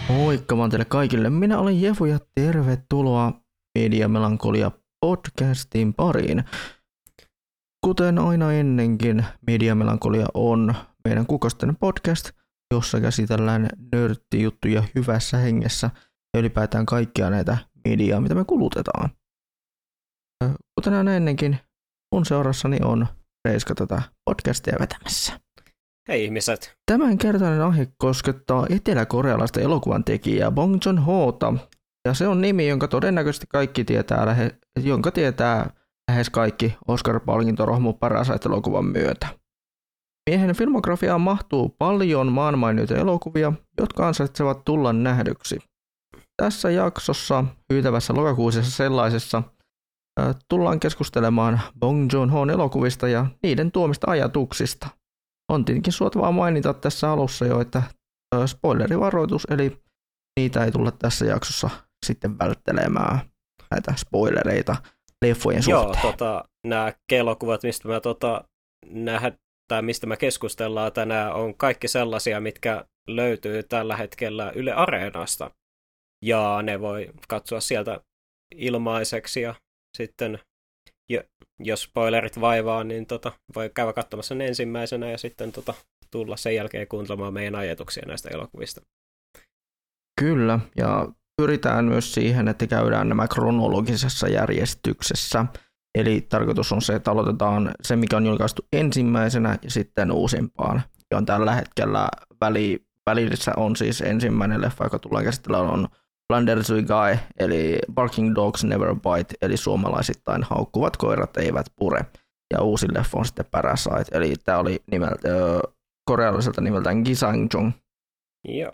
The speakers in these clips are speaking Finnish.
Moikka vaan teille kaikille. Minä olen Jefu ja tervetuloa Mediamelankolia podcastin pariin. Kuten aina ennenkin, Mediamelankolia on meidän kuukausitainen podcast, jossa käsitellään nörttijuttuja hyvässä hengessä ja ylipäätään kaikkia näitä mediaa, mitä me kulutetaan. Kuten aina ennenkin, mun seurassani on Reiska tätä podcastia vetämässä. Hei ihmiset. Tämänkertainen aihe koskettaa eteläkorealaista elokuvan tekijää Bong Joon-hota, ja se on nimi, jonka todennäköisesti kaikki tietää, jonka tietää lähes kaikki Oscar-palkintorohmu Parasite-elokuvan myötä. Miehen filmografiaan mahtuu paljon maanmainioita elokuvia, jotka ansaitsevat tulla nähdyksi. Tässä jaksossa, hyytävässä lokakuisessa sellaisessa, tullaan keskustelemaan Bong Joon-hon elokuvista ja niiden tuomista ajatuksista. On tietenkin suotavaa mainita tässä alussa jo, että spoilerivaroitus, eli niitä ei tulla tässä jaksossa sitten välttelemään näitä spoilereita leffojen suhteen. Joo, nämä elokuvat, mistä mistä me keskustellaan tänään, on kaikki sellaisia, mitkä löytyy tällä hetkellä Yle Areenasta. Ja ne voi katsoa sieltä ilmaiseksi ja sitten jos spoilerit vaivaa, niin voi käydä katsomassa sen ensimmäisenä ja sitten tulla sen jälkeen kuuntelemaan meidän ajatuksia näistä elokuvista. Kyllä, ja pyritään myös siihen, että käydään nämä kronologisessa järjestyksessä. Eli tarkoitus on se, että aloitetaan se, mikä on julkaistu ensimmäisenä ja sitten uusimpaan. Ja on tällä hetkellä välissä on siis ensimmäinen leffa, joka tullaan käsittelemään, on Flanders Guy, eli Barking Dogs Never Bite, eli suomalaisittain haukkuvat koirat eivät pure. Ja uusi leffa on sitten Parasite, eli tämä oli korealaiselta nimeltään Gisangjong. Joo.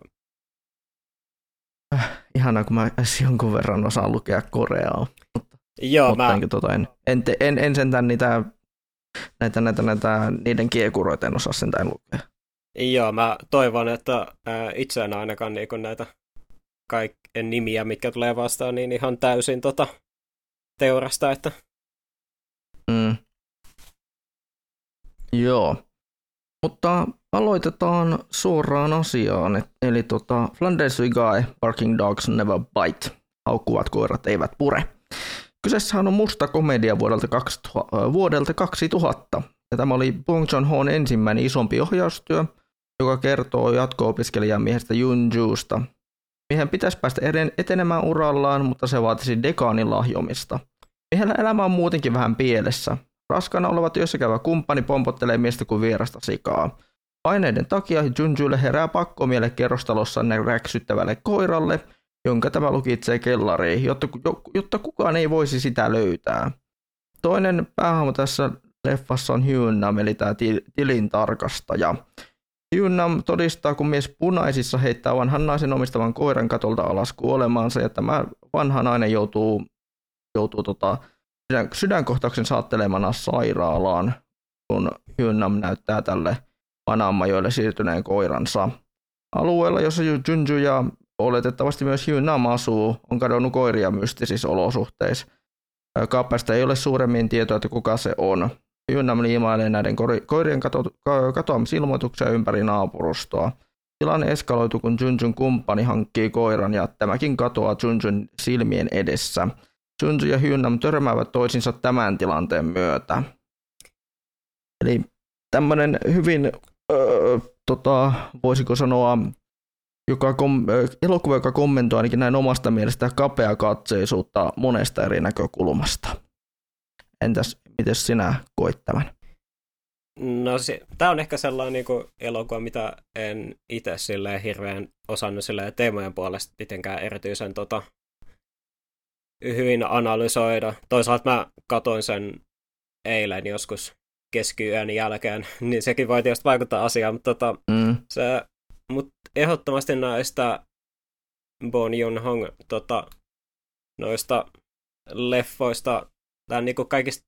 Ihanaa, kun mä jonkun verran osaan lukea koreaa. Joo, en sentään niiden kiekuroita en osaa sentään lukea. Joo, mä toivon, että itse en ainakaan niin näitä kaikkien nimiä, mitkä tulee vastaan, niin ihan täysin teurasta, että... Joo, mutta aloitetaan suoraan asiaan, eli Flanders Guy, Barking Dogs Never Bite, haukkuvat koirat eivät pure. Kyseessähän on musta komedia vuodelta 2000, ja tämä oli Bong Joon-hon ensimmäinen isompi ohjaustyö, joka kertoo jatko-opiskelijan miehestä Yoon-joosta. Miehen pitäisi päästä etenemään urallaan, mutta se vaatisi dekaanin lahjomista. Miehellä elämä on muutenkin vähän pielessä. Raskaana oleva työssäkäyvä kumppani pompottelee miestä kuin vierasta sikaa. Paineiden takia Junjulle herää pakkomielle kerrostalossa räksyttävälle koiralle, jonka tämä lukitsee kellariin, jotta kukaan ei voisi sitä löytää. Toinen päähahmo tässä leffassa on Hyun-nam, eli tämä tilintarkastaja. Hyun-nam todistaa, kun mies punaisissa heittää vanhan naisen omistavan koiran katolta alas kuolemaansa, ja tämä vanha nainen joutuu sydänkohtauksen saattelemana sairaalaan, kun Hyun-nam näyttää tälle Panamajoille siirtyneen koiransa. Alueella, jossa Junju ja oletettavasti myös Hyun-nam asuu, on kadonnut koiria mystisissä olosuhteissa. Kaappaista ei ole suuremmin tietoa, että kuka se on. Hyun-nam liimailee näiden koirien katoamisilmoituksia ympäri naapurustoa. Tilanne eskaloituu, kun Junjun kumppani hankkii koiran ja tämäkin katoaa Junjun silmien edessä. Junju ja Hyun-nam törmäävät toisinsa tämän tilanteen myötä. Eli tämmöinen hyvin, voisiko sanoa, elokuva, joka kommentoi ainakin näin omasta mielestä kapeakatseisuutta monesta eri näkökulmasta. Entäs, miten sinä koit tämän? No tämä on ehkä sellainen niin kuin elokuva, mitä en itse hirveän osannut teemojen puolesta mitenkään erityisen hyvin analysoida. Toisaalta mä katoin sen eilen joskus keskiyön jälkeen, niin sekin voi tietysti vaikuttaa asiaan, mutta mutta ehdottomasti näistä Bong Joon-hon noista leffoista, niinku kaikista,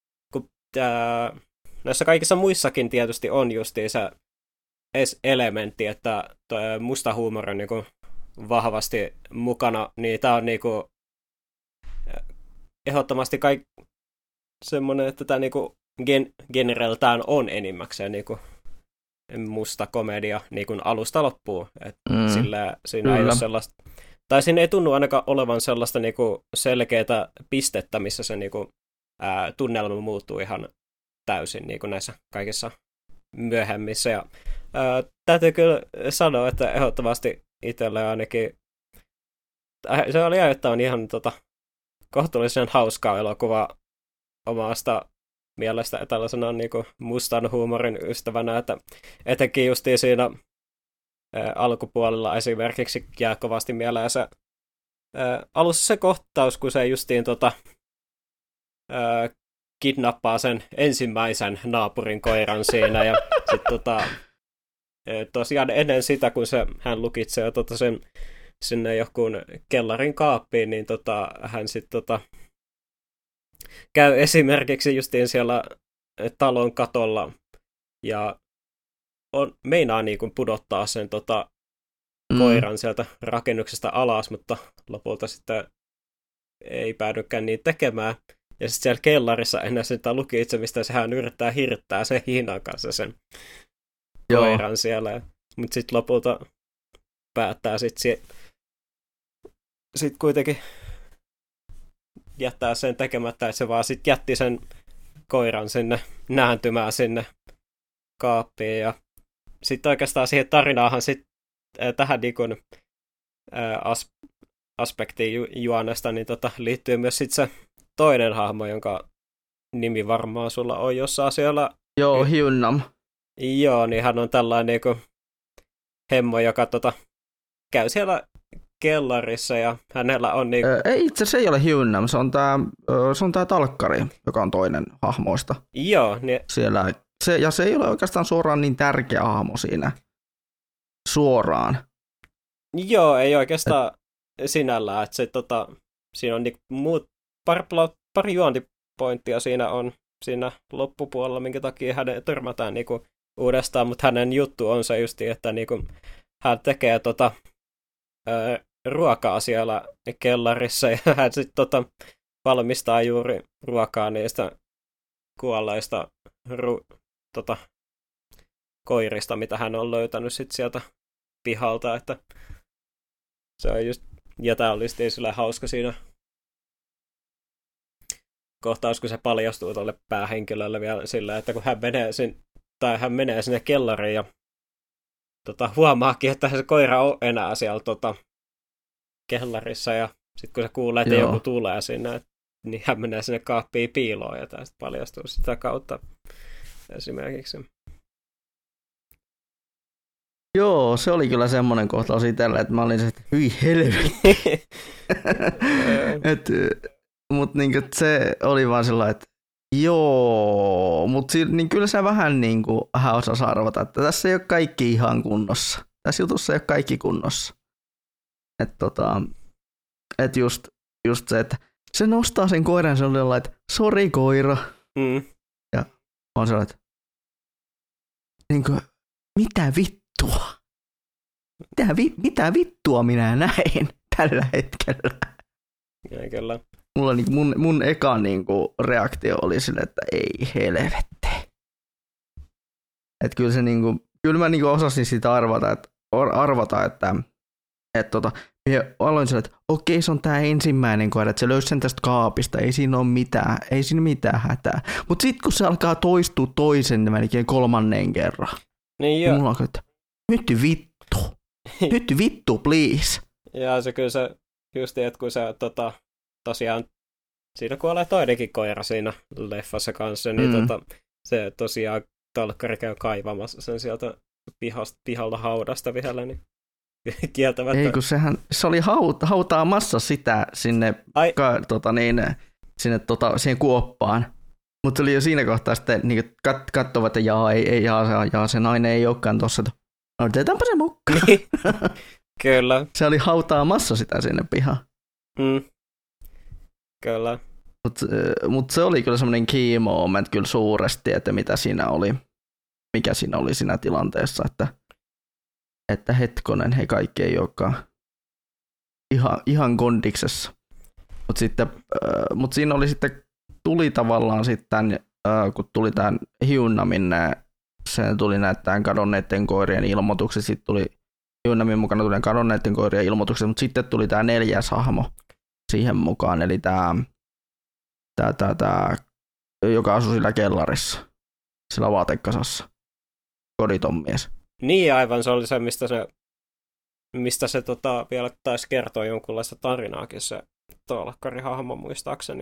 näissä kaikissa muissakin tietysti on justiin se elementti, että musta huumori on niinku vahvasti mukana, niin tää on niinku ehdottomasti semmoinen, että tää niinku genereltään on enimmäkseen niinku musta komedia niin kuin alusta loppuun. Sillä siinä ei ole sellaista, tai siinä ei tunnu ainakaan olevan sellaista niin kuin selkeää pistettä, missä se niin kuin, tunnelma muuttuu ihan täysin niin kuin näissä kaikissa myöhemmissä. Ja, täytyy kyllä sanoa, että ehdottomasti itselle ainakin se oli ajoittain ihan kohtuullisen hauskaa elokuva omasta mielestä tällaisena niin kuin mustan huumorin ystävänä, että etenkin justiin siinä alkupuolella esimerkiksi jää kovasti mieleen se alussa se kohtaus, kun se justiin kidnappaa sen ensimmäisen naapurin koiran siinä ja sitten tosiaan ennen sitä, kun hän lukitsee sen sinne johonkin kellarin kaappiin, niin hän sitten käy esimerkiksi justiin siellä talon katolla ja meinaa niin kuin pudottaa sen koiran sieltä rakennuksesta alas, mutta lopulta sitten ei päädykään niin tekemään. Ja sitten siellä kellarissa ennen sitä lukitsemistä sehän yrittää hirttää sen hiinan kanssa sen koiran siellä. Mutta sitten lopulta päättää sitten kuitenkin jättää sen tekemättä, että se vaan sitten jätti sen koiran sinne nääntymään sinne kaappiin. Ja sitten oikeastaan siihen tarinaahan sitten tähän niin kuin, aspektiin juonesta niin liittyy myös sitten se toinen hahmo, jonka nimi varmaan sulla on jossain siellä. Joo, Hynnam. Joo, niin hän on tällainen niin kuin hemmo, joka käy siellä kellarissa ja hänellä on niin... Ei itse se ei ole Hynnam, se on tää talkkari, joka on toinen hahmoista. Joo. Niin... Siellä, se ei ole oikeastaan suoraan niin tärkeä hahmo siinä suoraan. Joo, ei oikeastaan sinällään, että se siinä on niin pari juontipointtia siinä on siinä loppupuolella, minkä takia hänen törmätään niinku uudestaan, mutta hänen juttu on se justi, että niinku hän tekee ruokaa siellä kellarissa ja hän sitten valmistaa juuri ruokaa niistä kuolleista koirista, mitä hän on löytänyt sit sieltä pihalta, että se on just, ja tää oli sillä hauska siinä kohtaus, kun se paljastuu tuolle päähenkilölle vielä sillä, että kun hän menee sinne kellariin ja huomaakin, että se koira on enää siellä kellarissa ja sitten kun se kuulee, että joku tulee sinne, niin hän menee sinne kaappiin piiloon ja tästä paljastuu sitä kautta esimerkiksi. Joo, se oli kyllä semmoinen kohtaus itselle, että mä olin se, että hyi helvetti. Mutta niinku se oli vaan sellainen, että joo, mutta niin kyllä se vähän niinku osasi arvata, että tässä ei ole kaikki ihan kunnossa. Tässä jutussa ei ole kaikki kunnossa. Että just se, että se nostaa sen koiran sellainen, että sori koira. Ja on sellainen, että niinku, mitä vittua? Mitä vittua minä näin tällä hetkellä? Ja kyllä. Mulla niinku mun eka niinku reaktio oli sille, että ei helvetti. Että kyllä se niinku, kyllä mä niinku osasin sitä arvata, että aloin sille, että okei, se on tää ensimmäinen koira, että se löysi sen tästä kaapista, ei siinä mitään hätää. Mutta sitten kun se alkaa toistua toisen melkein kolmannen kerran, niin mulla on että nyt vittu, please. Ja se kyllä se justi, että kun se tosiaan siinä kuolee toinenkin koira siinä leffassa kanssa, niin se tosiaan talkkari käy kaivamassa sen sieltä pihalla haudasta vielä, niin kieltämättä. Ei, kun se oli hautaamassa sitä sinne, siihen kuoppaan. Mutta se oli jo siinä kohtaa sitten niin katsovat, että se nainen ei olekaan tuossa. Otetaanpa se mukaan. Kyllä. Se oli hautaamassa sitä sinne pihaan. Kyllä. Mutta se oli kyllä semmoinen key moment kyllä suuresti, että mikä siinä oli siinä tilanteessa, että hetkonen, he kaikki ei olekaan ihan kondiksessa. Mutta siinä oli sitten, tuli tavallaan sitten, kun tuli tämän Hynnamin se tuli näyttämään kadonneiden koirien ilmoitukset, sitten tuli Junnamin mukana tuli kadonneiden koirien ilmoitukset, mutta sitten tuli tämä 4. hahmo siihen mukaan, eli tämä joka asui sillä kellarissa, sillä vaatekasassa, koditon mies. Niin aivan, se oli se, mistä se vielä taisi kertoa jonkunlaista tarinaakin se Taalkkari-hahmo muistaakseni.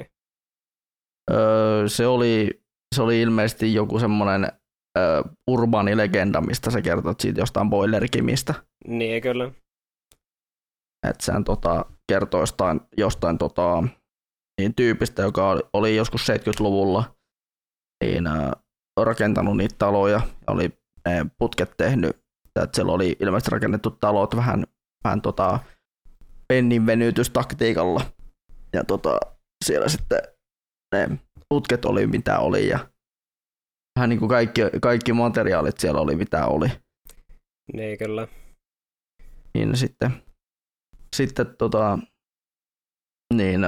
Se oli ilmeisesti joku semmoinen urbaani legenda, mistä se kertoo siitä jostain Boilerkimistä. Niin, kyllä. Että sehän kertoo jostain niin tyypistä, joka oli joskus 70-luvulla niin, rakentanut niitä taloja ja oli ne putket tehnyt, että siellä oli ilmeisesti rakennettu talot vähän pennin venytystaktiikalla ja siellä sitten ne putket oli mitä oli ja vähän niin kuin kaikki materiaalit siellä oli mitä oli. Niin kyllä. Niin sitten niin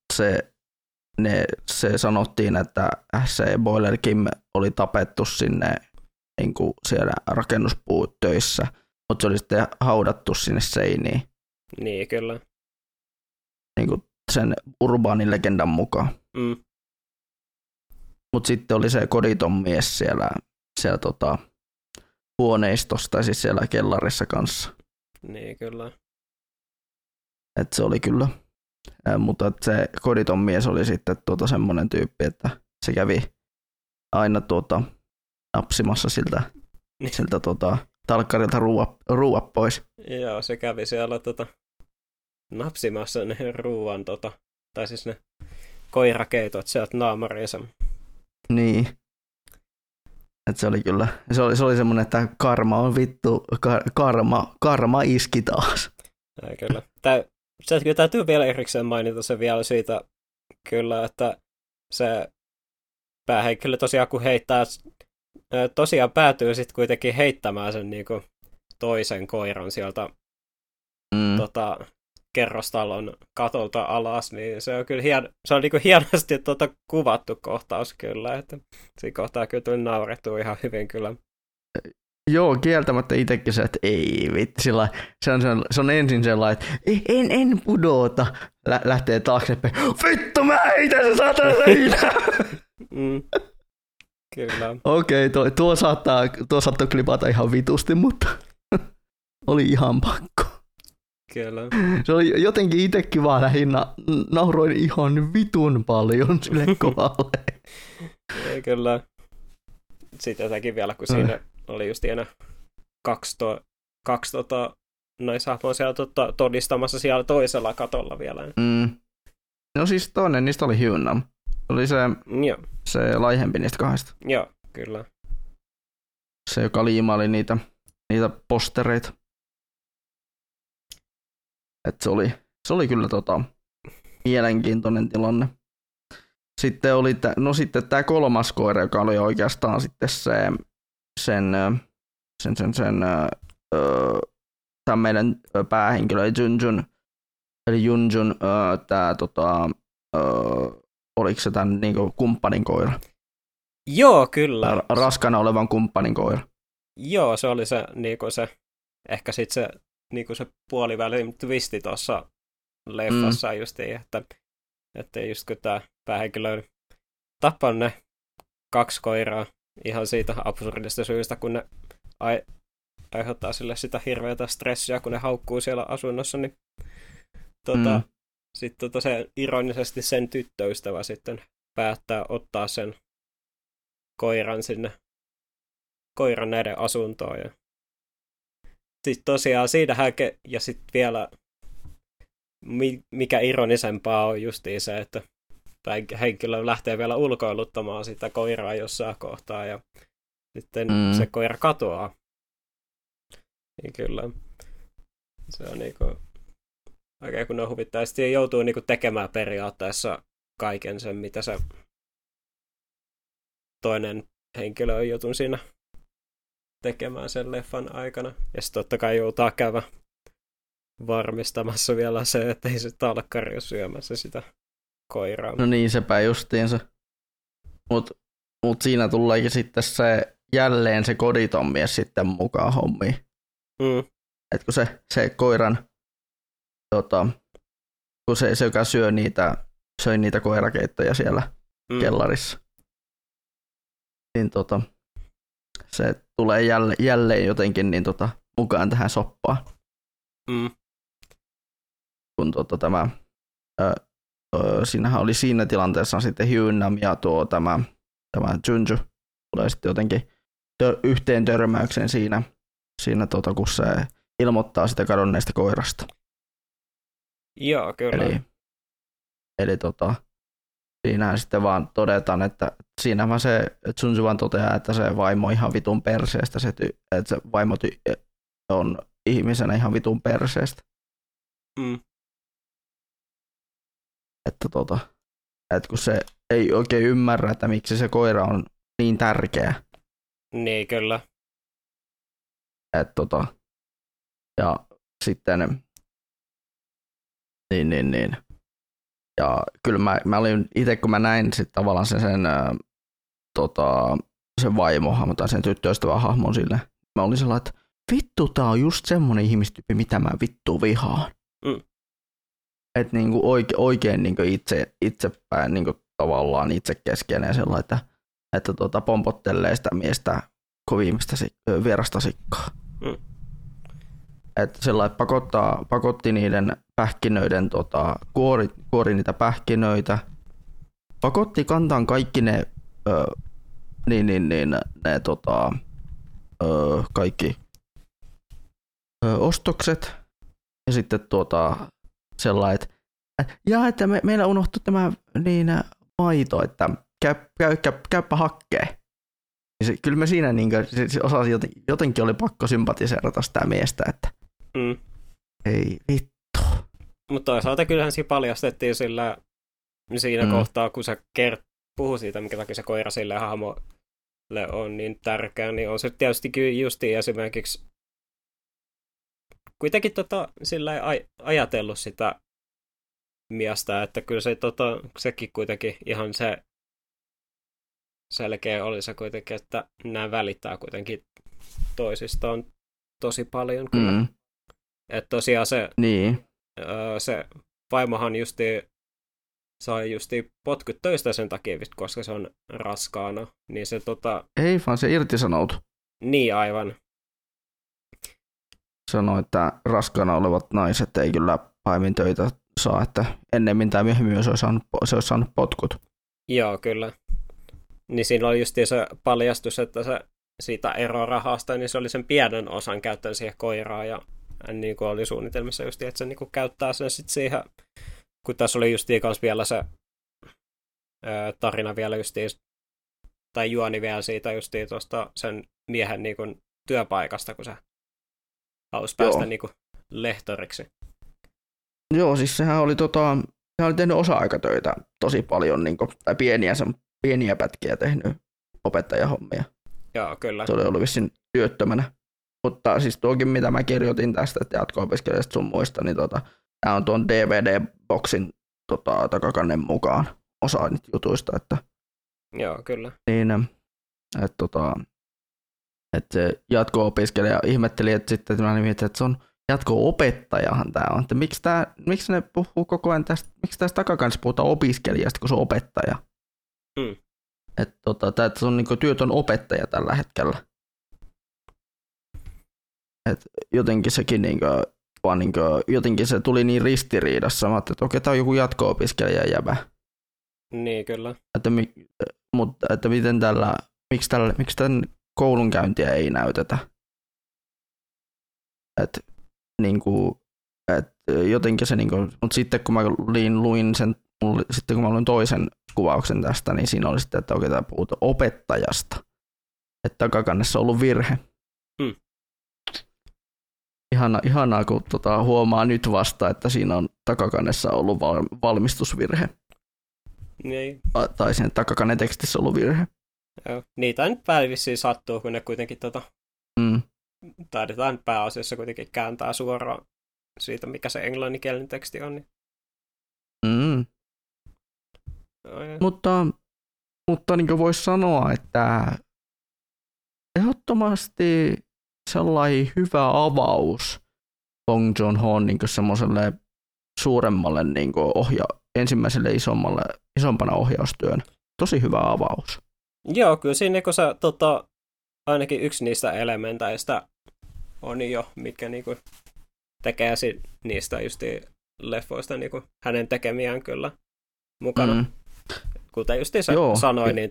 se sanottiin, että se Boiler Kim oli tapettu sinne niin kuin siellä rakennuspuutöissä, mutta se oli sitten haudattu sinne seiniin. Niin, kyllä. Niin kuin sen urbaanin legendan mukaan. Mm. Mutta sitten oli se koditon mies siellä huoneistossa, tai siis siellä kellarissa kanssa. Niin, kyllä. Et se oli kyllä. Mutta se koditon mies oli sitten semmoinen tyyppi, että se kävi aina napsimassa siltä talkkarilta ruuat pois. Joo, se kävi siellä napsimassa ne ruuan, tai siis ne koirakeitot sieltä naamariinsa. Niin. Et se oli kyllä, se oli semmoinen, että karma on vittu, karma iski taas. Ja kyllä. Kyllä täytyy vielä erikseen mainita se vielä siitä, kyllä, että se päähenkilö tosiaan kun tosiaan päätyy sitten kuitenkin heittämään sen niinku toisen koiran sieltä kerrostalon katolta alas, niin se on kyllä se on niinku hienosti kuvattu kohtaus kyllä, että siinä kohtaa kyllä tuli naurettua ihan hyvin kyllä. Joo, kieltämättä itsekin se, että ei vittu, se on ensin sellainen, että en pudota, lähtee taaksepäin, vittu mä heitän se saatana seinään. Kyllä. Okei, tuo saattaa klipata ihan vitusti, mutta oli ihan pakko. Kyllä. Se oli jotenkin itsekin vaan lähinnä, nauroin ihan vitun paljon sille kohdalle. Ei kyllä. Sitten jotenkin vielä, kun siinä oli just enää kaksi naishahmoa siellä todistamassa siellä toisella katolla vielä. No siis toinen niistä oli Hyunnam. Se oli se laihempi niistä kahdesta. Joo, kyllä. Se, joka liimaili niitä postereita. Et se oli kyllä mielenkiintoinen tilanne. Sitten oli tämä kolmas koira, joka oli oikeastaan sitten tämä meidän päähenkilö eli Junjun, oliko se tämän niinku kumppanin koira? Joo, kyllä. Raskana olevan kumppanin koira. Joo, se oli se, niinku se ehkä sitten se, niinku se puolivälin twisti tuossa leffassa justiin, että just kun tämä päähenkilö on tappanut ne 2 koiraa ihan siitä absurdista syystä, kun ne aiheuttaa sille sitä hirveätä stressiä, kun ne haukkuu siellä asunnossa, niin sitten se ironisesti sen tyttöystävä sitten päättää ottaa sen koiran sinne koiran näiden asuntoon. Ja sitten tosiaan siinähän, ja sitten vielä mikä ironisempaa on justiin se, että henkilö lähtee vielä ulkoiluttamaan sitä koiraa jossain kohtaa ja sitten se koira katoaa. Niin kyllä. Se on niinku oikein kun ne huvittaa. Ja sitten joutuu niinku tekemään periaatteessa kaiken sen, mitä se toinen henkilö on joutunut siinä tekemään sen leffan aikana. Ja sitten totta kai joutaa käydä varmistamassa vielä se, että ei se talkkari ole syömässä sitä koiraa. No niin, sepä justiinsa. Mut siinä tuleekin sitten se jälleen se koditon mies sitten mukaan hommiin. Et kun se koiran, kun se joka söi niitä koirakeittoja siellä kellarissa, niin se tulee jälleen jotenkin niin mukaan tähän soppaan. Kun siinähän oli siinä tilanteessa sitten Hyunnam ja tämä Junju tulee sitten jotenkin yhteen törmäyksen siinä kun se ilmoittaa sitä kadonneesta koirasta. Joo, kyllä. Eli siinähän sitten vaan todetaan, että siinähän se Junju vaan toteaa, että se vaimo on ihan vitun perseestä, että se vaimo on ihmisenä ihan vitun perseestä. Että kun se ei oikein ymmärrä, että miksi se koira on niin tärkeä. Niin, kyllä. Ja sitten niin. Ja kyllä mä olin itse, kun mä näin sit tavallaan sen vaimohahmon tai sen tyttöystävän hahmon sille, mä olin sellainen, että vittu, tää on just semmonen ihmistyyppi, mitä mä vittu vihaan. Että niinku oikein niinku itsepäin niinku tavallaan itsekeskeinen sellainen, että pompottelee sitä miestä kovimmista vierasta sikkaa. Että sellainen pakotti niiden pähkinöiden, kuori niitä pähkinöitä, pakotti kantaan kaikki ne kaikki ostokset ja sitten sellainen, että meillä unohtui tämä maito, että käypä hakkee. Kyllä me siinä se osasi jotenkin oli pakko sympatiseerata sitä miestä, että ei vittu. Mutta toisaalta kyllähän siinä paljastettiin siinä kohtaa, kun se puhui siitä, minkä takia se koira sille hahmolle on niin tärkeä, niin on se tietysti justiin esimerkiksi kuitenkin sillä ajatellut sitä miestä, että kyllä se, sekin kuitenkin ihan se selkeä oli se kuitenkin, että nämä välittää kuitenkin toisistaan tosi paljon kyllä. Että tosiaan se vaimohan sai potkut töistä sen takia, koska se on raskaana. Niin se Ei vaan se irtisanoutui. Niin aivan. Sanoi, että raskaana olevat naiset ei kyllä pahemmin töitä saa, että ennemmin tai myöhemmin se olisi saanut potkut. Joo, kyllä. Niin siinä oli just se paljastus, että se siitä erorahasta, niin se oli sen pienen osan käyttänyt siihen koiraan, ja niin kuin oli suunnitelmissa just, että se niin kuin käyttää sen sitten siihen, kun tässä oli just kanssa vielä se tarina vielä just, tai juoni vielä siitä just tuosta sen miehen niin kuin työpaikasta, kun se halusi päästä niin kuin lehtoriksi. Joo, siis sehän oli tehnyt osa-aikatöitä tosi paljon, niin kuin, tai pieniä pätkiä tehnyt opettajahommia. Joo, kyllä. Se oli ollut vissiin työttömänä. Mutta siis tuokin, mitä mä kirjoitin tästä, että jatko-opiskelijasta sun muista, niin tämä on tuon DVD-boksin takakannen mukaan osa niitä jutuista. Että, joo, kyllä. Niin, että se jatko-opiskelija ihmetteli, että sitten mä mietin, että se on jatko-opettajahan tämä on. Että miksi ne puhuu koko ajan tästä, miksi tässä takakannessa puhutaan opiskelijasta, kun se on opettaja? Että se on niinku työtön opettaja tällä hetkellä. Et jotenkin sekin jotenkin se tuli niin ristiriidassa. Mä ajattelin, että okei, tää on joku jatko-opiskelija jäbä. Niin, kyllä. Että miten miksi tämän koulunkäyntiä ei näytetä? Että jotenkin se mutta sitten kun mä luin sen, sitten kun mä luin toisen kuvauksen tästä, niin siinä oli sitten, että oikein tämä puhutaan opettajasta. Että takakannessa on ollut virhe. Ihanaa, kun huomaa nyt vasta, että siinä on takakannessa ollut valmistusvirhe. Niin. Tai sen takakannen tekstissä on ollut virhe. Joo. Niitä nyt vissiin sattuu, kun ne kuitenkin taidetaan pääasiassa kuitenkin kääntää suoraan siitä, mikä se englanninkielinen teksti on. Niin. Mutta niin kuin voisi sanoa, että ehdottomasti sellainen hyvä avaus Bong Joon-hoon niin semmoiselle suuremmalle niin ensimmäiselle isompana ohjaustyön. Tosi hyvä avaus. Joo, kyllä siinä niin sä, ainakin yksi niistä elementeistä on jo, mitkä niin kuin, tekee niistä justiin leffoista niin kuin, hänen tekemiään kyllä mukana. Kuten justiin sanoin, niin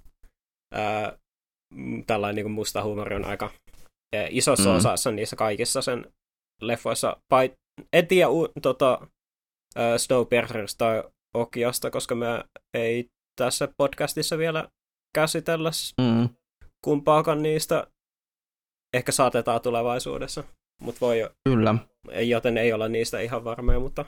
tällainen niin kuin musta huumori on aika isossa osassa niissä kaikissa sen leffoissa. En tiedä Snowpiercerista tai Okiosta, koska me ei tässä podcastissa vielä käsitellä kumpaakaan niistä. Ehkä saatetaan tulevaisuudessa, mutta voi kyllä. Joten ei olla niistä ihan varmoja, mutta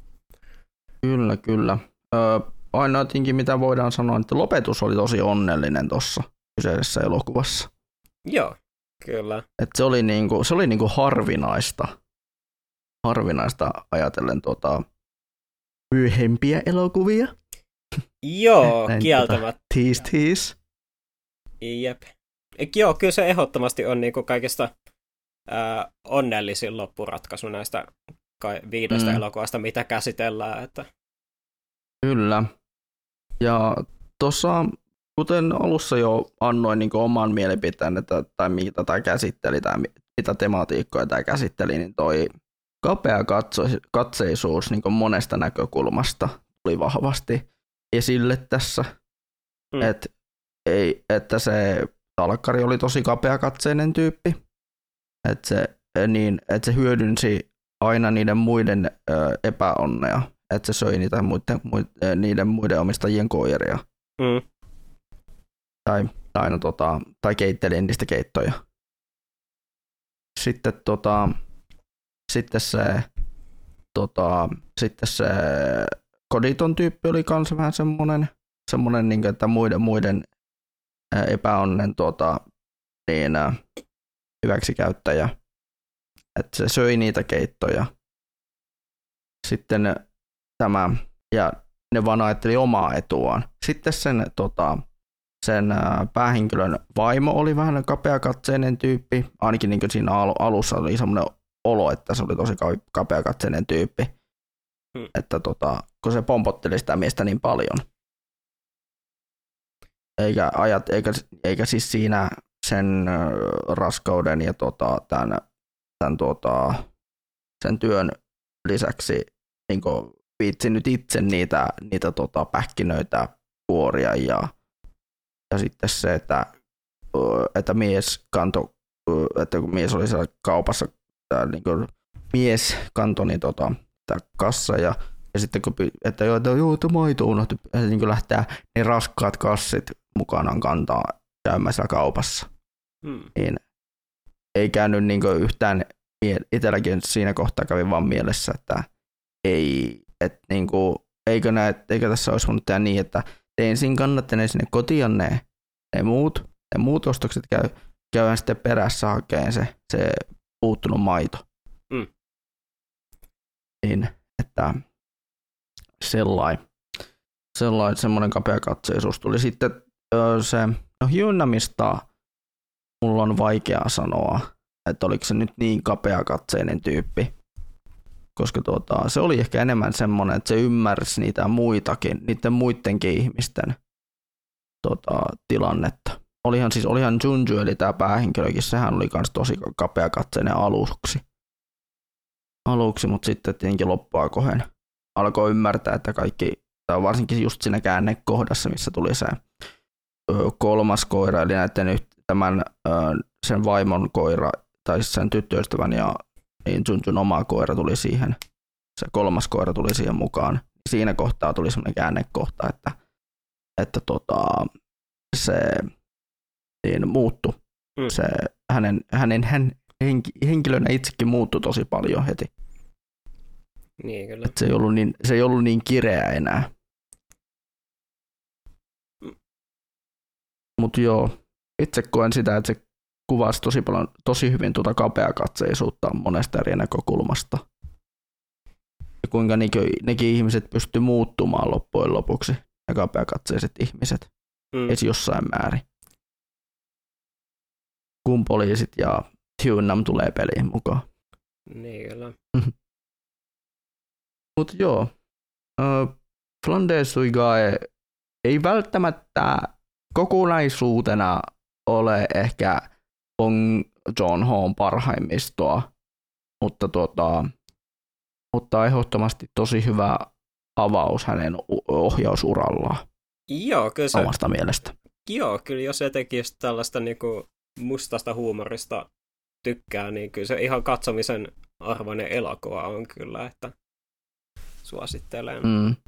Kyllä. Ainoa tinkin, mitä voidaan sanoa, että lopetus oli tosi onnellinen tuossa kyseisessä elokuvassa. Joo, kyllä. Et se oli niinku harvinaista ajatellen myöhempiä elokuvia. Joo, kieltämättä. Tease. Jep. Joo, kyllä se ehdottomasti on niinku kaikista onnellisin loppuratkaisu näistä 5 elokuvasta, mitä käsitellään. Että. Kyllä. Ja tuossa, kuten alussa jo annoin niin oman mielipiteen, tai mitä tämä käsitteli, tai mitä tematiikkoja tämä käsitteli, niin toi kapea katseisuus niin monesta näkökulmasta tuli vahvasti esille tässä. Että se talkkari oli tosi kapeakatseinen tyyppi, että se hyödynsi aina niiden muiden epäonnea, että se söi niiden muiden omistajien koiria. Tai keitteli niistä keittoja. Sitten se koditon tyyppi oli kans vähän semmonen niin, että muiden epäonnen hyväksikäyttäjä. Että se söi niitä keittoja. Sitten ja ne vaan ajatteli omaa etuaan. Sitten sen päähenkilön vaimo oli vähän kapeakatseinen tyyppi. Ainakin niin siinä alussa oli semmoinen olo, että se oli tosi kapeakatseinen tyyppi. Että kun se pompotteli sitä miestä niin paljon. Eikä siis siinä sen raskauden ja sen työn lisäksi niin viitsinyt itse niitä pähkinöitä kuoria ja sitten se, että kun mies oli siellä kaupassa, niin mies kantoi niin kassa ja sitten kun että maito unohtu, niin lähtee niin raskaat kassit mukanaan kantaa käymään siellä kaupassa. Niin ei käynyt niin yhtään, itselläkin siinä kohtaa kävi vaan mielessä, että eikö tässä olisi voinut tehdä niin, että te ensin kannatte ne sinne kotiin ne muut ostokset käydään sitten perässä hakeen se puuttunut maito. Niin, että semmoinen kapeakatseisuus tuli. Sitten Hyunamista mulla on vaikea sanoa, että oliko se nyt niin kapeakatseinen tyyppi, koska se oli ehkä enemmän semmoinen, että se ymmärsi niiden muidenkin ihmisten tilannetta. Olihan Junju, eli tämä päähenkilökin, sehän oli myös tosi kapeakatseinen aluksi, mutta sitten tietenkin loppua kohden alkoi ymmärtää, että kaikki, tai varsinkin just siinä käännekohdassa, missä tuli se 3. koira, eli sen vaimon koira, tai sen tyttöystävän ja niin Junjun oma koira tuli siihen, se 3. koira tuli siihen mukaan. Siinä kohtaa tuli semmoinen käännekohta, että se niin muuttui. Se hänen henkilönä itsekin muuttui tosi paljon heti. Niin, kyllä. Se ei ollut niin kireä enää. Mutta joo, itse koen sitä, että se kuvasi tosi hyvin kapeakatseisuutta monesta eri näkökulmasta. Ja kuinka nekin ihmiset pysty muuttumaan loppujen lopuksi, ne kapeakatseiset ihmiset, edes jossain määrin. kun poliisit ja Hunnam tulee peliin mukaan. Niin kyllä. Mutta joo, Flanders Suigae ei välttämättä kokonaisuutena ole ehkä Bong Joon-hoon parhaimmistoa, mutta ehdottomasti tosi hyvä avaus hänen ohjausurallaan. Joo, kyllä se, omasta mielestä. Joo, kyllä jos etenkin tällaista niinku mustasta huumorista tykkää, niin kyllä se ihan katsomisen arvoinen elokuva on kyllä, että suosittelen.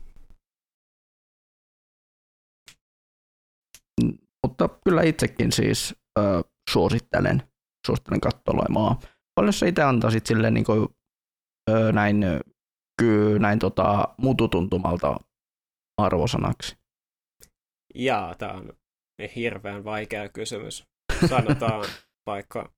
Mutta kyllä itsekin siis suosittelen katsomaan. Paljon sä itse antaisit silleen niin kuin, näin mututuntumalta arvosanaksi? Jaa, tämä on hirveän vaikea kysymys. Sanotaan vaikka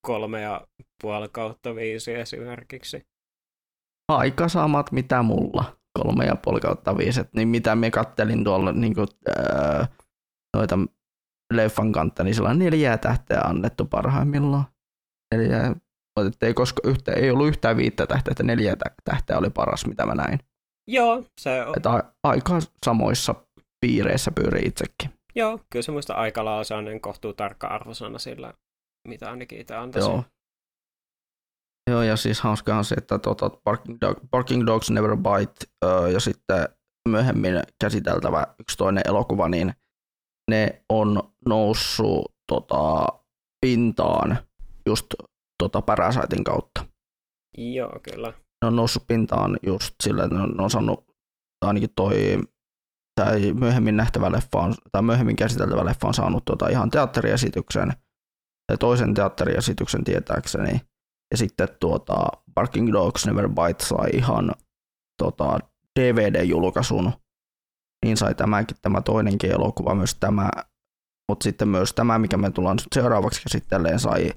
3,5/5 esimerkiksi. Aika samat mitä mulla. 3,5/5. Niin mitä me kattelin tuolla niin kuin, noita leffan kantta, niin sillä on 4 tähteä annettu parhaimmillaan. 4, ei ollut yhtään 5 tähteä, että 4 tähteä oli paras, mitä mä näin. Joo, se on. Että aika samoissa piireissä pyörii itsekin. Joo, kyllä se muista aika lailla sellainen kohtuu tarkka arvosana sillä, mitä ainakin itse antaisin. Joo, ja siis hauskahan se, että Barking Dogs Never Bite ja sitten myöhemmin käsiteltävä yksi toinen elokuva, niin ne on noussut pintaan just Parasitein kautta. Joo, kyllä. Ne on noussut pintaan just sillä, että ne on saanut ainakin tai myöhemmin nähtävä leffa tai myöhemmin käsiteltävä leffa on saanut ihan teatteriesityksen tai toisen teatteriesityksen tietääkseni. Ja sitten Barking Dogs Never Bite sai ihan DVD-julkaisun. Niin sai tämä toinenkin elokuva, myös tämä, mutta sitten myös tämä, mikä me tullaan seuraavaksi käsittelemään, sai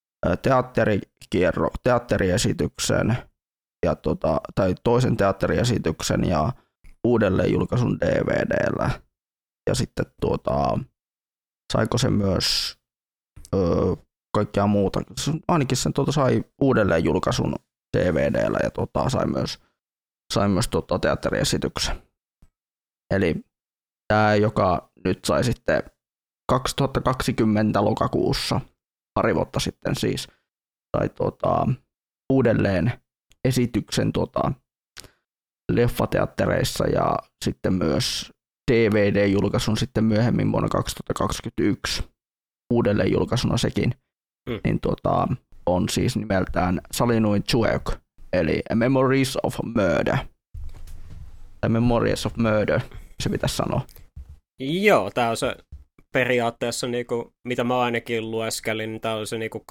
teatteriesityksen ja tai toisen teatteriesityksen ja uudelleen julkaisun DVD:llä. Ja sitten saiko se myös kaikkea muuta. Ainakin sen sai uudelleen julkaisun DVD:llä ja sai myös teatteriesityksen. Eli tämä, joka nyt sai sitten 2020 lokakuussa, pari vuotta sitten siis, sai uudelleen esityksen leffateattereissa ja sitten myös DVD-julkaisun sitten myöhemmin vuonna 2021 uudelleen julkaisuna sekin, niin on siis nimeltään Salinui Chueok, eli Memories of Murder. Tai Memories of Murder, se pitäisi sanoa. Joo, tämä on se periaatteessa, niinku, mitä mä ainakin lueskelin, niin tämä on se niinku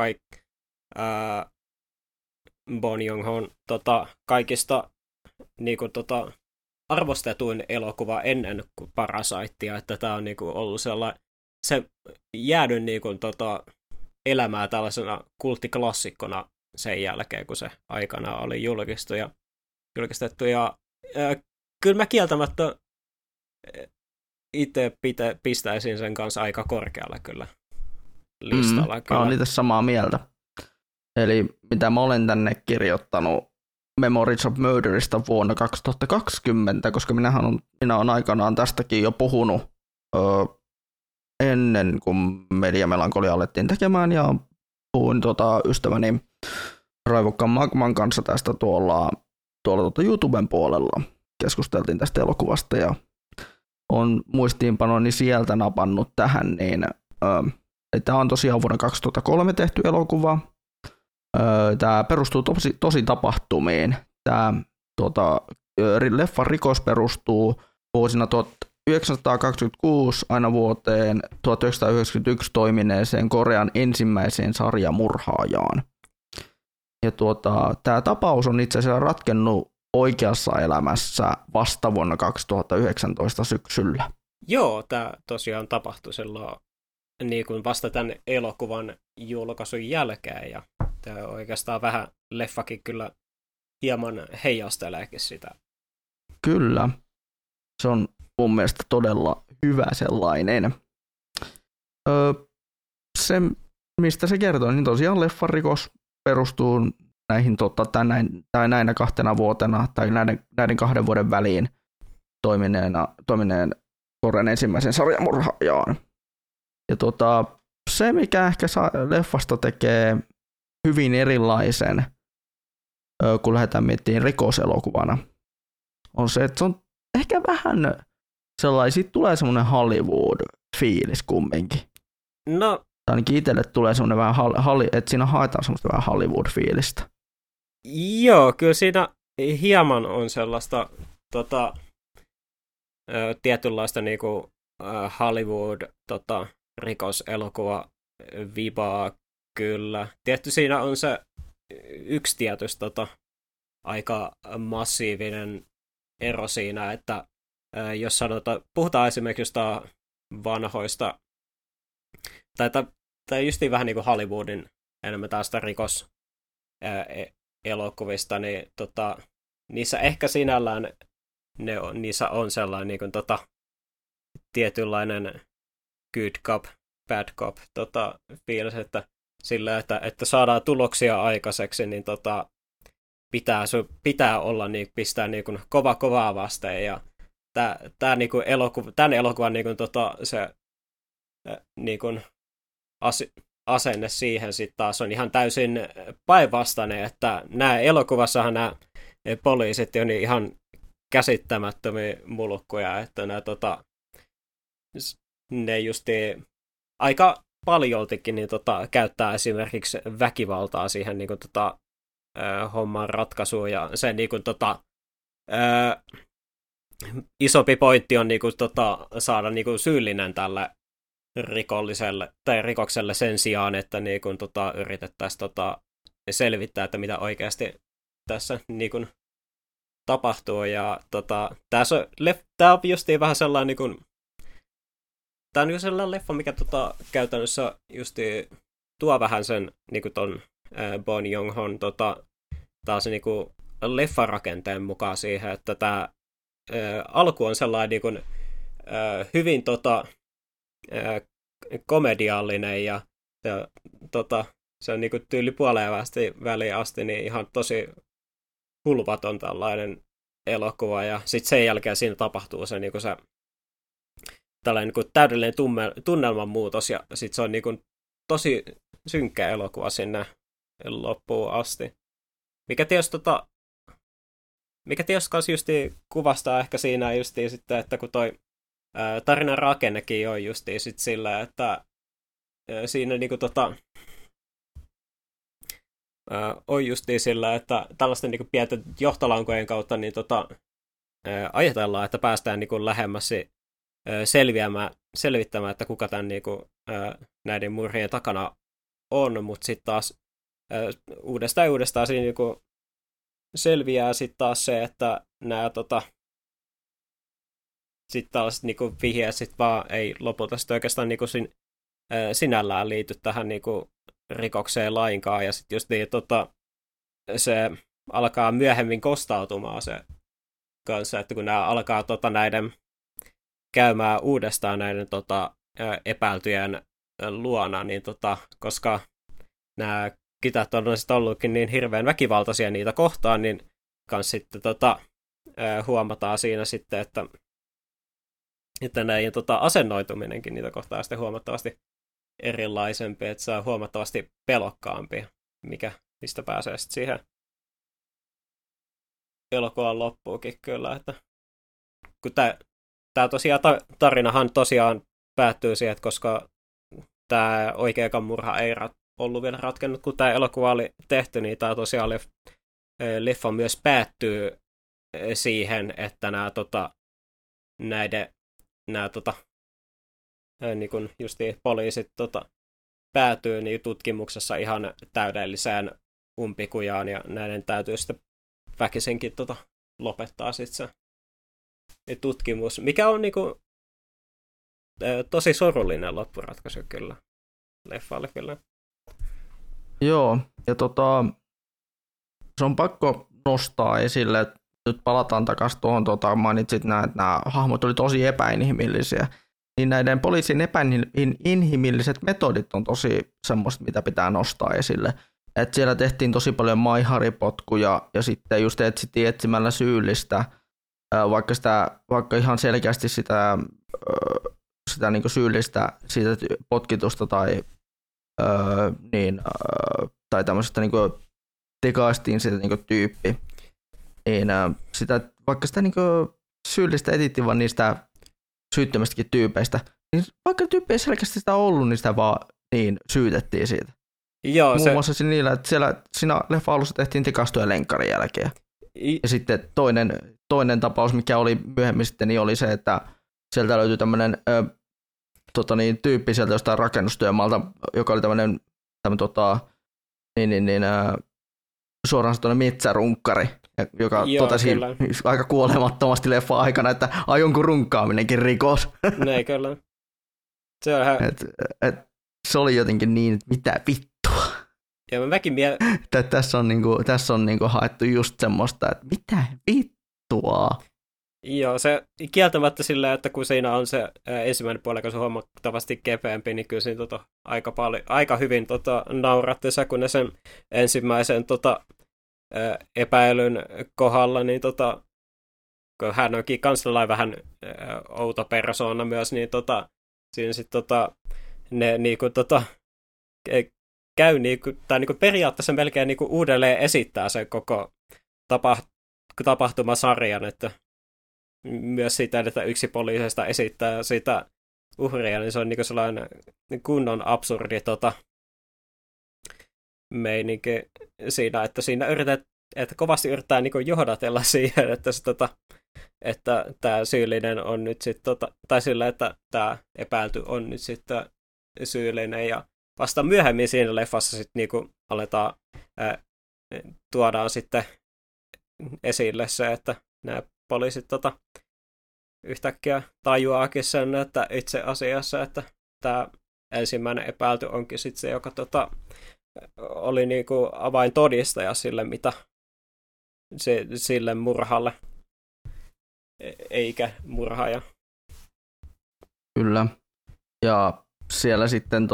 Bong Joon-hoon kaikista niinku, arvostetuin elokuva ennen kuin Parasitea, että tämä on niinku ollut sellainen, se jäänyt niinku, elämää tällaisena kulttiklassikkona sen jälkeen, kun se aikana oli julkistettu. Ja kyllä mä kieltämättä itse pistäisin sen kanssa aika korkealla kyllä listalla. Kyllä. Mä oon itse samaa mieltä. Eli mitä mä olen tänne kirjoittanut Memories of Murderista vuonna 2020, koska minä olen aikanaan tästäkin jo puhunut ennen kuin Mediamelankolia alettiin tekemään, ja puhuin ystäväni Raivokkaan Magman kanssa tästä tuolla YouTuben puolella. Keskusteltiin tästä elokuvasta ja on muistiinpanoni sieltä napannut tähän, niin tämä on tosiaan vuonna 2003 tehty elokuva. Tämä perustuu tosi tapahtumiin. Tämä leffan rikos perustuu vuosina 1926 aina vuoteen 1991 toimineeseen Korean ensimmäiseen sarjamurhaajaan. Ja tämä tapaus on itse asiassa ratkennut oikeassa elämässä vasta vuonna 2019 syksyllä. Joo, tämä tosiaan tapahtui silloin niin kuin vasta tämän elokuvan julkaisun jälkeen, ja tämä oikeastaan vähän leffakin kyllä hieman heijasteleekin sitä. Kyllä, se on mun mielestä todella hyvä sellainen. Se, mistä se kertoo, niin tosiaan leffan rikos perustuu näihin näinä 2 vuotena tai näiden 2 vuoden väliin toimineen Korean ensimmäisen sarjamurhaajaan. Ja se, mikä ehkä leffasta tekee hyvin erilaisen, kun lähdetään miettimään rikoselokuvana, on se, että se on ehkä vähän sellainen, siitä tulee semmoinen Hollywood-fiilis kumminkin. No. Ainakin itselle tulee semmoinen vähän, että siinä haetaan semmoista vähän Hollywood-fiilistä. Joo, kyllä siinä hieman on sellaista tietynlaista niinku Hollywood rikoselokuva vibaa kyllä. Tietty siinä on se yksi tietysti aika massiivinen ero siinä, että jos puhutaan esimerkiksi jostain vanhoista, tai justiin vähän niin kuin Hollywoodin enemmän tästä rikoselokuvista, niin niissä ehkä sinällään niissä on sellainen niin kuin, tietynlainen good cop, bad cop fiilis, että sillä, että saadaan tuloksia aikaiseksi, niin pitää olla niin, pistää niin kuin kovaa vasten, ja tämän elokuvan niin kuin, se niin kuin asenne siihen sitten taas on ihan täysin päinvastainen, että elokuvassahan nämä poliisit on niin ihan käsittämättömiä mulkkuja, että ne justiin aika paljoltikin niin käyttää esimerkiksi väkivaltaa siihen niin kuin, homman ratkaisuun, ja se niin kuin, isompi pointti on niin kuin, saada niin kuin, syyllinen tälle rikolliselle tai rikokselle sen sijaan, että niin kuin, yritettäisiin selvittää, että mitä oikeasti tässä niin kuin, tapahtuu, ja tämä on justiin vähän sellainen niin kuin, tämä on niin sellainen leffa, mikä käytännössä justiin tuo vähän sen niin kuin ton Bon Joon-hon taas niin kuin leffarakenteen mukaan siihen, että tämä alku on sellainen niin kuin, hyvin komediallinen, ja se on niin kuin tyyli puoleen väliin asti niin ihan tosi hulvaton tällainen elokuva, ja sitten sen jälkeen siinä tapahtuu se, niin kuin se tällainen niin kuin täydellinen tunnelman muutos, ja sitten se on niin kuin tosi synkkä elokuva sinne loppuun asti. Mikä tietysti kanssa justiin kuvastaa ehkä siinä justiin sitten, että kun toi tarinan rakennekin on justiin sit sillä, että siinä niinku on justiin sillä, että tällaisten niinku pienten johtolankojen kautta niin ajatellaan, että päästään niinku lähemmäsi selvittämään, että kuka tämän niinku, näiden murhien takana on, mutta sitten taas uudestaan siinä niinku selviää sitten taas se, että nämä sitten tällaiset niinku vihjeet sitten vaan ei lopulta sitten oikeastaan niinku sinällään liity tähän niinku rikokseen lainkaan, ja sitten just niin, se alkaa myöhemmin kostautumaan se kanssa, että kun nämä alkaa näiden käymään uudestaan näiden epäiltyjen luona, niin koska nämä kitat on ollutkin niin hirveän väkivaltaisia niitä kohtaan, niin kans sitten huomataan siinä sitten, että näiden asennoituminenkin niitä kohtaa sitten huomattavasti erilaisempi, että se on huomattavasti pelokkaampi, mistä pääsee sitten siihen elokuvan loppuukin kyllä, että kun tämä tosiaan tarinahan tosiaan päättyy siihen, että koska tämä oikeakaan murha ei ollut vielä ratkennut, kun tämä elokuva oli tehty, niin tämä tosiaan leffa myös päättyy siihen, että niin kuin justiin poliisit päätyy niin tutkimuksessa ihan täydelliseen umpikujaan, ja näiden täytyy sitten väkisinkin lopettaa sitten se tutkimus, mikä on niinku tosi surullinen loppuratkaisu kyllä leffalle kyllä. Joo, ja se on pakko nostaa esille, että nyt palataan takaisin tuohon, mainitsit että nämä hahmot oli tosi epäinhimillisiä. niin näiden poliisin epäinhimilliset metodit on tosi semmoista, mitä pitää nostaa esille. Et siellä tehtiin tosi paljon maiharipotkuja ja sitten just etsittiin etsimällä syyllistä, vaikka ihan selkeästi sitä niinku syyllistä siitä potkitusta tai tämmöisestä niinku tekaistiin sitä niinku tyyppi. Niin, vaikka sitä niinku syyllistä etittiin vaan niistä syyttömistäkin tyypeistä, niin vaikka tyyppi ei selkeästi sitä ollut, niin sitä vaan niin syytettiin siitä. Joo, muun muassa niillä, että siinä leffa-alussa tehtiin tekastuja lenkkarin jälkeen. Ja sitten toinen tapaus, mikä oli myöhemmin sitten, niin oli se, että sieltä löytyi tämmöinen tyyppi sieltä jostain rakennustyömaalta, joka oli tämmöinen suoraan sanottuna metsärunkkari, joka totesi kyllä aika kuolemattomasti leffa aikana, että jonkun runkaaminenkin rikos. Ne kyllä. Se oli jotenkin niin, että mitä vittua. Ja tässä on niinku haettu just semmoista, että mitä vittua. Joo, se kieltämättä sillä, että kun siinä on se ensimmäinen puoli, joka on huomattavasti kepeämpi, niin kyllä siinä aika hyvin nauratti se, kun ne sen ensimmäisen epäilyn kohdalla, niin kun hän onkin kans vähän outo persoona myös, niin siinä sitten ne niinku käy tai periaatteessa melkein niinku uudelleen esittää sen koko tapahtumasarjan, että myös sitä, että yksi poliisista esittää sitä uhria, niin se on niinku sellainen kunnon absurdi meininki siinä, että siinä kovasti yrittää niinku johdatella siihen, että tämä syyllinen on nyt sitten, tai sillä, että tämä epäilty on nyt sitten syyllinen, ja vasta myöhemmin siinä leffassa sitten niinku aletaan, tuodaan sitten esille se, että nämä poliisit yhtäkkiä tajuaakin sen, että itse asiassa, että tämä ensimmäinen epäilty onkin sitten se, joka oli niinku avaintodistaja sille, mitä sille murhalle, eikä murhaaja. Kyllä. Ja siellä sitten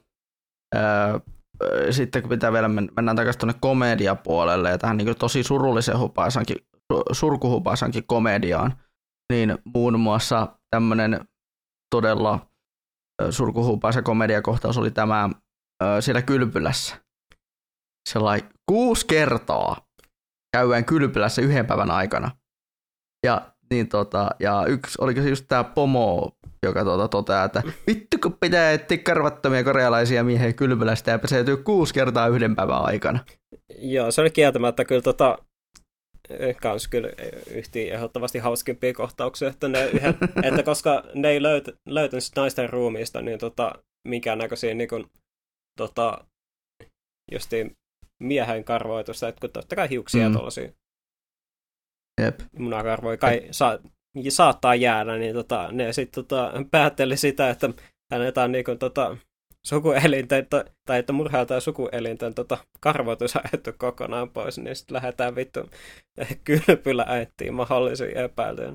sitten kun pitää vielä mennään takaisin tuonne komediapuolelle ja tähän niin tosi surkuhupaisankin komediaan, niin muun muassa tämmöinen todella surkuhupaisa komediakohtaus oli tämä siellä kylpylässä. Sellainen 6 kertaa käydään kylpylässä yhden päivän aikana. Ja, ja yksi, oliko se just tämä pomo, joka toteaa, että vittu kun pitää etsiä karvattomia korealaisia miehiä kylpylästä ja peseytyy 6 kertaa yhden päivän aikana. Joo, se oli kieltämättä kyllä kans kyllä yhtiin ehdottomasti hauskimpia kohtauksia, että että koska ne ei löytänyt naisten ruumiista, niin minkäännäköisiä justiin miehen karvoitusta, että kun totta kai hiuksia tuollaisia munakarvoja kai saattaa jäädä, niin ne sitten päätteli sitä, että annetaan niinku sukuelinten, tai että murhaalta ja sukuelinten karvoitus ajettu kokonaan pois, niin sitten lähdetään vittu kylpylä äittiin mahdollisia epäilyjä.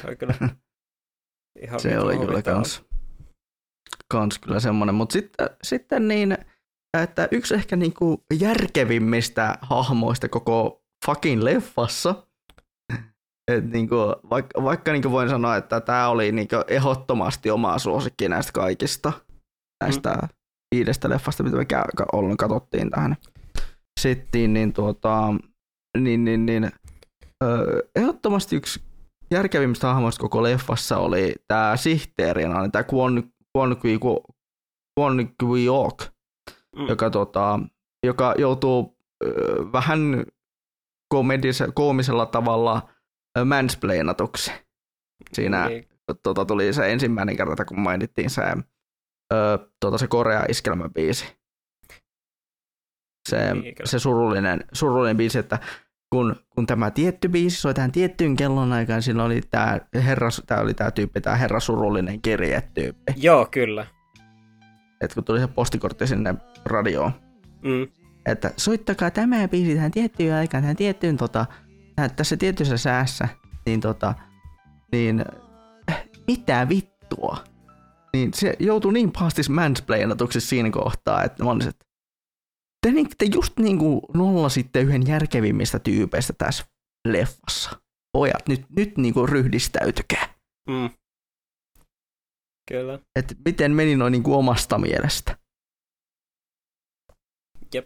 Se oli kyllä kans kyllä semmoinen, mutta sitten niin, että yksi ehkä niinku järkevimmistä hahmoista koko fucking leffassa, et niinku, vaikka niinku voin sanoa, että tämä oli niinku ehdottomasti oma suosikki näistä kaikista, näistä 5 leffasta, mitä me katsottiin tähän. Sitten ehdottomasti yksi järkevimmistä hahmoista koko leffassa oli tämä sihteerina, tämä Kwon Kwi-ok, joka joutuu vähän koomisella tavalla mansplainatuksi. Siinä tuli se ensimmäinen kerta, kun mainittiin se Korea-iskelmäbiisi. Se surullinen biisi, että kun tämä tietty biisi soi tähän tiettyyn kellonaikaan, siinä oli tämä herra surullinen kirjetyyppi. Joo, kyllä. Et kun tuli se postikortti sinne radioon. Että soittakaa tämä biisi tähän tiettyyn aikaan, tähän tiettyyn tässä tietyssä säässä, niin mitä vittua? niin se joutui niin pahasti mansplainatuksi siinä kohtaa, että mä olisin, että te just niinku nollasitte yhden järkevimmistä tyypeistä tässä leffassa. Pojat, nyt niinku ryhdistäytykää. Kyllä. Että miten meni noin niinku omasta mielestä. Jep.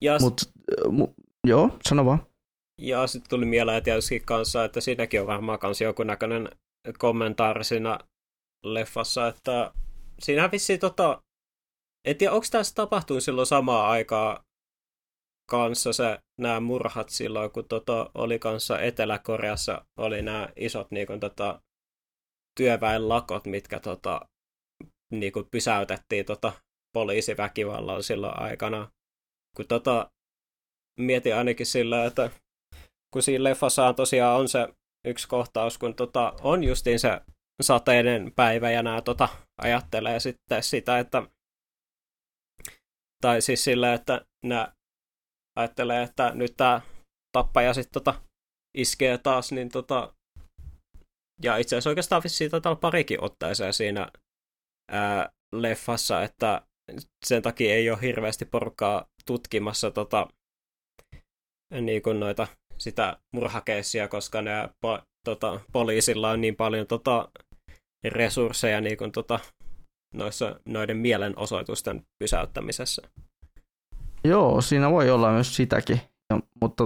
Joo, sano vaan. Ja sitten tuli mieleen tietysti kanssa, että siinäkin on varmaan kanssa jonkunnäköinen kommentaari siinä leffassa, että siinähän vissiin en tiedä, onko tässä tapahtunut silloin samaan aikaan kanssa nämä murhat silloin, kun oli kanssa Etelä-Koreassa oli nämä isot työväenlakot, mitkä niinku pysäytettiin poliisiväkivallalla silloin aikana. Kun mietin ainakin sillä, että kun siinä leffassa tosiaan on se yksi kohtaus, kun on justiin se sateinen päivä ja nämä ajattelee sitten sitä, että tai siis sillä, että nämä ajattelee, että nyt tämä tappaja sitten iskee taas, niin ja itse asiassa oikeastaan siitä parikin otteeseen siinä leffassa, että sen takia ei ole hirveästi porukkaa tutkimassa niin kuin noita sitä murhakeissiä, koska ne poliisilla on niin paljon resursseja niin kuin noiden mielenosoitusten pysäyttämisessä. Joo, siinä voi olla myös sitäkin, mutta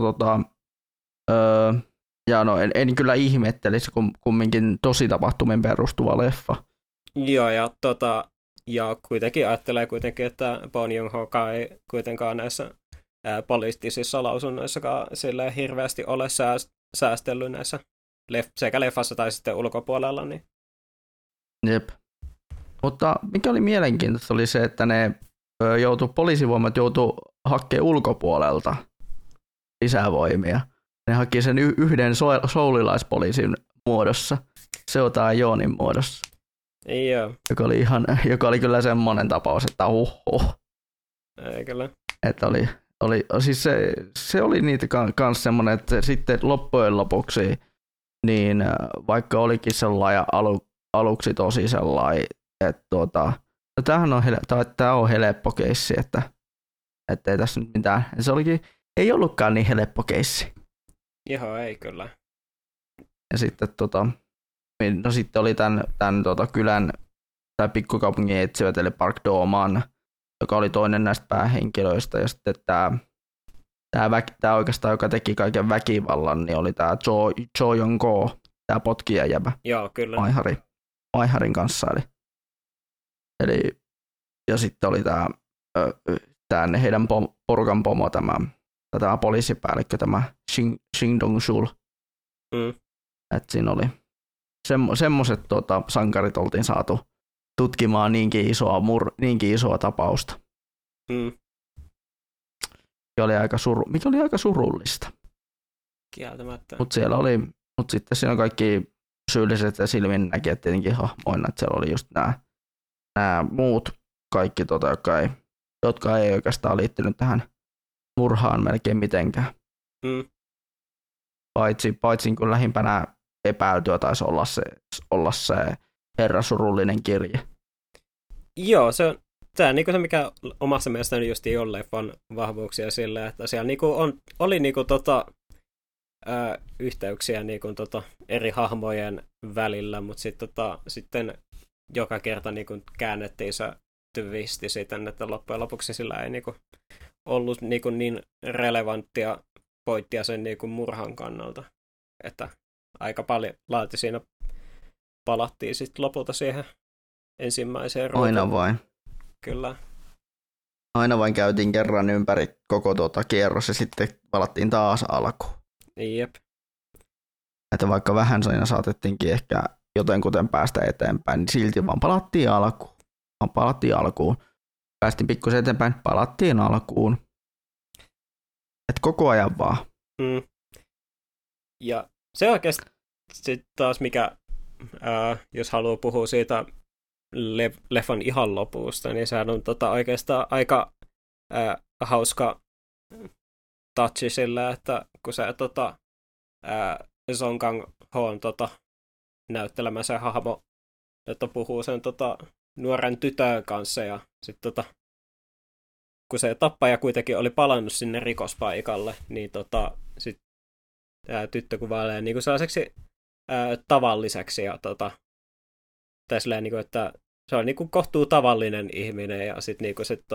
ja no, en kyllä ihmettelisi, kun kumminkin tositapahtumiin perustuva leffa. Joo, ja kuitenkin ajattelee kuitenkin, että Bong Joon-ho ei kuitenkaan näissä poliittisissa lausunnoissakaan silleen hirveästi ole säästellyt näissä sekä leffassa tai sitten ulkopuolella. Niin. Jep. Mutta mikä oli mielenkiintoista oli se, että poliisivoimat joutu hakemaan ulkopuolelta lisävoimia. Ne haki sen yhden soulilaispoliisin muodossa, Seo Tae-joonin muodossa. Joo. Joka oli kyllä semmoinen tapaus, että Ei kyllä. Että siis se oli niitä kans semmoinen, että sitten loppujen lopuksi, niin vaikka olikin sellainen aluksi tosi sellainen, että tämä on helppo keissi, että ei tässä nyt mitään. Ei ollutkaan niin helppo keissi. Joo, ei kyllä. Ja sitten sitten oli tämän kylän tai pikkukaupungin etsivät, eli Park Do-man, joka oli toinen näistä päähenkilöistä, ja sitten tämä oikeastaan, joka teki kaiken väkivallan, niin oli tämä Cho Yong-ko, tämä potkijajäbä. Joo, kyllä. Maiharin kanssa, eli ja sitten oli tämä heidän porukan pomo, tämä poliisipäällikkö, tämä Shin Dong-sul. Että siinä oli semmoiset sankarit oltiin saatu tutkimaan niinkin isoa tapausta. Mikä oli aika surullista. Kieltämättä. Mutta sitten siinä on kaikki syylliset ja silminnäkijät tietenkin hahmoina, että siellä oli just nämä muut kaikki, jotka ei oikeastaan liittynyt tähän murhaan melkein mitenkään. Paitsi kun lähimpänä epäiltyä taisi olla se herra surullinen kirje. Joo, tämä on se, mikä omassa mielestäni just on leffan vahvuuksia sillä, että siellä oli yhteyksiä eri hahmojen välillä, mutta sitten joka kerta käännettiin se twisti siten, että loppujen lopuksi sillä ei ollut niin relevanttia pointtia sen murhan kannalta, että aika paljon siinä palattiin sitten lopulta siihen ensimmäiseen ruutuun. Aina vain. Kyllä. Aina vain käytiin kerran ympäri koko kierros ja sitten palattiin taas alkuun. Jep. Että vaikka vähän siinä saatettiinkin ehkä jotenkuten päästä eteenpäin, niin silti vaan palattiin alkuun. Päästiin pikkusen eteenpäin, palattiin alkuun. Että koko ajan vaan. Ja se oikeasti sitten taas mikä, jos haluaa puhua siitä leffan ihan lopusta, niin sehän on oikeastaan aika hauska touchi sillä, että kun se Song Kang-hoon näyttelemä se hahmo, että puhuu sen nuoren tytön kanssa ja sitten kun se tappaja kuitenkin oli palannut sinne rikospaikalle, niin sit tyttö kuvailee niin kuin sellaiseksi tavalliseksi ja tai silleen, niin kuin, että se on niin kuin kohtuu tavallinen ihminen ja sitten niin kuin se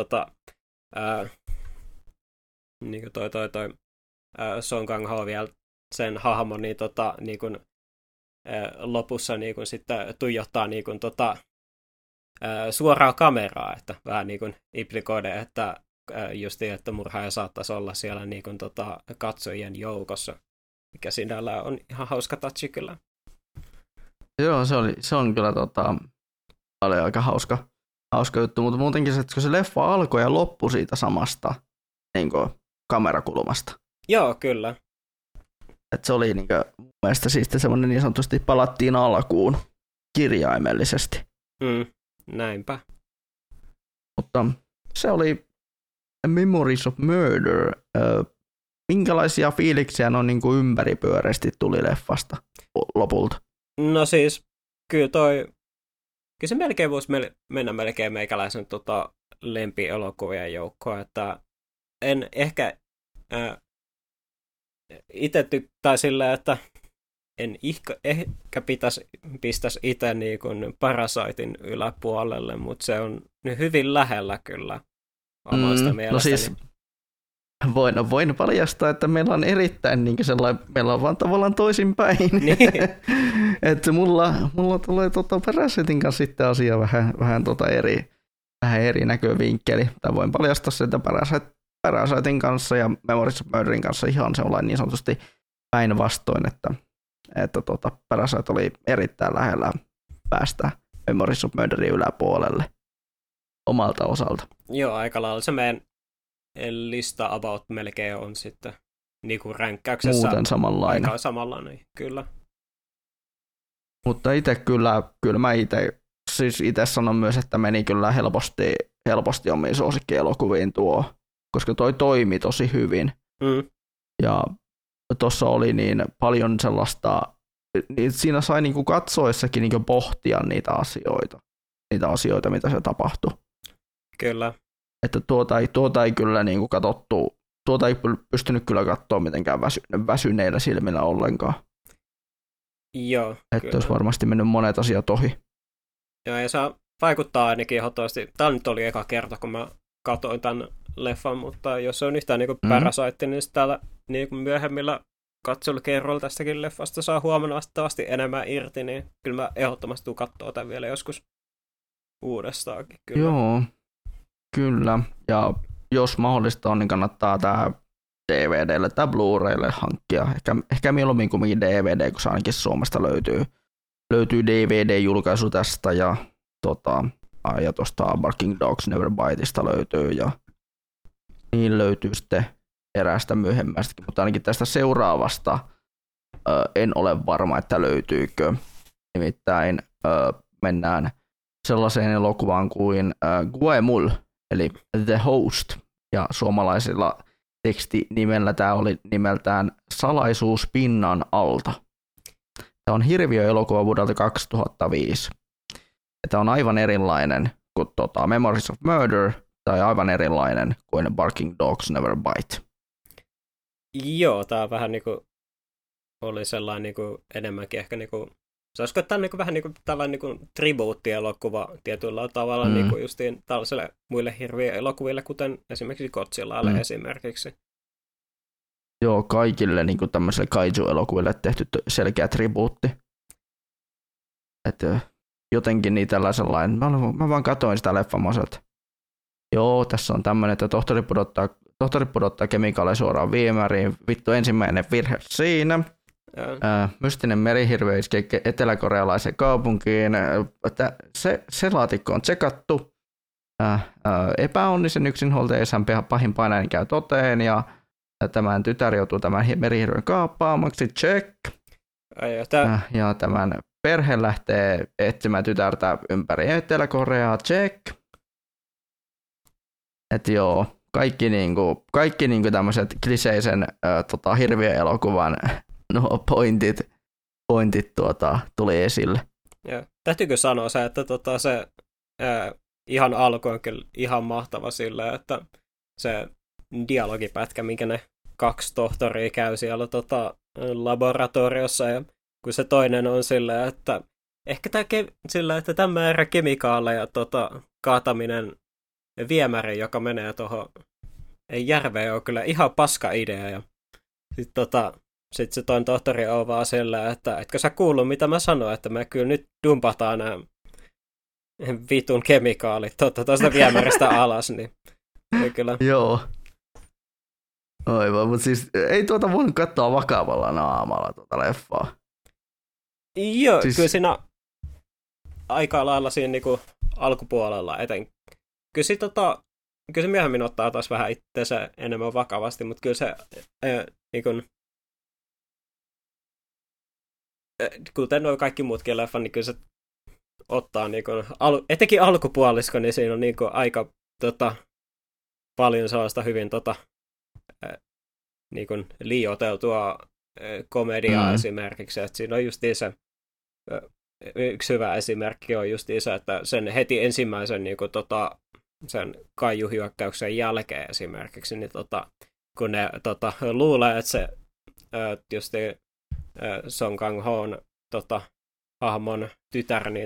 niin kuin toi Song Kang-ho vielä sen hahmo niin niin kuin lopussa niin kuin sitten tuijottaa niin kuin suoraa kameraa, että vähän niin kuin implikoi, että justiin, että murhaaja saattaisi olla siellä niin kuin katsojien joukossa, mikä sinällään on ihan hauska touchi kyllä. Joo, se on kyllä oli aika hauska juttu, mutta muutenkin se, että kun se leffa alkoi ja loppui siitä samasta niin kuin kamerakulmasta. Joo, kyllä. Että se oli niin kuin, mun mielestä siis semmoinen niin sanotusti palattiin alkuun kirjaimellisesti. Näinpä. Mutta se oli Memories of Murder. Minkälaisia fiiliksiä on niin kuin ympäripyöreästi tuli leffasta lopulta? No siis, kyllä se melkein voisi mennä melkein meikäläisen lempielokuvien joukkoon, että en ehkä itse tai silleen, että en ehkä pistäisi itse niin kuin Parasitein yläpuolelle, mutta se on hyvin lähellä kyllä omasta mielestäni. No siis voin paljastaa, että meillä on erittäin niin sellainen, meillä on vaan tavallaan toisinpäin. Niin. Että mulla tulee Parasitein kanssa sitten asia vähän eri näkövinkkeli. Tai voin paljastaa sen, että Parasitein kanssa ja Memories of Murderin kanssa ihan sellainen niin sanotusti päinvastoin, että Parasite oli erittäin lähellä päästä Memories of Murderin yläpuolelle omalta osalta. Joo, aika lailla se meidän lista about melkein on sitten niinku ränkkäyksessä muuten samanlainen. Aika samanlainen, kyllä. Mutta kyllä mä itse sanon myös, että meni kyllä helposti omiin suosikkielokuviin tuo, koska toi toimi tosi hyvin. Ja tuossa oli niin paljon sellaista, niin siinä sai niinku katsoessakin niinku pohtia niitä asioita, mitä se tapahtui. Kyllä. Että tuota ei kyllä niinku katsottu, tuota ei pystynyt kyllä katsoa mitenkään väsyneillä silmillä ollenkaan. Joo, että olisi varmasti mennyt monet asiat ohi. Joo, ja se vaikuttaa ainakin ehdottomasti. Tämä nyt oli eka kerta, kun mä katsoin tämän leffan, mutta jos se on yhtään niin Parasite, niin täällä niin myöhemmillä katselukerroilla tästäkin leffasta saa huomattavasti enemmän irti, niin kyllä mä ehdottomasti tuun katsoa tämän vielä joskus uudestaankin. Kyllä. Joo, kyllä. Ja jos mahdollista on, niin kannattaa tämä DVDlle tai Blu-raylle hankkia. Ehkä mieluummin kuin DVD, kun se ainakin Suomesta löytyy DVD-julkaisu tästä ja tuosta Barking Dogs Never Biteista löytyy ja niin löytyy sitten eräästä myöhemmästäkin, mutta ainakin tästä seuraavasta en ole varma, että löytyykö. Nimittäin mennään sellaiseen elokuvaan kuin Guemul, eli The Host, ja suomalaisilla tekstinimellä tämä oli nimeltään Salaisuus pinnan alta. Tämä on hirviöelokuva vuodelta 2005. Tämä on aivan erilainen kuin Memories of Murder, tai aivan erilainen kuin Barking Dogs Never Bite. Joo, tämä vähän niin kuin oli sellainen niin kuin enemmänkin ehkä niin kuin, saisiko tämä niin kuin vähän niin kuin tällainen niin kuin tribuuttielokuva tietyllä tavalla niin kuin justiin tällaisille muille hirviöelokuville, kuten esimerkiksi Godzillalle esimerkiksi. Joo, kaikille niin kuin tämmöisille kaiju-elokuville tehty selkeä tribuutti. Että jotenkin niin tällainen, mä vaan katsoin sitä leffamoselta. Joo, tässä on tämmöinen, että tohtori pudottaa kemikaaleja suoraan viemäriin. Vittu, ensimmäinen virhe siinä. Mystinen merihirviö iskee eteläkorealaiseen kaupunkiin. Se laatikko on tsekattu. Epäonnisen yksinhuoltajaisän pahin painainen käy toteen ja tämän tytär joutuu tämän merihirviön kaappaamaksi. Check. Ja tämän perhe lähtee etsimään tytärtä ympäri Etelä-Koreaa. Check. Että joo, kaikki niinku tämmöiset kliseisen hirviöelokuvan pointit tuli esille. Ja täytyykö sanoa se, että se ihan alku on kyllä ihan mahtava sillä, että se dialogipätkä, minkä ne 2 tohtoria käy siellä laboratoriossa, ja kun se toinen on sillä, että ehkä sillä, että tämä määrä kemikaaleja kaataminen viemäri, joka menee tuohon järveen, on kyllä ihan paska idea. Ja sitten se toinen tohtori on vaan sillä, että etkö sä kuullut, mitä mä sanoin, että me kyllä nyt dumpataan nämä vitun kemikaalit tuosta viemäristä alas, niin kyllä. Joo. Aivan, mutta siis ei voinut katsoa vakavalla naamalla leffaa. Joo, siis... kyllä siinä aika lailla siinä niinku alkupuolella kyllä se myöhemmin ottaa taas vähän itseensä enemmän vakavasti, mutta kyllä se niinku, kuten nuo kaikki muutkin leffan, niin kyllä se ottaa niinku, etenkin alkupuolisko, niin siinä on niinku aika paljon sellaista hyvin niinku liioiteltua komediaa esimerkiksi, että siinä on justiin se yksi hyvä esimerkki on justiin se, että sen heti ensimmäisen niinku, sen kaijuhyökkäyksen jälkeen esimerkiksi, niin kun ne luulee, että se justiin Song Kang-hoon hahmon tytär, niin,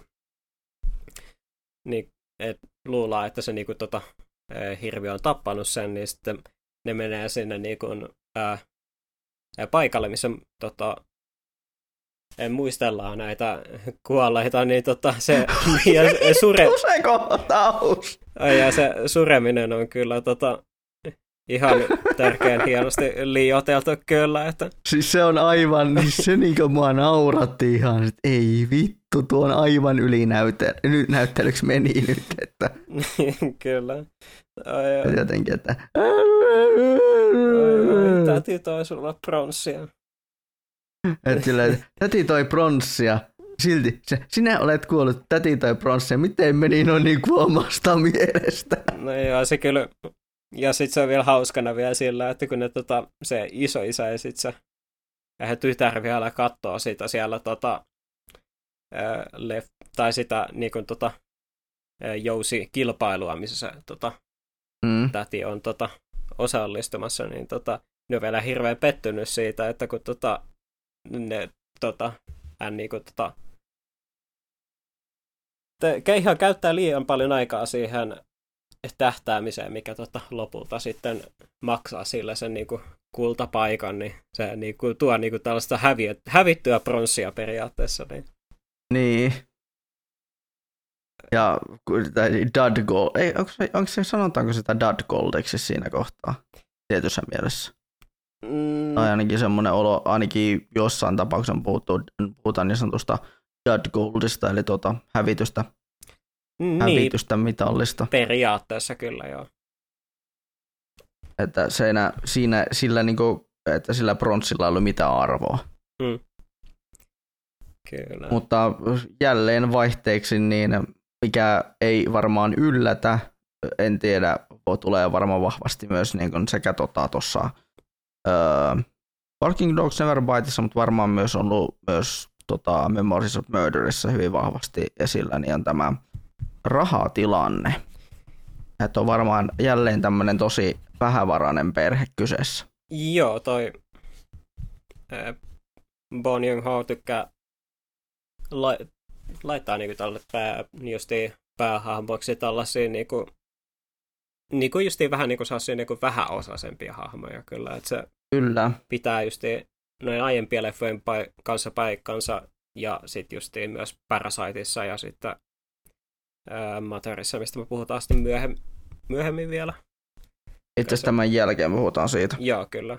niin luulaa, että se niinku, hirviö on tappanut sen, niin sitten ne menee sinne niinku, paikalle, missä muistellaan näitä kuolleita, niin se ja se sureminen on kyllä ihan tärkeän hienosti liioiteltu kyllä. Että... Siis se on aivan, se niinku mua nauratti ihan, että ei vittu, tuo on aivan näyttelyksi meni nyt, että... Kyllä. Jotenkin, että... Täti toi sulla pronssia. Että silleen, täti toi pronssia. Silti, sinä olet kuollut, täti toi pronssia. Miten meni noin niin kuomasta mielestä? No joo, se kyllä... Ja sitten se on vielä hauskana vielä sillä, että kun ne, se isoisä ja sitten se tytär vielä katsoo sitä siellä tai sitä niin kuin, jousikilpailua, missä se täti on osallistumassa, niin ne on vielä hirveän pettynyt siitä, että kun hän niin kuin, Keihä käyttää liian paljon aikaa siihen tähtäämiseen, mikä lopulta sitten maksaa sillä sen niinku kultapaikan, niin se niinku tuo niinku tällaista hävittyä pronssia periaatteessa. Niin. Ja dud gold, onko se, sanotaanko sitä dud goldiksi siinä kohtaa tietyssä mielessä? Tai ainakin semmoinen olo, ainakin jossain tapauksessa puhutaan niin sanotusta dud goldista, eli hävitystä mitallista. Periaatteessa kyllä, joo. Että siinä sillä, niinku, että sillä pronssilla ei ollut mitään arvoa. Kyllä. Mutta jälleen vaihteeksi, niin mikä ei varmaan yllätä, en tiedä, tulee varmaan vahvasti myös niin kuin sekä tuossa Barking Dogs Never Biteissa, mutta varmaan myös ollut myös Memories of Murderissa hyvin vahvasti esillä, niin on tämä rahatilanne. Että on varmaan jälleen tämmöinen tosi vähävarainen perhe kyseessä. Joo, toi Bong Joon-ho tykkää laittaa niinku tälle päähahmoiksi tällaisia niinku justiin vähän niinku sellaisia niinku vähäosaisempia hahmoja kyllä, että se kyllä pitää justiin noin aiempien leffojen kanssa paikkansa ja sitten justiin myös Parasiteissa ja sitten Motherissa, mistä me puhutaan sitten myöhemmin vielä. Itse asiassa tämän jälkeen puhutaan siitä. Joo, kyllä.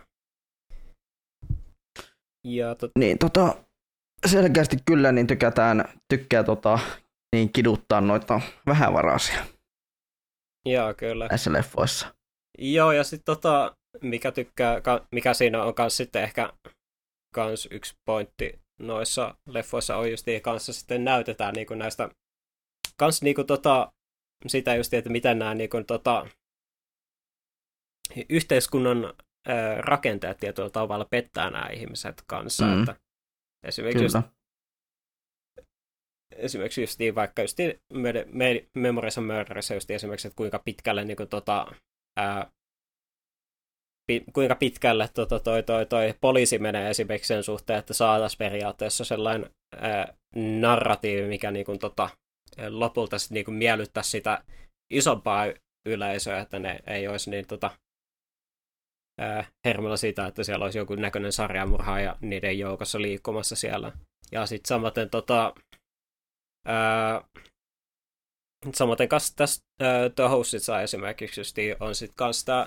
Ja niin, selkeästi kyllä niin tykkää niin kiduttaa noita vähävaraisia. Joo, kyllä. Näissä leffoissa. Joo, ja sitten mikä siinä on kans sitten ehkä kans yksi pointti noissa leffoissa on just kanssa sitten näytetään niinku näistä kans niinku sitä just, että miten nämä niinku yhteiskunnan rakenteet tietyllä tavalla pettää nämä ihmiset kanssa. Että esimerkiksi just, esimerkiksi justiin, vaikka justiin Memories of Murderissa justiin esimerkiksi, että kuinka pitkälle niin kuin, kuinka pitkälle toi poliisi menee esimerkiksi sen suhteen, että saataisiin periaatteessa sellainen narratiivi, mikä niin kuin, lopulta sit, niin kuin, miellyttäisi sitä isompaa yleisöä, että ne ei olisi niin hermolla siitä, että siellä olisi joku näköinen sarjamurhaaja niiden joukossa liikkumassa siellä. Ja sitten samaten samaten kanssa tässä The Hostissa esimerkiksi justiin on sitten kanssa tämä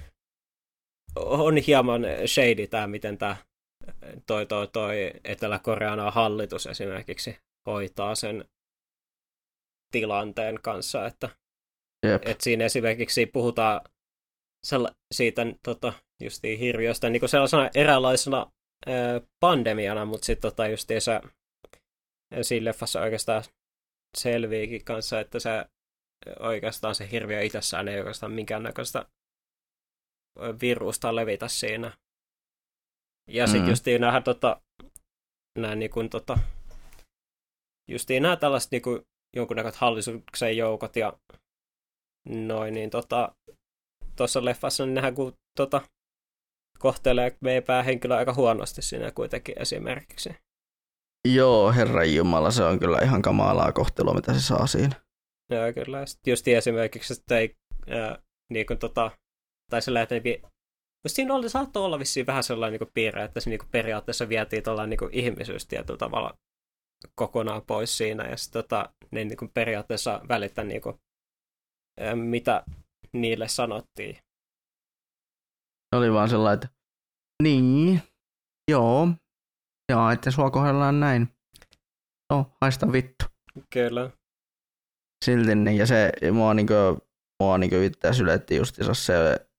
on hieman shady tämä, miten tämä toi Etelä-Korean hallitus esimerkiksi hoitaa sen tilanteen kanssa, että siinä esimerkiksi puhutaan siitä justiin hirviöstä niin kuin sellaisena eräänlaisena pandemiana, mutta sitten justiinsa siinä leffassa oikeastaan selviikin kanssa, että se oikeastaan se hirviö itsessään ei oikeastaan minkäännäköistä virusta levitä siinä. Ja sitten justiin nämä niin kuin, justiin nämä tällaiset niin kuin jonkunnäköiset hallituksen joukot ja noin, niin tuossa leffassa niin nehän kun kohtelee meidän päähenkilöä aika huonosti siinä kuitenkin esimerkiksi. Joo, herranjumala, se on kyllä ihan kamalaa kohtelua, mitä se saa siinä. Joo, kyllä. Sitten just esimerkiksi, että ei niin kuin tai sellainen, että siinä saattoi olla vissiin vähän sellainen niin piirre, että se niin periaatteessa vietiin tuollainen niin ihmisyys tietyllä tavalla kokonaan pois siinä, ja sitten ne niin periaatteessa välittää, niin kuin, mitä niille sanottiin. Se oli vaan sellainen, että niin, joo, että sua kohdellaan näin. No, haista vittu. Kyllä. Silti niin, ja se mua itse syletti justiinsa se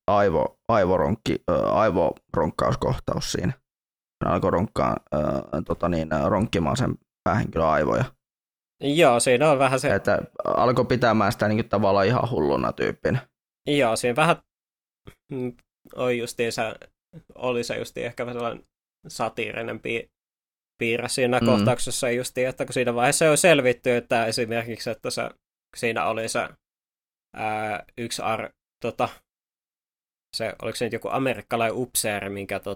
aivoronkkauskohtaus siinä. Ne alkoi ronkkimaan sen päähenkilön aivoja. Joo, siinä on vähän se... Että alkoi pitämään sitä niin tavallaan ihan hulluna tyyppinä. Joo, siinä vähän oli se justiin ehkä sellainen satiirinen piirre siinä kohtauksessa justiin, että kun siinä vaiheessa on selvitty, että esimerkiksi, että siinä oli se yksi se, oliko se nyt joku amerikkalainen upseeri,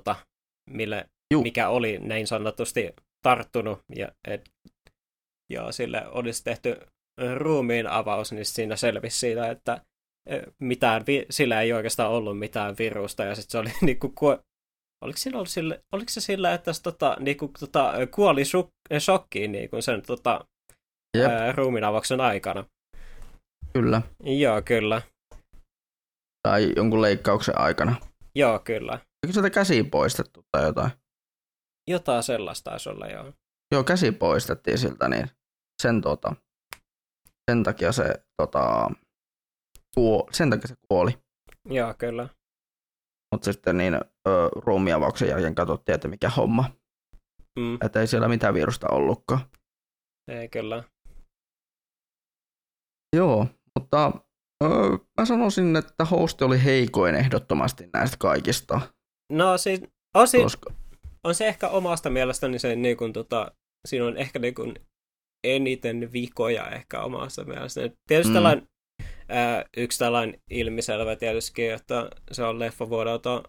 mikä oli näin sanotusti tarttunut, ja sille olisi tehty ruumiin avaus, niin siinä selvisi siitä, että sillä ei oikeastaan ollut mitään virusta, ja sitten se oli niinku, oliko se sillä, että se kuoli shokkiin niinku sen ruumiin avauksen aikana? Kyllä. Joo, kyllä. Tai jonkun leikkauksen aikana. Joo, kyllä. Eikö sieltä käsi poistettu tai jotain? Jotain sellaista taisi olla, joo. Joo, käsi poistettiin siltä, niin sen takia se kuoli. Joo, kyllä. Mutta sitten niin ruumiavauksen jälkeen katsottiin, että mikä homma. Että ei siellä mitään virusta ollutkaan. Ei kyllä. Joo, mutta mä sanoisin, että Host oli heikoin ehdottomasti näistä kaikista. No siis on se ehkä omasta mielestäni se niin kuin, siinä on ehkä niin kuin eniten vikoja ehkä omasta mielestäni. Tietysti yksi tällainen ilmiselvä tietysti, että se on leffa vuodelta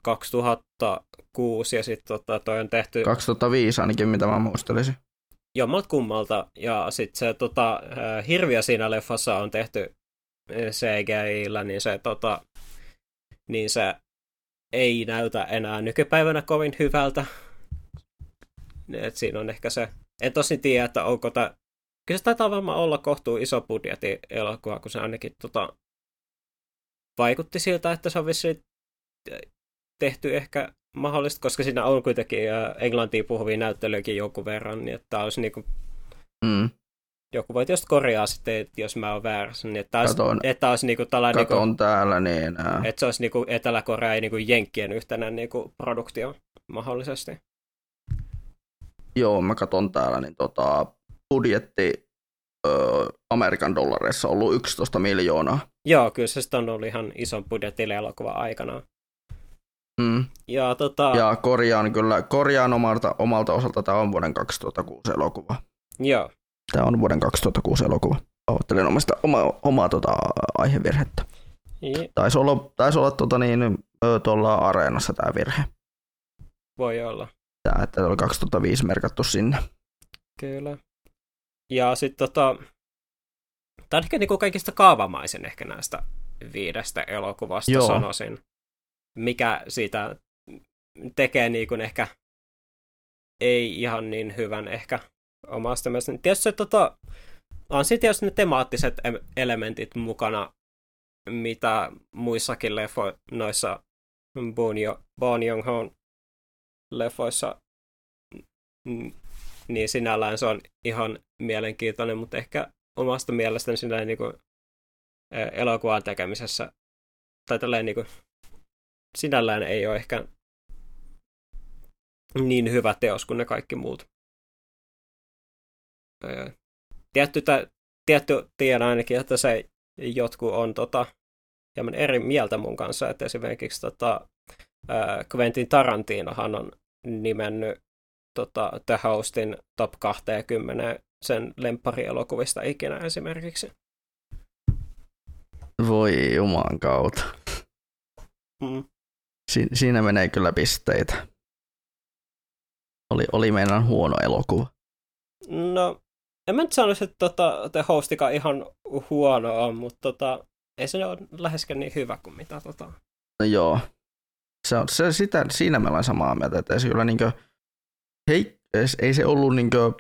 2006 ja sitten toi on tehty... 2005 ainakin, mitä mä muistelisin. Jommalta kummalta. Ja sitten se hirviö siinä leffassa on tehty CGI-llä, niin se ei näytä enää nykypäivänä kovin hyvältä. Et siinä on ehkä se... En tosin tiedä, että onko tämä... Kyllä se taitaa varmaan olla kohtuu iso budjetin elokuva, kun se ainakin vaikutti siltä, että se on vissiin tehty ehkä mahdollista, koska siinä on kuitenkin englantia puhuvia näyttelyjäkin jonkun verran, niin että olisi niinku... Joku voi just korjaa sitten, jos mä oon väärässä, niin että olisi niinku tällainen... Katon täällä, niin... Että se olisi niinku Etelä-Korea ja niinku Jenkkien yhtenä niinku produktio mahdollisesti. Joo, mä katon täällä, niin budjetti Amerikan dollareissa on ollut 11 miljoonaa. Joo, kyllä se on ollut ihan ison budjetin elokuva aikanaan. Ja, ja korjaan omalta osalta, tämä on vuoden 2006 elokuva. Joo. Tämä on vuoden 2006 elokuva. Pahoittelen omaa aihevirhettä. Taisi olla tuolla Areenassa tämä virhe. Voi olla. Tämä, että oli 2005 merkattu sinne. Kyllä. Ja sitten tämä on ehkä niinku kaikista kaavamaisen ehkä näistä 5 elokuvasta, joo, sanoisin. Mikä siitä tekee niinku ehkä ei ihan niin hyvän ehkä omasta mielestäni. Tietysti on sitten tietysti ne temaattiset elementit mukana, mitä muissakin noissa Bong Joon-hoon leffoissa, niin sinällään se on ihan mielenkiintoinen, mutta ehkä omasta mielestäni sinällään niinku elokuvan tekemisessä tai tälleen niinku sinällään ei ole ehkä niin hyvä teos kuin ne kaikki muut. Tietty tiedän ainakin, että se jotkut on hieman eri mieltä mun kanssa, että esimerkiksi Quentin Tarantinohan on nimennyt The Hostin top 20 sen lempparielokuvista ikinä esimerkiksi. Voi juman kautta. Siinä menee kyllä pisteitä. Oli meidän huono elokuva. No, en mä nyt sanoisi, että The Hostikaan ihan huono on, mutta ei se ole läheskään niin hyvä kuin mitä No joo. Siinä me ollaan samaa mieltä, että ei se kyllä ei se ollut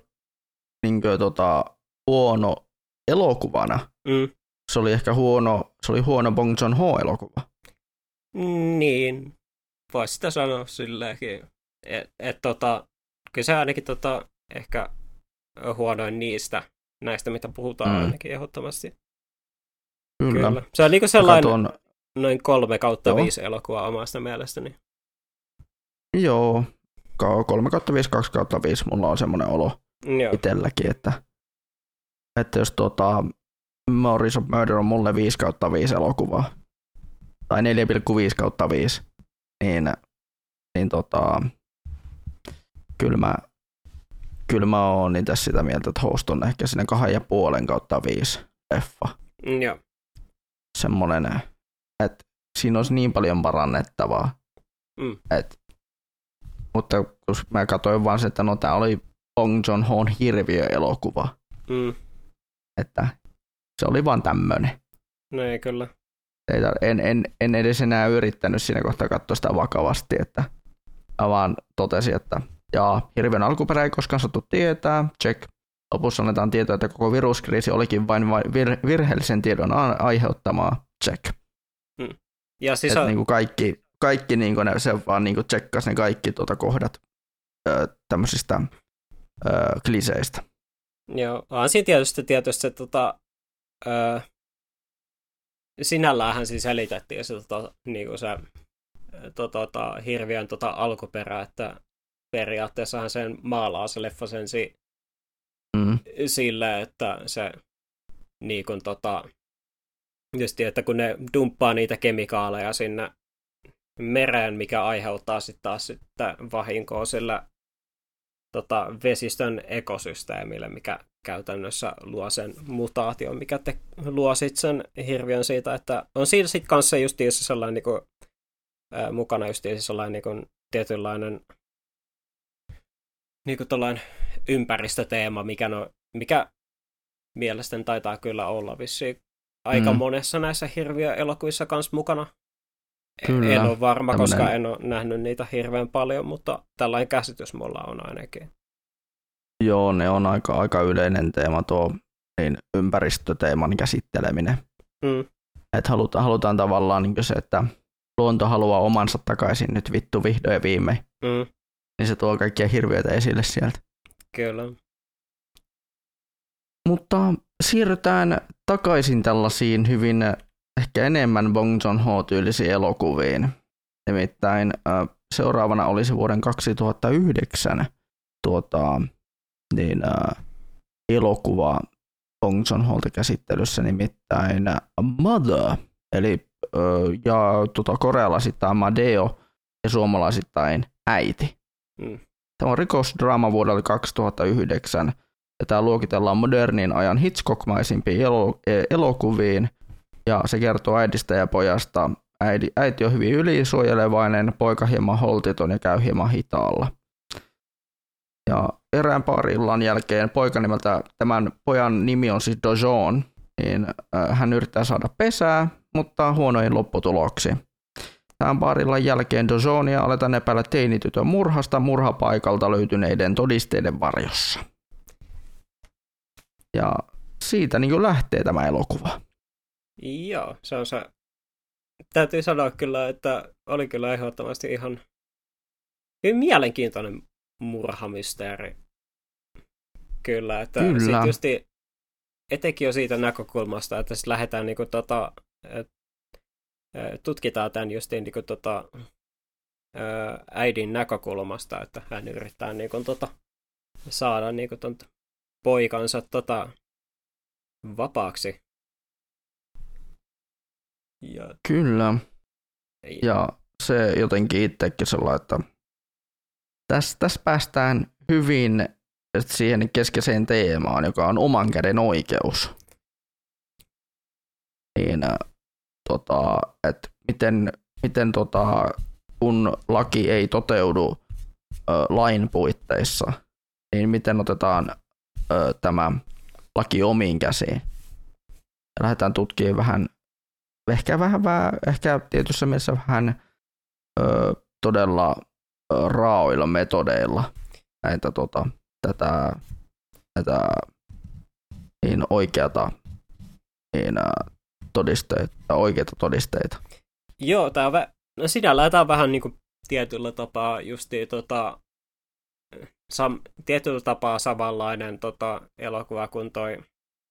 huono elokuvana. Se oli ehkä huono Bong Joon-ho elokuva. Niin, voisi sitä sanoa silleenkin. Kyllä se ainakin ehkä huonoin näistä, mitä puhutaan ainakin ehdottomasti. Kyllä. Se on niinku sellainen noin 3/5 elokuva omasta mielestäni. Joo, 3/5, 2/5 mulla on semmoinen olo itselläkin, että jos Memories of Murder on mulle 5/5 elokuvaa, tai 4,5/5, niin kyllä mä oon niin tässä sitä mieltä, että Host on ehkä sinne 2,5/5 leffa. Joo. Semmoinen, että siinä olisi niin paljon parannettavaa. Mutta kun mä katsoin vaan se, että tää oli Bong Joon-hoon hirviöelokuva. Että se oli vaan tämmönen. No ei kyllä. En edes enää yrittänyt siinä kohtaa katsoa sitä vakavasti, että mä vaan totesin, että hirviön alkuperä ei koskaan saatu tietää, check. Lopussa annetaan tietoa, että koko viruskriisi olikin vain virheellisen tiedon aiheuttamaa, check. Ja siis niinku kaikki niinku se vaan niinku tsekkasi ne kaikki kohdat tämmöisistä kliseistä. Joo, on siinä tietysti se sinälläänhän siis selitettiin se, niinku se hirviön alkuperä, että periaatteessahan sen maalaa se leffa sen sille, että se niinku just että kun ne dumppaa niitä kemikaaleja sinne mereen, mikä aiheuttaa sitten taas vahinkoa sillä vesistön ekosysteemille, mikä käytännössä luo sen mutaation, mikä luo sitten sen hirviön siitä, että on siinä sitten kanssa justiinsa sellainen niinku, mukana justiinsa sellainen niinku, tietynlainen niinku tollainen ympäristöteema, mikä mielestäni taitaa kyllä olla vissiin aika monessa näissä hirviöelokuvissa kanssa mukana. Kyllä, en ole varma, koska en ole nähnyt niitä hirveän paljon, mutta tällainen käsitys mulla on ainakin. Joo, ne on aika yleinen teema tuo ympäristöteeman käsitteleminen. Että halutaan tavallaan niin se, että luonto haluaa omansa takaisin nyt vittu vihdoin ja viimein. Niin se tuo kaikkia hirviöitä esille sieltä. Kyllä. Mutta siirrytään takaisin tällaisiin hyvin ehkä enemmän Bong Joon-ho-tyylisiin elokuviin. Nimittäin seuraavana olisi vuoden 2009 elokuva Bong Joon-holta käsittelyssä, nimittäin Mother, eli korealaisittain Madeo ja suomalaisittain Äiti. Tämä on rikosdraama vuodelta 2009 ja tämä luokitellaan modernin ajan Hitchcock-maisimpiin elokuviin, ja se kertoo äidistä ja pojasta. Äiti on hyvin ylisuojelevainen, poika hieman holtiton ja käy hieman hitaalla. Ja erään paarillan jälkeen poika nimeltä, tämän pojan nimi on siis Dojon, niin hän yrittää saada pesää, mutta huonoin lopputuloksi. Tämän paarillan jälkeen Dojonia aletaan epäillä teinitytön murhasta murhapaikalta löytyneiden todisteiden varjossa. Ja siitä niin kuin lähtee tämä elokuva. Joo, se on se. Täytyy sanoa kyllä, että oli kyllä ehdottomasti ihan hyvin mielenkiintoinen murhamysteeri. Kyllä, että sitten just etenkin jo siitä näkökulmasta, että sitten lähdetään niinku tutkitaan tämän justiin niinku äidin näkökulmasta, että hän yrittää niinku saada niinku ton poikansa vapaaksi. Ja... Kyllä. Ja se jotenkin itsekin sellainen, että tässä päästään hyvin siihen keskeiseen teemaan, joka on oman käden oikeus. Niin, että miten kun laki ei toteudu lain puitteissa, niin miten otetaan tämä laki omiin käsiin. Ja lähdetään tutkimaan ehkä tietyssä mielessä vähän todella raaoilla metodeilla näitä tätä niin oikeata niin oikeita todisteita. Joo, sinällään tämä on vähän niin kuin tietyllä tapaa justiin tietyllä tapaa samanlainen elokuva kuin toi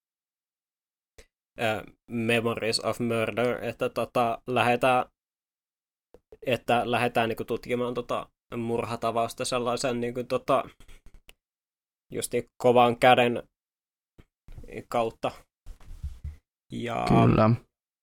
Memories of Murder, että lähdetään niin kuin tutkimaan murhatavausta sellaisen niin kuin justiin kovan käden kautta. Ja... Kyllä.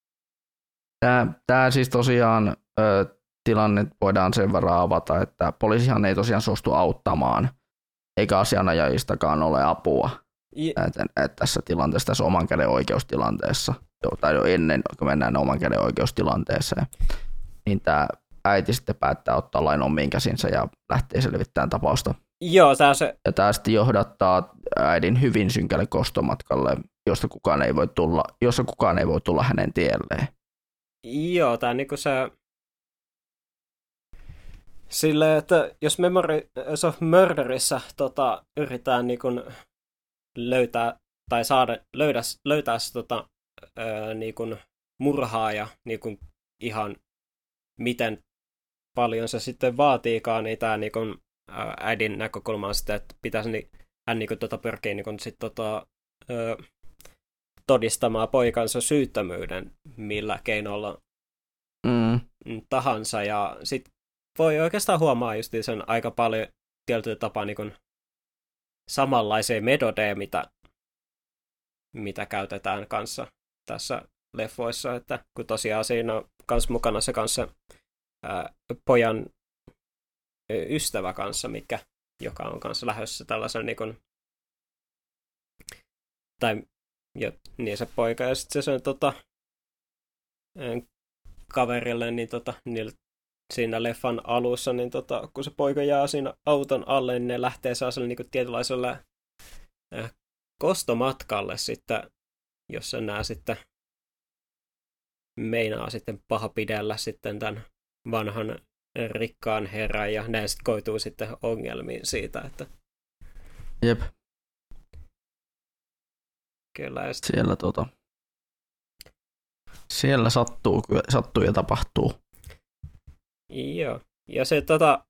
Tämä siis tosiaan tilanne voidaan sen verran avata, että poliisihan ei tosiaan suostu auttamaan, eikä asianajajistakaan ole apua tässä tilanteessa, tässä oman käden oikeustilanteessa, tai jo ennen kuin mennään oman käden oikeustilanteeseen, niin tämä äiti sitten päättää ottaa lain omiin käsinsä ja lähtee selvittämään tapausta. Joo, ja tämä sitten johdattaa äidin hyvin synkälle kostomatkalle, jossa kukaan ei voi tulla hänen tielleen. Joo, tämä niinku se... Silleen, että jos Memories of Murderissa yritetään niinku löytää tai löytää se niinku murhaaja niinku ihan miten paljon se sitten vaatiikaan, niin tämä niinku äidin näkökulma on sitten, että pitäisi hän niinku pyrkii niinku sit todistamaan poikansa syyttömyyden millä keinolla tahansa, ja sitten voi oikeastaan huomaa just sen aika paljon tietyllä tapaa niin samanlaisia metodeja, mitä käytetään kanssa tässä leffoissa, että kun tosiaan siinä on kans mukana se kanssa pojan ystävä kanssa, joka on kanssa lähdössä tällaisen niin se poika ja sitten se kaverille, niin siinä leffan alussa, niin kun se poika jää siinä auton alle, niin ne lähtee sellaiselle niin tietynlaiselle kostomatkalle sitten, jossa nämä sitten meinaa sitten pahapidellä sitten tämän vanhan rikkaan herran, ja näin sitten koituu sitten ongelmiin siitä, että jep. Kyllä, siellä sattuu ja tapahtuu. Joo, ja se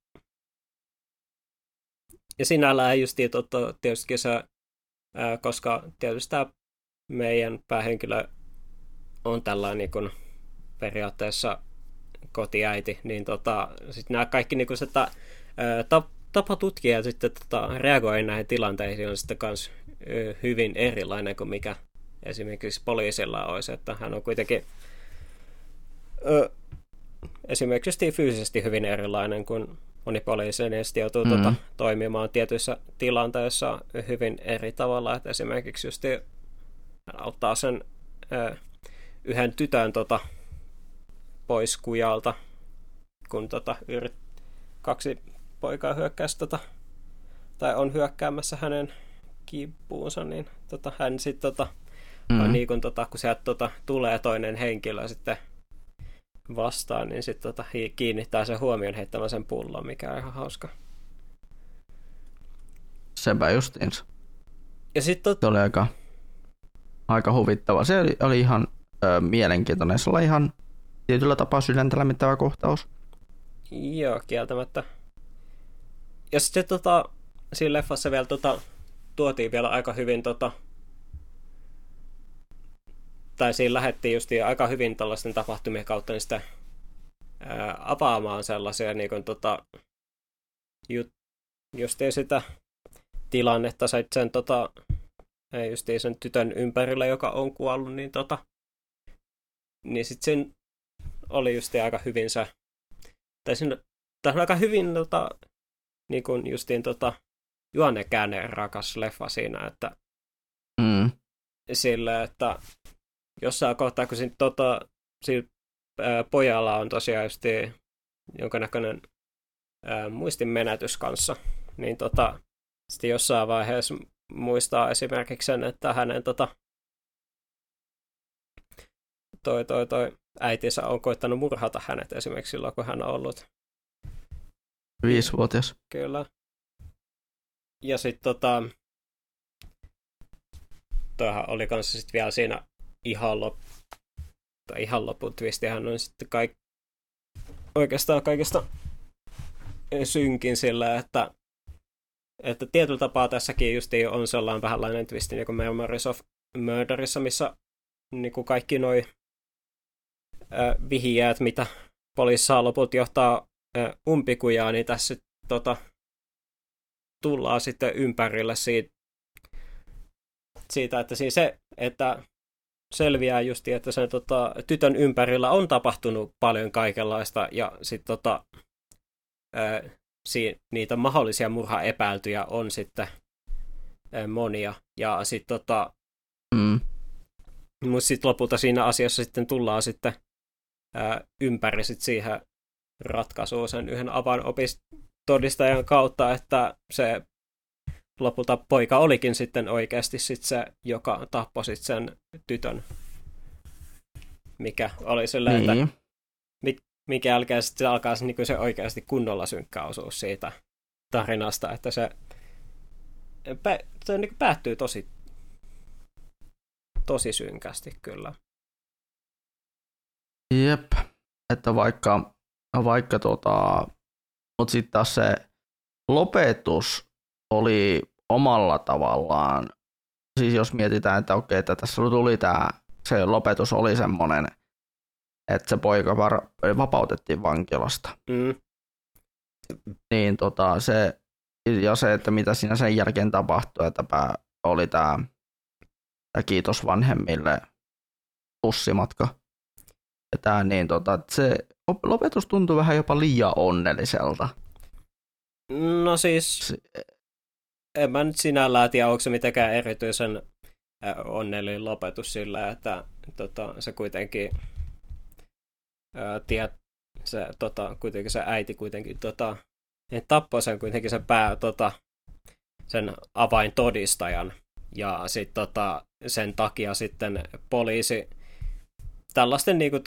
ja sinällään justiin tietysti se, koska tietysti tämä meidän päähenkilö on tällainen niin kuin periaatteessa kotiäiti, niin sitten nämä kaikki niin kuin se, tapa tutkia ja sitten reagoi näihin tilanteisiin on sitten myös hyvin erilainen kuin mikä esimerkiksi poliisilla olisi, että hän on kuitenkin esimerkiksi fyysisesti hyvin erilainen kuin moni poliisi niin sitten joutuu toimimaan tietyissä tilanteissa hyvin eri tavalla, että esimerkiksi just auttaa sen yhden tytön pois kujalta, kun kaksi poikaa hyökkäisi tai on hyökkäämässä hänen kimppuunsa, niin hän sitten niin kun sieltä tulee toinen henkilö sitten vastaan, niin sitten kiinnittää sen huomion heittämään sen pullon, mikä on ihan hauska. Sepä justiinsa. Ja sitten se oli aika huvittava. Se oli ihan mielenkiintoinen. Se oli ihan tietyllä tapaa sydäntä lämmittävä kohtaus. Joo, kieltämättä. Ja sitten siinä leffassa vielä tuotiin vielä aika hyvin tai siinä lähdettiin just aika hyvin tällaisten tapahtumien kautta niin sitä avaamaan sellaisia niin kuin, justiin sitä tilannetta sen justiin sen tytön ympärillä, joka on kuollut, niin sitten siinä oli justiin aika hyvin se, tai siinä on aika hyvin niin kuin justiin juonekäänne rakas leffa siinä, että sille, että jossain kohtaa, kun sillä pojalla on tosiaan just jonkinnäköinen muistin menetys kanssa, niin sitten jossain vaiheessa muistaa esimerkiksi sen, että hänen toi äitinsä on koittanut murhata hänet esimerkiksi silloin, kun hän on ollut 5-vuotias. Kyllä. Ja sitten toihan oli kanssa sitten vielä siinä ihan lopun twistihän on sitten oikeastaan kaikista synkin sillä, että tietyllä tapaa tässäkin justiin on sellainen vähänlainen twisti niin kuin Memories of Murderissa, missä niin kuin kaikki noi vihjeet, mitä poliisi saa lopulta johtaa umpikujaa, niin tässä tullaan sitten ympärille siitä että siinä se, että selviää justi, että sen tytön ympärillä on tapahtunut paljon kaikenlaista ja sitten niitä mahdollisia murhaepäiltyjä on sitten monia ja sitten mutta sitten lopulta siinä asiassa sitten tullaan sitten ympäri sit siihen ratkaisuun sen yhden avainopistodistajan kautta, että se lopulta poika olikin sitten oikeasti sit se, joka tappoi sit sen tytön, mikä oli silleen, että minkä jälkeen sitten se alkaa niin se oikeasti kunnolla synkkä osuus siitä tarinasta, että se niin päättyy tosi synkästi kyllä. Jep, että vaikka mutta sitten taas se lopetus oli omalla tavallaan, siis jos mietitään, että okei, että tässä tuli se lopetus oli semmoinen, että se poika vapautettiin vankilasta. Niin se, että mitä siinä sen jälkeen tapahtui, että oli tämä kiitos vanhemmille bussimatka. Ja niin se lopetus tuntui vähän jopa liian onnelliselta. No siis, en mä nyt sinällään tiedä, onko se mitenkään erityisen onnellinen lopetus sillä, että se kuitenkin kuitenkin se äiti kuitenkin tappoi sen kuitenkin sen avaintodistajan ja sitten sen takia sitten poliisi tällaisten niinku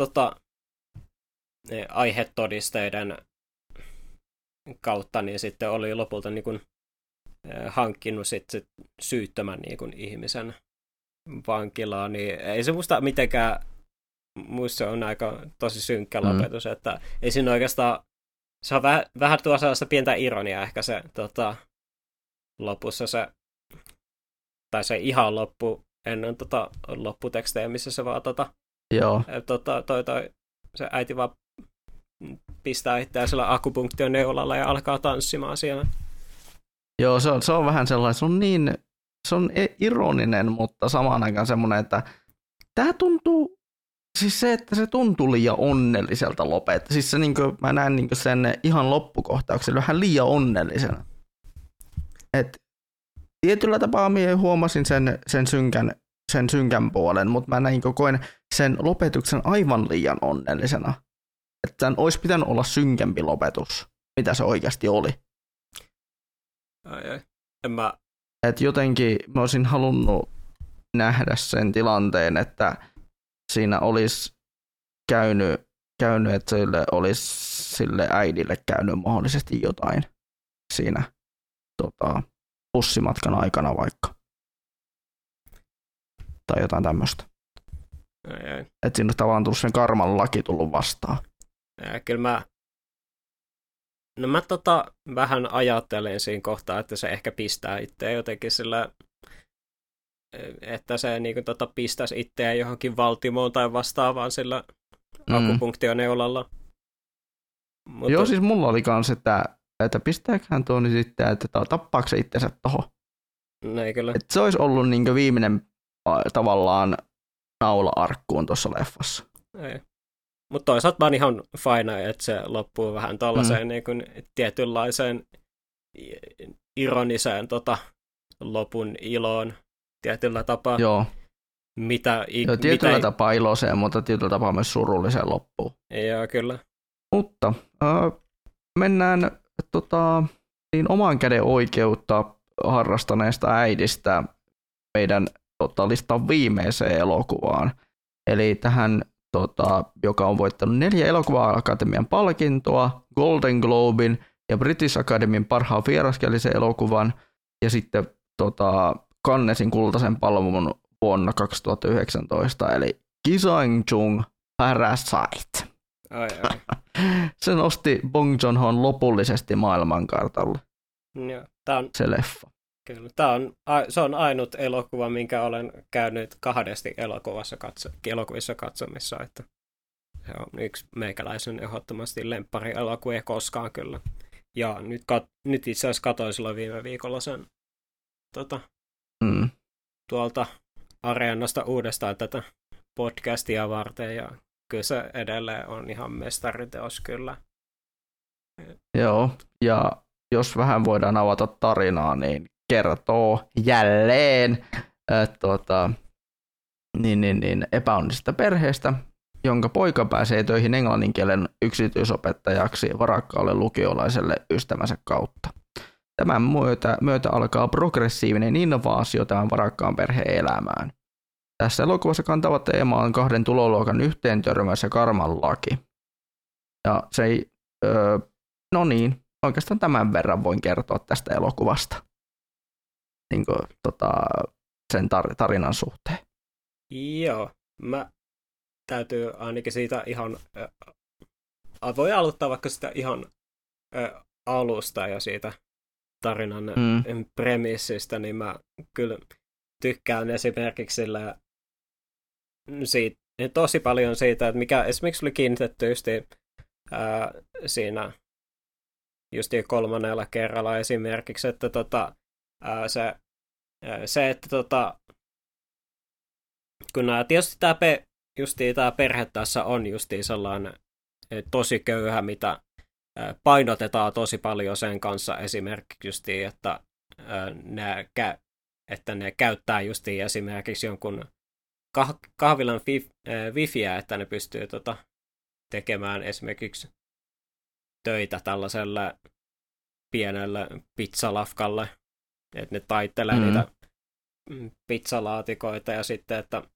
aihetodisteiden kautta niin sitten oli lopulta niinku hankkinut sit syyttömän niinku ihmisen vankilaan, niin ei se musta mitenkään, musta se on aika tosi synkkä lopetus, että ei siinä oikeastaan, se on vähän tuo sellaista pientä ironiaa ehkä se lopussa se, tai se ihan loppu ennen lopputekstejä, missä se vaan joo. Se äiti vaan pistää itseään sillä akupunktion neulalla ja alkaa tanssimaan siellä. Joo, se on vähän sellainen, se on ironinen, mutta samaan aikaan semmoinen, että tämä tuntuu siis se, että se tuntui liian onnelliselta lopettaa. Siis se, niin kuin, mä näen niin kuin sen ihan loppukohtauksen vähän liian onnellisena. Et tietyllä tapaa minä huomasin sen synkän puolen, mutta mä näin koen sen lopetuksen aivan liian onnellisena. Että sen olisi pitänyt olla synkempi lopetus, mitä se oikeasti oli. Ai. Et jotenkin mä olisin halunnut nähdä sen tilanteen, että siinä olisi käynyt että sille olisi sille äidille käynyt mahdollisesti jotain siinä bussimatkan aikana vaikka. Tai jotain tämmöistä. Että siinä olisi tavallaan tullut sen karman laki tullut vastaan. Kyllä mä vähän ajattelin siinä kohtaa, että se ehkä pistää itseä jotenkin sillä, että se niinku pistäisi itseä johonkin valtimoon tai vastaavaan sillä akupunktioneulalla. Mutta... Joo, siis mulla oli kans, että pistääköhän tuo nyt sitten, että tappaako se itsensä tohon. Näin kyllä. Että se olisi ollut niinku viimeinen tavallaan naula arkkuun tuossa leffassa. Mutta toisaalta mä oon ihan fine, että se loppuu vähän tällaiseen niin kuin tietynlaiseen ironiseen lopun iloon tietyllä tapaa. Joo. Tietyllä tapaa iloiseen, mutta tietyllä tapaa myös surulliseen loppuun. Joo, kyllä. Mutta mennään niin oman käden oikeutta harrastaneesta äidistä meidän listan viimeiseen elokuvaan. Eli tähän, joka on voittanut 4 elokuva-akatemian palkintoa, Golden Globin ja British Academyn parhaan vieraskielisen elokuvan ja sitten Cannesin kultaisen palmun vuonna 2019, eli Ki Sang-chung Parasite. Ai. Se nosti Bong Joon-hoon lopullisesti maailmankartalle. Joo, se leffa. Kyllä. Se on ainut elokuva, minkä olen käynyt 2 elokuvissa katsomissa. Että se on yksi meikäläisen ehdottomasti lempparielokuvia koskaan kyllä. Ja nyt itse asiassa katsoin silloin viime viikolla sen tuolta Areenasta uudestaan tätä podcastia varten. Ja kyllä se edelleen on ihan mestariteos kyllä. Joo, ja jos vähän voidaan avata tarinaa, niin kertoo jälleen epäonnisesta perheestä, jonka poika pääsee töihin englannin kielen yksityisopettajaksi varakkaalle lukiolaiselle ystävänsä kautta. Tämän myötä alkaa progressiivinen innovaatio tämän varakkaan perheen elämään. Tässä elokuvassa kantava teema on 2 tuloluokan yhteentörmäys ja karman laki. Ja se ei, oikeastaan tämän verran voin kertoa tästä elokuvasta. Niin kuin, sen tarinan suhteen. Joo, mä täytyy ainakin siitä ihan, voi aloittaa vaikka sitä ihan alusta ja siitä tarinan premissistä, niin mä kyllä tykkään esimerkiksi tosi paljon siitä, että mikä esimerkiksi oli kiinnitetty siinä justiin 3. kerralla esimerkiksi, että kun tietysti tämä perhe tässä on justiin sellainen tosi köyhä, mitä painotetaan tosi paljon sen kanssa esimerkiksi justiin, että ne käyttää justiin esimerkiksi jonkun kahvilan wifiä, että ne pystyy tekemään esimerkiksi töitä tällaiselle pienelle pizzalafkalle, että ne taittelee niitä pizzalaatikoita ja sitten,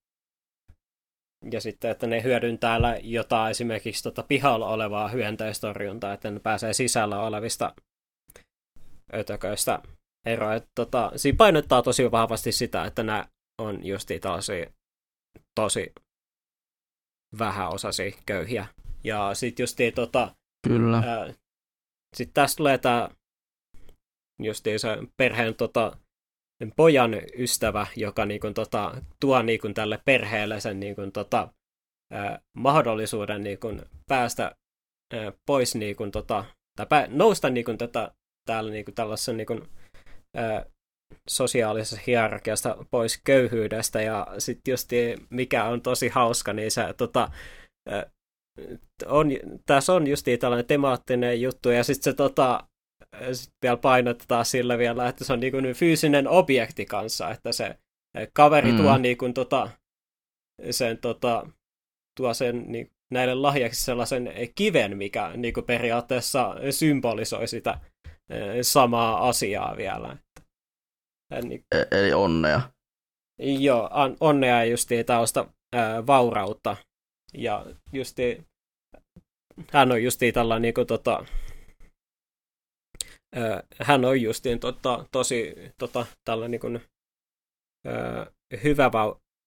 että ne hyödyntää jotain esimerkiksi pihalla olevaa hyönteistorjuntaa, että ne pääsee sisällä olevista ötököistä eroon. Siinä painottaa tosi vahvasti sitä, että nämä on justiin tällaisia tosi vähäosaisia köyhiä. Ja sitten justiin kyllä. Sitten tästä tulee tämä justiin se perheen pojan ystävä, joka tuo tälle perheelle sen mahdollisuuden päästä pois tai nousta täällä tällaisen sosiaalisesta hierarkiasta pois köyhyydestä, ja sitten just mikä on tosi hauska, niin se tässä on just tällainen temaattinen juttu, ja sitten se sit vielä painotetaan sillä vielä, että se on niinku fyysinen objekti kanssa, että se kaveri tuo niinku tuo sen niin, näille lahjaksi sellaisen kiven, mikä niinku periaatteessa symbolisoi sitä samaa asiaa vielä. Eli onnea. Joo, onnea ja justiin tällaista vaurautta. Ja justiin, hän on justiin tällainen niinku hän on justiin tosi tällainen niinku hyvä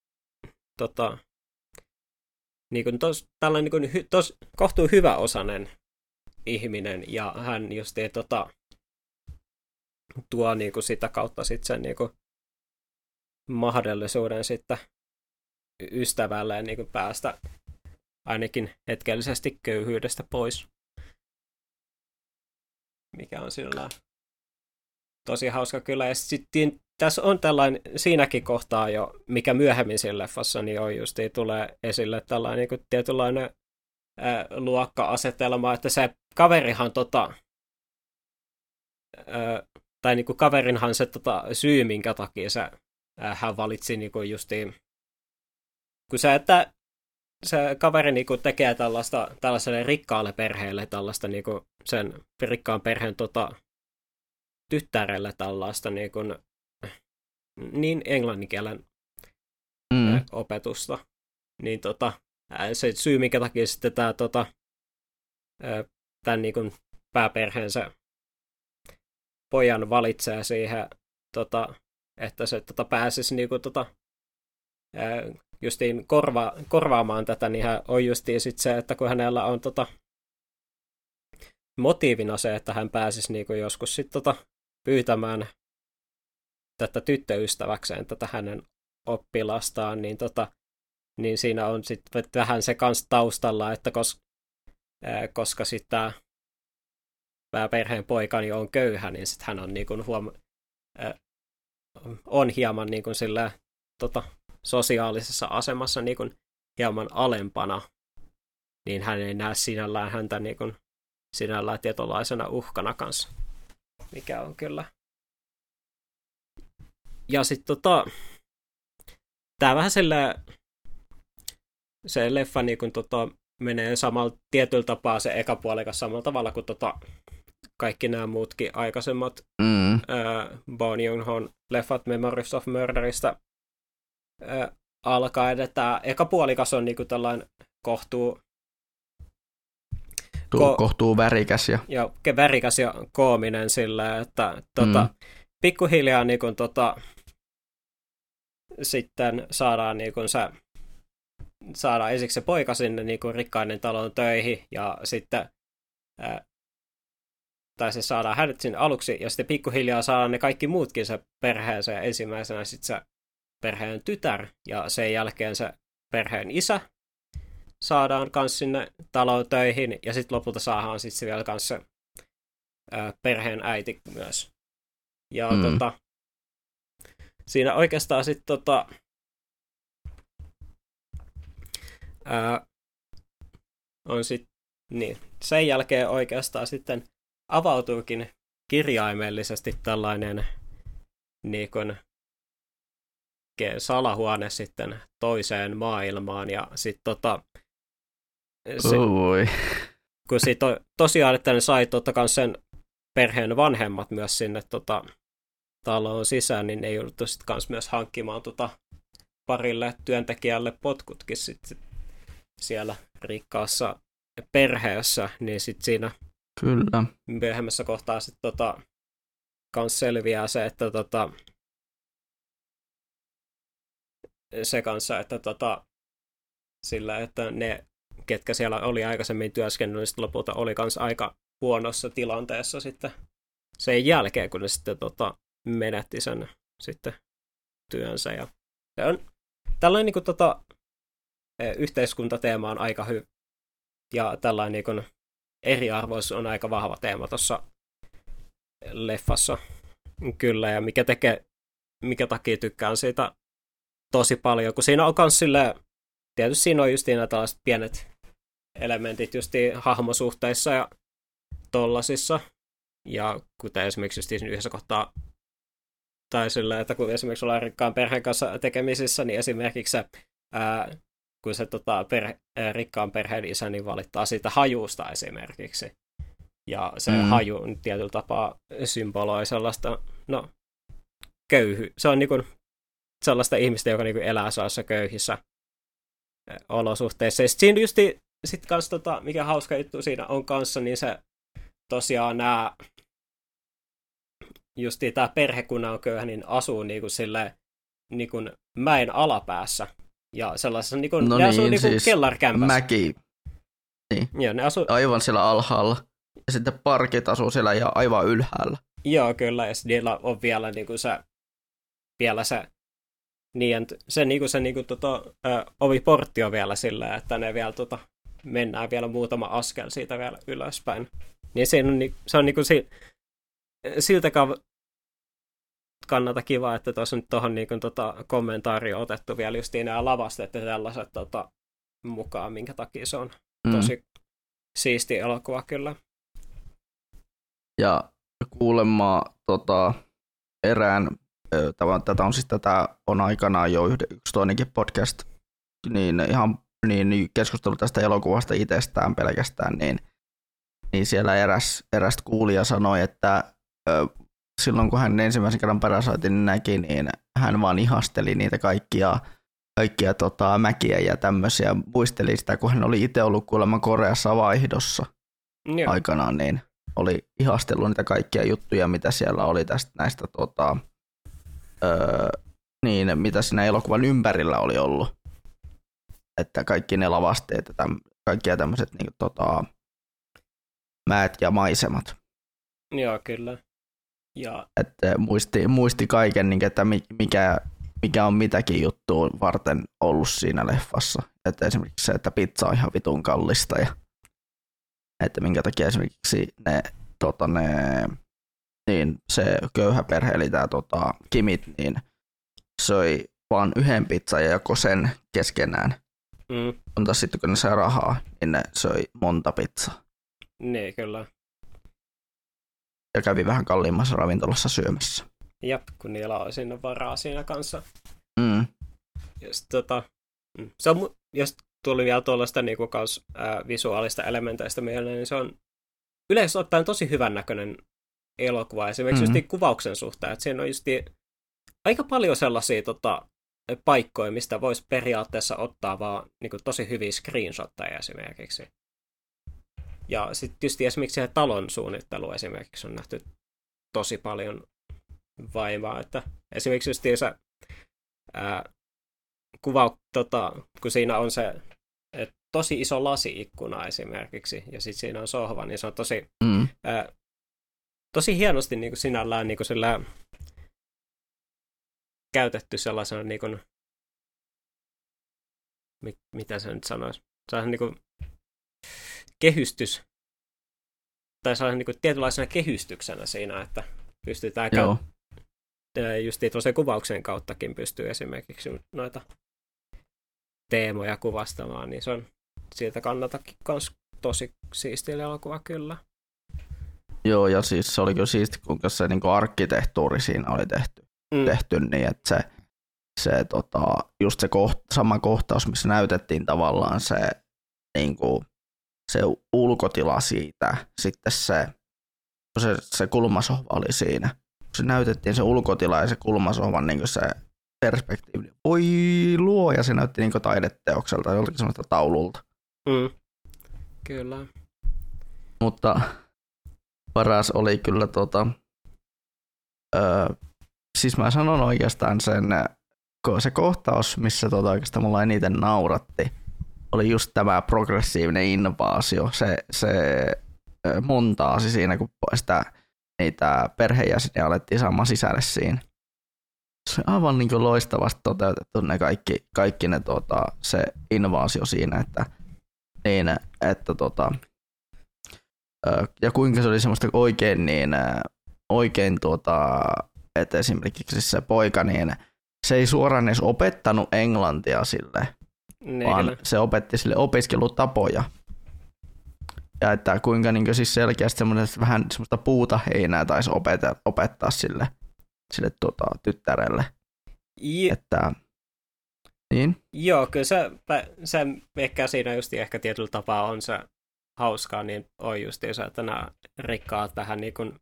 tällainen niinku kohtuu hyväosainen ihminen, ja hän justiin tuo niinku sitä kautta sitten sen niinku mahdollisuuden sitten ystävälleen niinku päästä ainakin hetkellisesti köyhyydestä pois. Mikä on sillä tosi hauska kyllä. Ja sitten tässä on tällainen, siinäkin kohtaa jo, mikä myöhemmin siinä leffassa, niin on justiin tulee esille tällainen niin kuin tietynlainen luokka-asetelma, että se kaverihan tai niin kuin kaverinhan se syy, minkä takia hän valitsi niin kuin justiin, kun se kaveri niin kuin tekee tällaiselle rikkaalle perheelle tällaista niin kuin sen rikkaan perheen tyttärelle tällaista niin kuin, niin englannin kielen opetusta, niin se syy, minkä takia sitten tämän niin kuin pääperheensä pojan valitsee siihen, että se pääsisi niin kuin, justiin korvaamaan tätä, niin hän on justiin sit se, että kun hänellä on motiivina se, että hän pääsisi niin kuin joskus sit pyytämään tätä tyttöystäväkseen, tätä hänen oppilastaan, niin siinä on sitten vähän se kans taustalla, että koska sitten tämä pääperheen poikani on köyhä, niin sitten hän on niin kuin on hieman niin kuin sillä sosiaalisessa asemassa niin kuin hieman alempana, niin hän ei näe sinällään häntä niin kuin sinällään tietynlaisena uhkana kanssa, mikä on kyllä. Ja sitten tämä vähän se leffa niin kuin menee samalla tietyllä tapaa se eka puolikas samalla tavalla kuin kaikki nämä muutkin aikaisemmat Bong Joon-hon leffat Memories of Murderista alkaen, että tämä eka puolikas on niinku tällainen kohtuu värikäs ja värikäs ja koominen sillä, että pikkuhiljaa niinku sitten saadaan niinku saadaan ensiksi se poika sinne niinku rikkainen talon töihin ja sitten tai se saadaan hänet sinne aluksi ja sitten pikkuhiljaa saadaan ne kaikki muutkin se perheeseen ensimmäisenä sitten se perheen tytär ja sen jälkeen se perheen isä saadaan kans sinne taloon töihin ja sitten lopulta saadaan sitten vielä kans se perheen äiti myös. Ja siinä oikeastaan sitten on sitten niin, sen jälkeen oikeastaan sitten avautuukin kirjaimellisesti tällainen niin kuin salahuone sitten toiseen maailmaan ja sitten kun tosiaan, että ne sai sen perheen vanhemmat myös sinne taloon sisään, niin ne jouduttu sitten kans myös hankkimaan parille työntekijälle potkutkin sitten siellä rikkaassa perheessä, niin sitten siinä kyllä myöhemmässä kohtaa sitten kans selviää se, että se kanssa, että sillä, että ne, ketkä siellä oli aikaisemmin työskennellyt, niin lopulta oli kans aika huonossa tilanteessa sitten sen jälkeen, kun ne sitten menetti sen sitten työnsä. Ja se on tällainen niin kuin, yhteiskuntateema on aika hyvä. Ja tällainen niin kuin, eriarvoisuus on aika vahva teema tuossa leffassa. Kyllä, ja mikä tekee mikä takia tykkään siitä tosi paljon, kun siinä on myös silleen, tietysti siinä on just nämä tällaiset pienet elementit justiin hahmosuhteissa ja tollasissa, ja kuten esimerkiksi just yhdessä kohtaa, tai silleen, että kun esimerkiksi ollaan rikkaan perheen kanssa tekemisissä, niin esimerkiksi se, kun se rikkaan perheen isä niin valittaa siitä hajusta esimerkiksi, ja se haju tietyllä tapaa symboloi sellaista, no, se on niinku sellaista ihmistä, joka niinku elää sellaisissa köyhissä olosuhteissa. Ja siinä sitten kans mikä hauska juttu siinä on kanssa, niin se tosiaan justiin tää perhe, kun on köyhä, niin asuu niinku silleen niinku mäen alapäässä. Ja sellaisessa niinku, no ne niin, asuu niinku siis kellarkämpässä. mäki. Niin. Joo, ne asuu Aivan siellä alhaalla. Ja sitten parkit asuu siellä ja aivan ylhäällä. Joo, kyllä, ja niillä on vielä niinku se oviportti on vielä sillä, että ne vielä mennään vielä muutama askel siitä vielä ylöspäin. Niin se on niinku siltä kannalta kiva, että tuossa on nyt tuohon niinku kommentaarioon otettu vielä just nämä lavasteet ja tällaiset mukaan, minkä takia se on tosi siisti elokuva kyllä. Ja kuulemma tätä on aikanaan jo yksi toinenkin podcast, niin ihan niin keskustelu tästä elokuvasta itsestään pelkästään, niin siellä eräs kuulija sanoi, että silloin kun hän ensimmäisen kerran Parasiten näki, niin hän vaan ihasteli niitä kaikkia mäkiä ja tämmöisiä, muisteli sitä, kun hän oli itse ollut kuulemma Koreassa vaihdossa aikanaan, niin oli ihastellut niitä kaikkia juttuja, mitä siellä oli näistä niin, mitä siinä elokuvan ympärillä oli ollut. Että kaikki ne lavasteet ja kaikkia tämmöiset mäet ja maisemat. Joo, kyllä. Ja että muisti kaiken, niin, että mikä on mitäkin juttua varten ollut siinä leffassa. Että esimerkiksi se, että pizza on ihan vitun kallista ja että minkä takia esimerkiksi niin se köyhä perhe, eli tämä Kimit, niin söi vaan yhden pizzan ja jako sen keskenään. Mutta sitten kun ne sai rahaa, niin ne söi monta pizzaa. Niin, kyllä. Ja kävi vähän kalliimmassa ravintolassa syömässä. Jep, kun niillä on sinne varaa siinä kanssa. Ja sitten se on, jos tuli vielä tuollaista niinku visuaalista elementeistä mieleen, niin se on yleensä ottaen tosi hyvän näköinen elokuva, esimerkiksi just kuvauksen suhteen, että siinä on just aika paljon sellaisia paikkoja, mistä voisi periaatteessa ottaa vaan niinku tosi hyviä screenshotteja esimerkiksi. Ja sitten just esimerkiksi siihen talon suunnittelu esimerkiksi on nähty tosi paljon vaivaa, että esimerkiksi just se kun siinä on se tosi iso lasi-ikkuna esimerkiksi, ja sitten siinä on sohva, niin se on tosi hienosti niin kuin sinällään niin kuin sillä käytetty sellaisena, niin kuin, mitä se nyt sanoisi, sellaisen niin kuin kehystys, tai sellaisen niin kuin tietynlaisena kehystyksenä siinä, että pystytään justiin tuollaisen kuvauksen kauttakin pystyy esimerkiksi noita teemoja kuvastamaan, niin se on siltä kannaltakin kans tosi siisti elokuva kyllä. Joo, ja siis se oli kyllä siisti, kuinka se niin kuin arkkitehtuuri siinä oli tehty niin, että just se sama kohtaus, missä näytettiin tavallaan niin kuin, se ulkotila siitä, sitten se kulmasohva oli siinä. Se näytettiin se ulkotila ja se kulmasohvan niin kuin se perspektiivi. Oi luoja, se näytti niin kuin taideteokselta, joltakin semmoista taululta. Kyllä. Mutta paras oli kyllä siis mä sanon oikeastaan se kohtaus, missä oikeastaan mulla eniten nauratti, oli just tämä progressiivinen invaasio, se montaasi siinä, kun niitä perheenjäseniä alettiin saamaan sisälle siinä. Se on aivan niin kuin loistavasti toteutettu ne kaikki ne se invaasio siinä, että ja kuinka se oli semmoista oikein että esimerkiksi se poika, niin se ei suoraan edes opettanut englantia sille, vaan se opetti sille opiskelutapoja. Ja että kuinka niin siis selkeästi vähän semmoista puuta heinää taisi opettaa sille tyttärelle. Että, niin? Joo, kyllä se ehkä siinä just ehkä tietyllä tapaa on se hauskaa, niin on justiinsa, että nämä rikkaat vähän niin kuin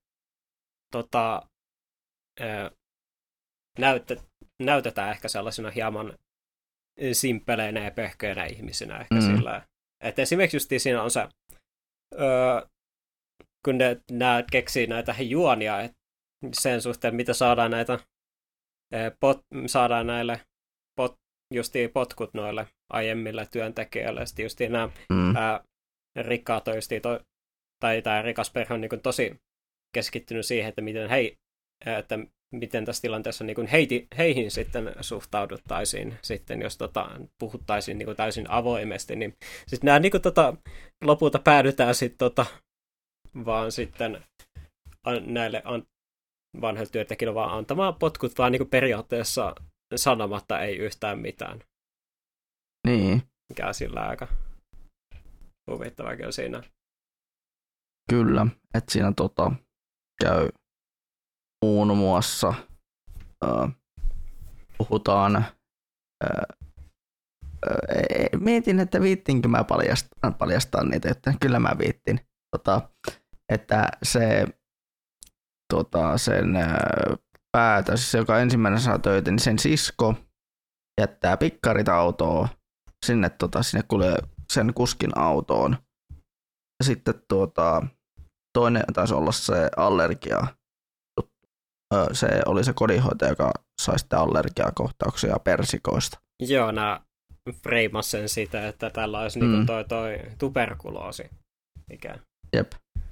näytetään ehkä sellaisena hieman simppeleinä ja pöhköinä ihmisinä ehkä sillä. Että esimerkiksi just siinä on se, kun nämä keksii näitä juonia sen suhteen, mitä saadaan näitä saadaan näille justiin potkut noille aiemmille työntekijöille. Sitten justiin nämä rikkaat on justiin, tai tämä rikas perhe on niin tosi keskittynyt siihen, että miten tässä tilanteessa niin heihin sitten suhtauduttaisiin sitten, jos puhuttaisiin niin täysin avoimesti, niin sitten nämä niin lopulta päädytään sitten vaan sitten näille vanhoille työntekijöille vaan antamaan potkut vaan niin periaatteessa sanomatta ei yhtään mitään. Niin. Mikä on sillä aika huvittavaa kyllä siinä. Kyllä, että siinä käy muun muassa puhutaan mietin, että viittinkö mä paljastaa niitä, että kyllä mä viittin, että se sen päätös, joka ensimmäinen saa töitä, niin sen sisko jättää pikkarit autoon sinne kulje sen kuskin autoon. Ja sitten toinen taisi olla se allergia. Se oli se kodinhoitaja, joka sai sitten allergiakohtauksia persikoista. Joo, nämä freimas sen sitä, että tällä olisi niin toi tuberkuloosi. Mikä? Jep.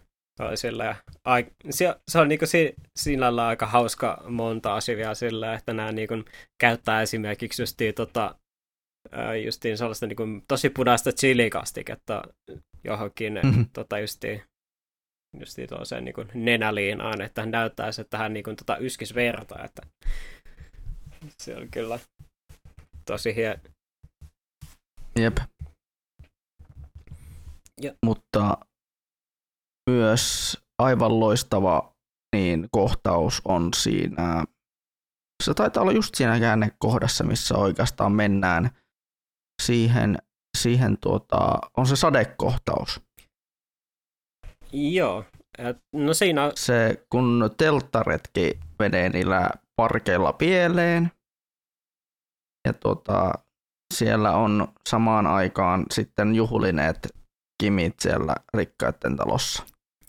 Se on niinku sinällään aika hauska montaasia vielä sillä, että nämä niinku käyttää esimerkiksi justiin sellaista niinku tosi punaista chilikastiketta johonkin justiin tuollaiseen niinku nenäliinaan, että hän näyttäisi, että hän niinku yskisi verta, että se on kyllä tosi Jep. Ja. Mutta myös aivan loistava kohtaus on siinä, se taitaa olla just siinä käännekohdassa, missä oikeastaan mennään siihen on se sadekohtaus. Joo, no siinä se, kun telttaretki menee niillä parkeilla pieleen, ja siellä on samaan aikaan sitten juhlineet kimit siellä rikkaiden talossa.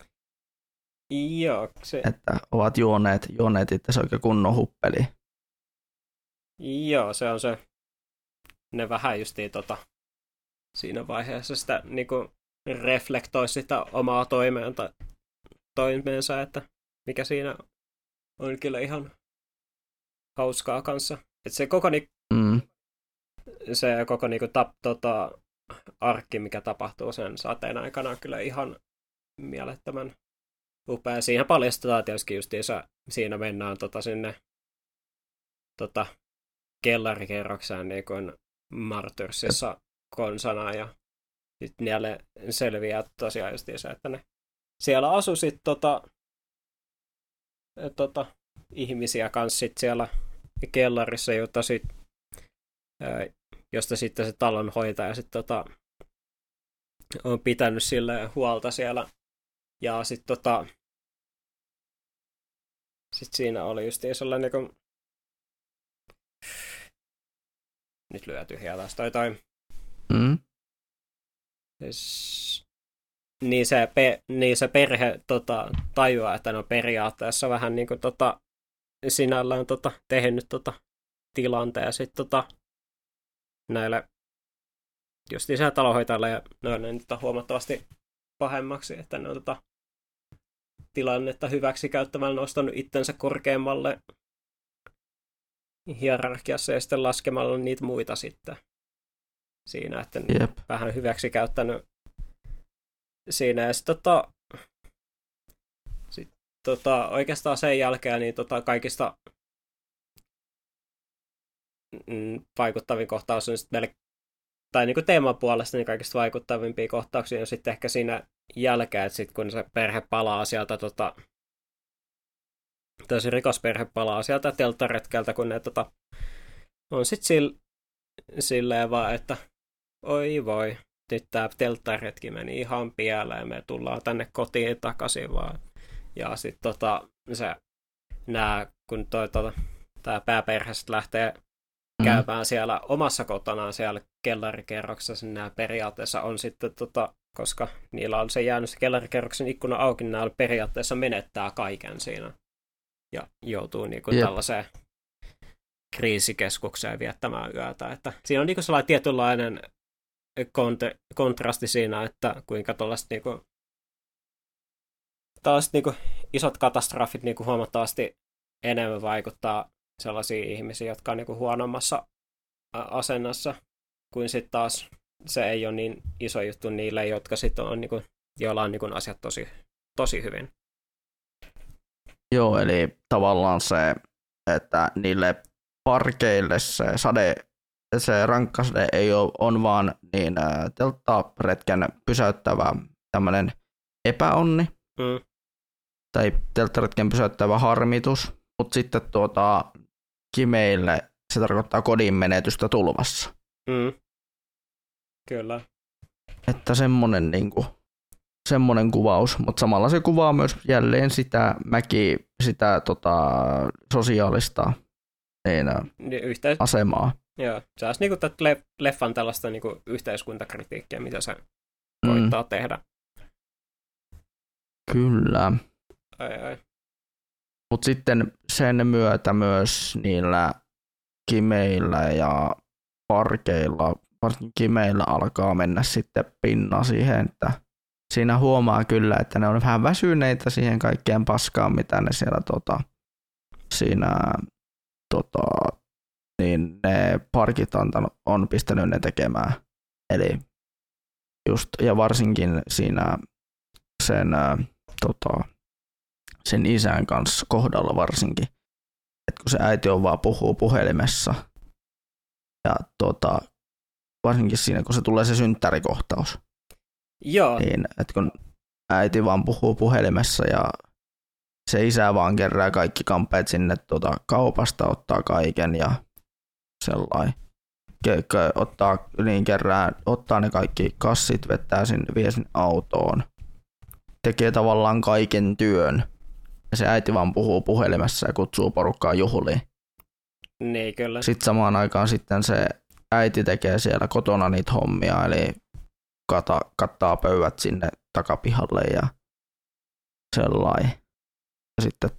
Joo. Että ovat juoneet itse oikein kunnon huppeli. Joo, se on se. Ne vähän justiin siinä vaiheessa sitä niinku reflektoi sitä omaa toimeensa, että mikä siinä on kyllä ihan hauskaa kanssa. Että se koko arkki, mikä tapahtuu sen sateen aikana, on kyllä ihan mielettömän upea. Siinä paljastetaan tietysti justiinsa, siinä mennään sinne kellarikerrokseen niin kuin Martyrsissa konsana, ja sitten niille selviää tosiaan justiinsa, että ne siellä asui sitten ihmisiä kanssa sit siellä kellarissa, josta sitten se talonhoitaja sitten on pitänyt sille huolta siellä. Ja sitten sit siinä oli justiin sellainen niin nyt lyö tyhjää taas toi. Niin se perhe tajuaa, että ne on periaatteessa vähän niin kuin sinällään tehnyt tilanteen sitten näille just isä talonhoitajalle, ja ne on nyt huomattavasti pahemmaksi, että ne on tilannetta hyväksi käyttämällä nostanut itsensä korkeammalle hierarkiassa ja sitten laskemalla niitä muita sitten siinä, että vähän hyväksi käyttänyt siinä, ja sitten oikeastaan sen jälkeen niin kaikista vaikuttavin kohtaus on sitten tai niin kuin teeman puolesta niin kaikista vaikuttavimpia kohtauksia on sitten ehkä siinä jälkeen, että sitten kun se perhe palaa sieltä, tai se rikosperhe palaa sieltä telttaretkeltä, kun ne on sitten silleen vaan, että oi voi, nyt tämä telttaretki meni ihan pieleen, me tullaan tänne kotiin takaisin vaan. Ja sitten se kun tämä pääperhe lähtee käymään siellä omassa kotonaan siellä kellarikerroksessa, niin nämä periaatteessa on sitten, koska niillä on se jäänyt se kellarikerroksen ikkuna auki, niin nämä periaatteessa menettää kaiken siinä. Ja joutuu niin kuin tällaiseen kriisikeskukseen viettämään yötä. Että siinä on niin kuin sellainen tietynlainen kontrasti siinä, että kuinka tuollaiset niin isot katastrofit niin kuin huomattavasti enemmän vaikuttaa sellaisia ihmisiä, jotka on niin kuin huonommassa asennossa, kuin sitten taas se ei ole niin iso juttu niille, jotka sitten on, niin kuin, joilla on niin kuin asiat tosi hyvin. Joo, eli tavallaan se, että niille parkeille se rankkasade ei ole, on vaan niin telttaretken pysäyttävä tämmöinen epäonni, tai telttaretken pysäyttävä harmitus, mutta sitten kimeille se tarkoittaa kodin menetystä tulvassa. Kyllä. Että semmoinen kuvaus, mutta samalla se kuvaa myös jälleen sitä sosiaalista asemaa. Joo, se olisi niinku leffan tällaista niinku yhteiskuntakritiikkiä, mitä se koittaa tehdä. Kyllä. Ai. Mutta sitten sen myötä myös niillä kimeillä ja parkeilla, varsinkin kimeillä alkaa mennä sitten pinna siihen, että siinä huomaa kyllä, että ne on vähän väsyneitä siihen kaikkeen paskaan, mitä ne siellä niin ne parkit on pistänyt ne tekemään. Eli just, ja varsinkin siinä sen isän kanssa kohdalla varsinkin, että kun se äiti on vaan puhuu puhelimessa ja varsinkin siinä, kun se tulee se synttärikohtaus. Joo. Niin, että kun äiti vaan puhuu puhelimessa ja se isä vaan kerää kaikki kamppeet sinne kaupasta, ottaa kaiken ja sellainen. Ottaa ne kaikki kassit, vie sinne autoon. Tekee tavallaan kaiken työn. Ja se äiti vaan puhuu puhelimessa ja kutsuu porukkaa juhliin. Niin, kyllä. Sitten samaan aikaan sitten se äiti tekee siellä kotona niitä hommia, eli kattaa pöydät sinne takapihalle ja sellainen. Ja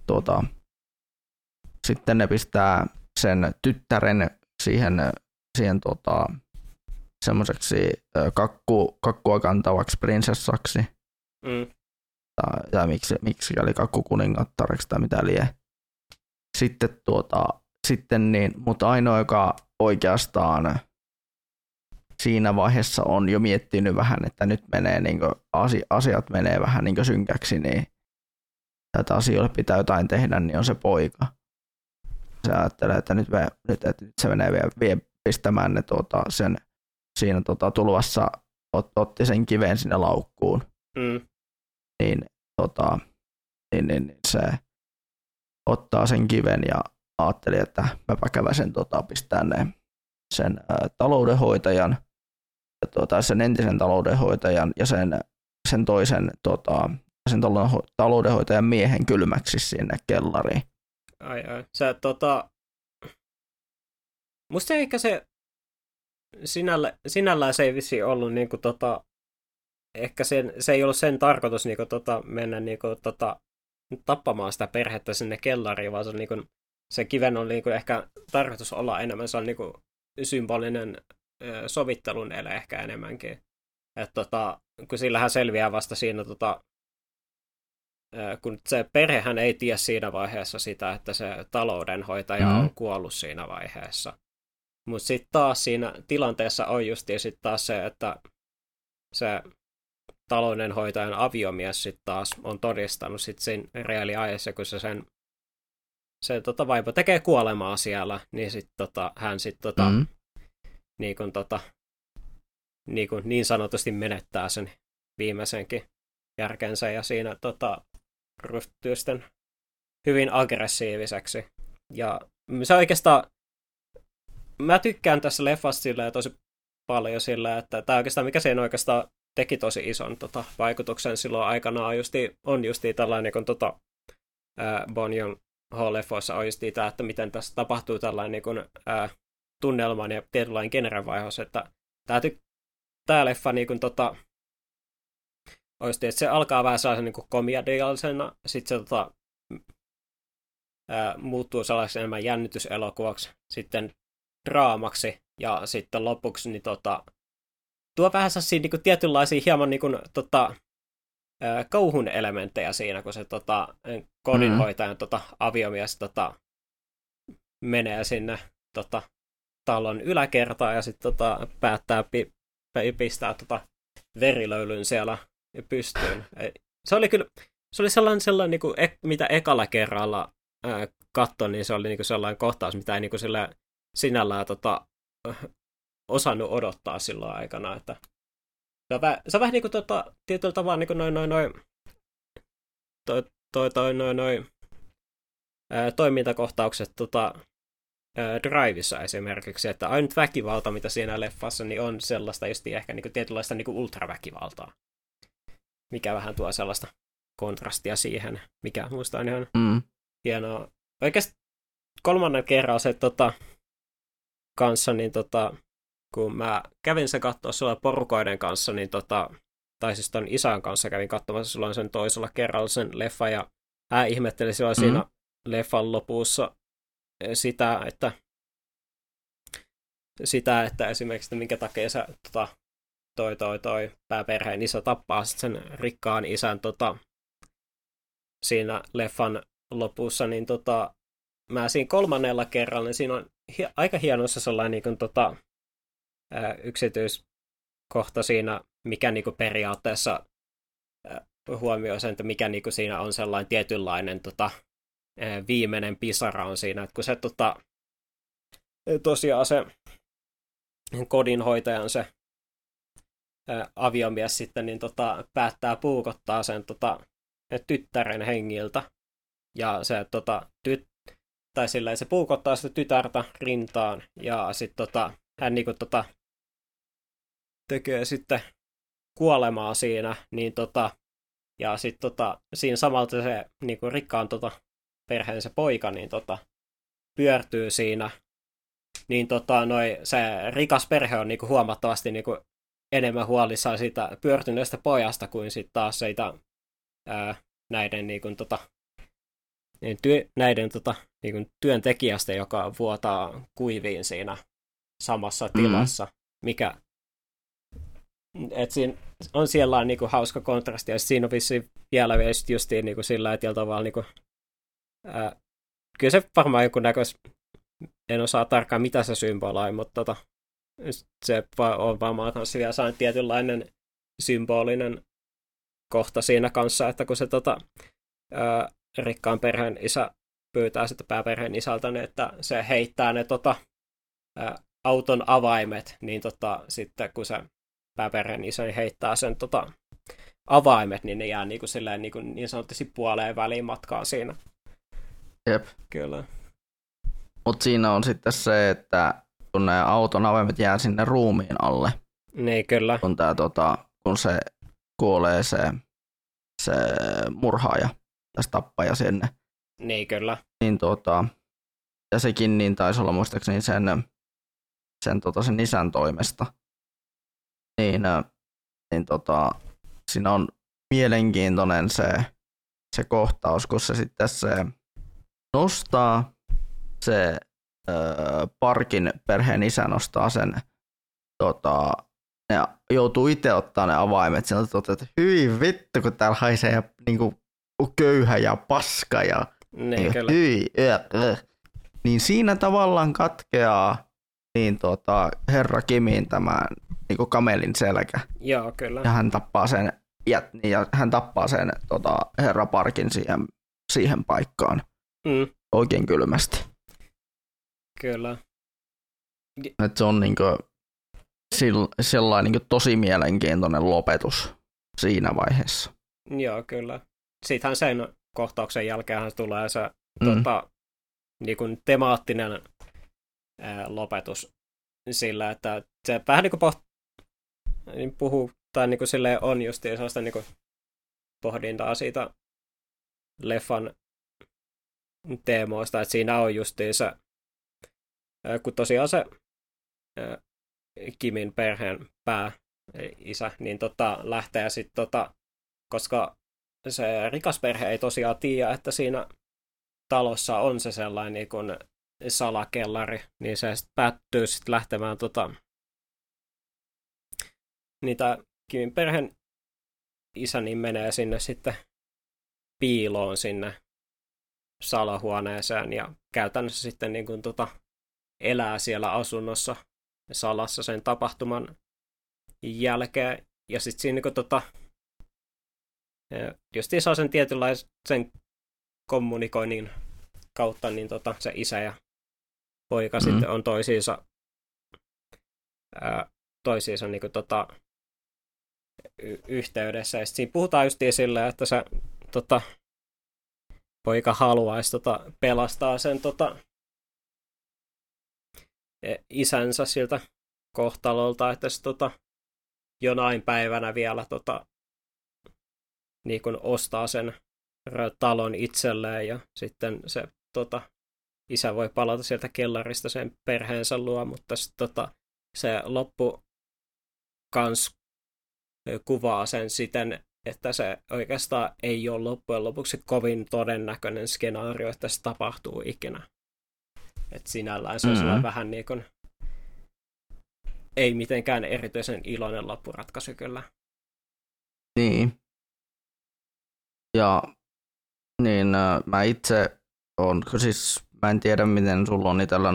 sitten ne pistää sen tyttären siihen semmoiseksi kakkua kantavaksi prinsessaksi. Tai miksi oli kakkukuningattareksi tai mitä lie. Sitten niin, mutta ainoa, joka oikeastaan siinä vaiheessa on jo miettinyt vähän, että nyt menee asiat menee vähän synkäksi, niin tätä asioille pitää jotain tehdä, niin on se poika. Se ajattelee, että nyt se menee vielä pistämään ne siinä tulvassa otti sen kiven sinne laukkuun. Niin se ottaa sen kiven ja ajatteli, että mäpä käväsen pistää sen taloudenhoitajan, sen entisen taloudenhoitajan ja sen toisen sen taloudenhoitajan miehen kylmäksi sinne kellariin. Ai. Se musta ehkä se sinällään se ei vissi ollut niinku ehkä se ei ollut sen tarkoitus niinku mennä niinku tappamaan sitä perhettä sinne kellariin, vaan se on niinku se kiven on niinku ehkä tarkoitus olla enemmän, se on niinku symbolinen sovittelun ele ehkä enemmänkin. Että kun sillähän selviää vasta siinä kun se perhehän ei tiedä siinä vaiheessa sitä, että se taloudenhoitaja on kuollut siinä vaiheessa. Mutta sitten taas siinä tilanteessa on just sitten taas se, että se taloudenhoitajan aviomies sitten taas on todistanut sit siinä reaaliajassa, kun se sen vaimo tekee kuolemaa siellä, niin sitten hän sitten niin sanotusti menettää sen viimeisenkin järkensä ja siinä ryhtyy sitten hyvin aggressiiviseksi. Ja se oikeastaan, mä tykkään tässä leffasta silleen tosi paljon sillä, että tämä oikeastaan, mikä siinä oikeastaan teki tosi ison vaikutuksen silloin aikanaan, on justiin tällainen, kun Bong Joon-ho-leffoissa on justiin tämä, että miten tässä tapahtuu tällainen niin kuin, tunnelman ja tietynlainen genrevaihdus, että tämä leffa niin kuin, että se alkaa vähän sellaisen niin kuin komediallisena, sitten se muuttuu sellaisen enemmän jännityselokuvaksi, sitten draamaksi, ja sitten lopuksi niin tuo vähän sellaisia niin kuin tietynlaisia hieman niin kuin, kauhun elementtejä siinä, kun se kodinhoitajan aviomies menee sinne talon yläkertaan ja sitten päättää pistää verilöylyn siellä pystyyn. Se oli sellainen niin kuin, mitä ekalla kerralla katsoin, niin se oli niin kuin sellainen kohtaus, mitä ei niin kuin sinällään osannut odottaa silloin aikana. Että se on vähän niin kuin tietyllä tavalla niin kuin toimintakohtaukset Drivessa esimerkiksi, että ainut väkivalta, mitä siinä leffassa, niin on sellaista just ehkä niin kuin tietynlaista niin kuin ultraväkivaltaa, mikä vähän tuo sellaista kontrastia siihen, mikä musta on ihan hienoa. Oikeastaan kolmannen kerran se kanssa, niin kun mä kävin sen katsoa silloin porukoiden kanssa, niin tai siis ton isän kanssa kävin katsomassa silloin sen toisella kerralla sen leffan, ja hän ihmetteli silloin siinä leffan lopussa sitä, että esimerkiksi, että minkä takia se toi pääperheen isä tappaa sit sen rikkaan isän siinä leffan lopussa, niin mä siinä kolmannella kerralla, niin siinä on aika hienossa sellainen niin kuin, yksityiskohta siinä, mikä niin kuin periaatteessa huomioi sen, että mikä niin kuin siinä on sellainen tietynlainen viimeinen pisara on siinä, että kun se tosiaan se kodinhoitajan se aviomies sitten niin päättää puukottaa sen tyttären hengiltä, ja se tai silleen se puukottaa sitä tytärtä rintaan, ja sitten hän niinku tekee sitten kuolemaa siinä, niin ja sitten siinä samalta se niinku rikkaan perheen se poika, niin pyörtyy siinä, niin se rikas perhe on niinku huomattavasti niinku enemmän huolissaan siitä pyörtyneestä pojasta kuin sitten taas siitä näiden niinku näiden niin työntekijästä, joka vuotaa kuiviin siinä samassa tilassa, mikä et siinä on siellä niin kuin hauska kontrasti, ja siinä on vissiin vielä justiin niin kuin sillä, että tavalla niin kuin, kyllä se varmaan jonkun en osaa tarkkaan mitä se symboloi, mutta se on varmaan kanssa vielä saanut tietynlainen symbolinen kohta siinä kanssa, että kun se rikkaan perheen isä pyytää sitä pääperheen isältä, niin että se heittää ne auton avaimet, niin sitten kun se pääperheen isä niin heittää sen avaimet, niin ne jää niin sanotusti puoleen väliin matkaan siinä. Jep. Kyllä. Mutta siinä on sitten se, että kun ne auton avaimet jää sinne ruumiin alle, niin kyllä. Kun se kuolee se murhaaja, tässä tappaja sinne. Niin kyllä. Niin ja sekin niin taisi olla muistaakseni sen isän toimesta. Niin siinä on mielenkiintoinen se kohtaus, kun se sitten se nostaa se Parkin perheen isä nostaa sen ne joutuu itse ottaa ne avaimet sieltä, että hyi vittu, kun täällä haisee ja niinku köyhä ja paska ja niin, hyi, niin siinä tavallaan katkeaa niin herra Kimin tämä niinku kamelin selkä. Joo, kyllä. Ja hän tappaa sen ja hän tappaa sen herra Parkin siihen paikkaan oikein kylmästi. Kyllä. Et se on niinku sellainen niinku tosi mielenkiintoinen lopetus siinä vaiheessa. Joo, kyllä. Sittenhän sen kohtauksen jälkeen tulee se niin kuin temaattinen lopetus sillä, että se vähän niin puhuu, tai niin kuin silleen on just sellaista niin kuin pohdintaa siitä leffan teemoista, että siinä on justiinsa, kun tosiaan se Kimin perheen pääisä, niin lähtee sitten, koska se rikas perhe ei tosiaan tiedä, että siinä talossa on se sellainen niin kuin salakellari, niin se päättyy sitten lähtemään niitä Kimin perheen isä niin menee sinne sitten piiloon sinne salahuoneeseen ja käytännössä sitten niin kuin elää siellä asunnossa salassa sen tapahtuman jälkeen. Ja sitten siinä niin justiin saa sen tietynlaisen kommunikoinnin kautta, niin se isä ja poika sitten on toisiinsa niin kuin yhteydessä. Ja siinä puhutaan justiin silleen, että se poika haluaisi pelastaa sen isänsä siltä kohtalolta, että se jonain päivänä vielä niin kun ostaa sen talon itselleen ja sitten se isä voi palata sieltä kellarista sen perheensä luo, mutta sitten se loppu kans kuvaa sen siten, että se oikeastaan ei ole loppujen lopuksi kovin todennäköinen skenaario, että se tapahtuu ikinä. Että sinällään se on vähän niin kuin ei mitenkään erityisen iloinen loppuratkaisu kyllä. Niin. Ja niin mä itse on, siis mä en tiedä miten sulla on itsellä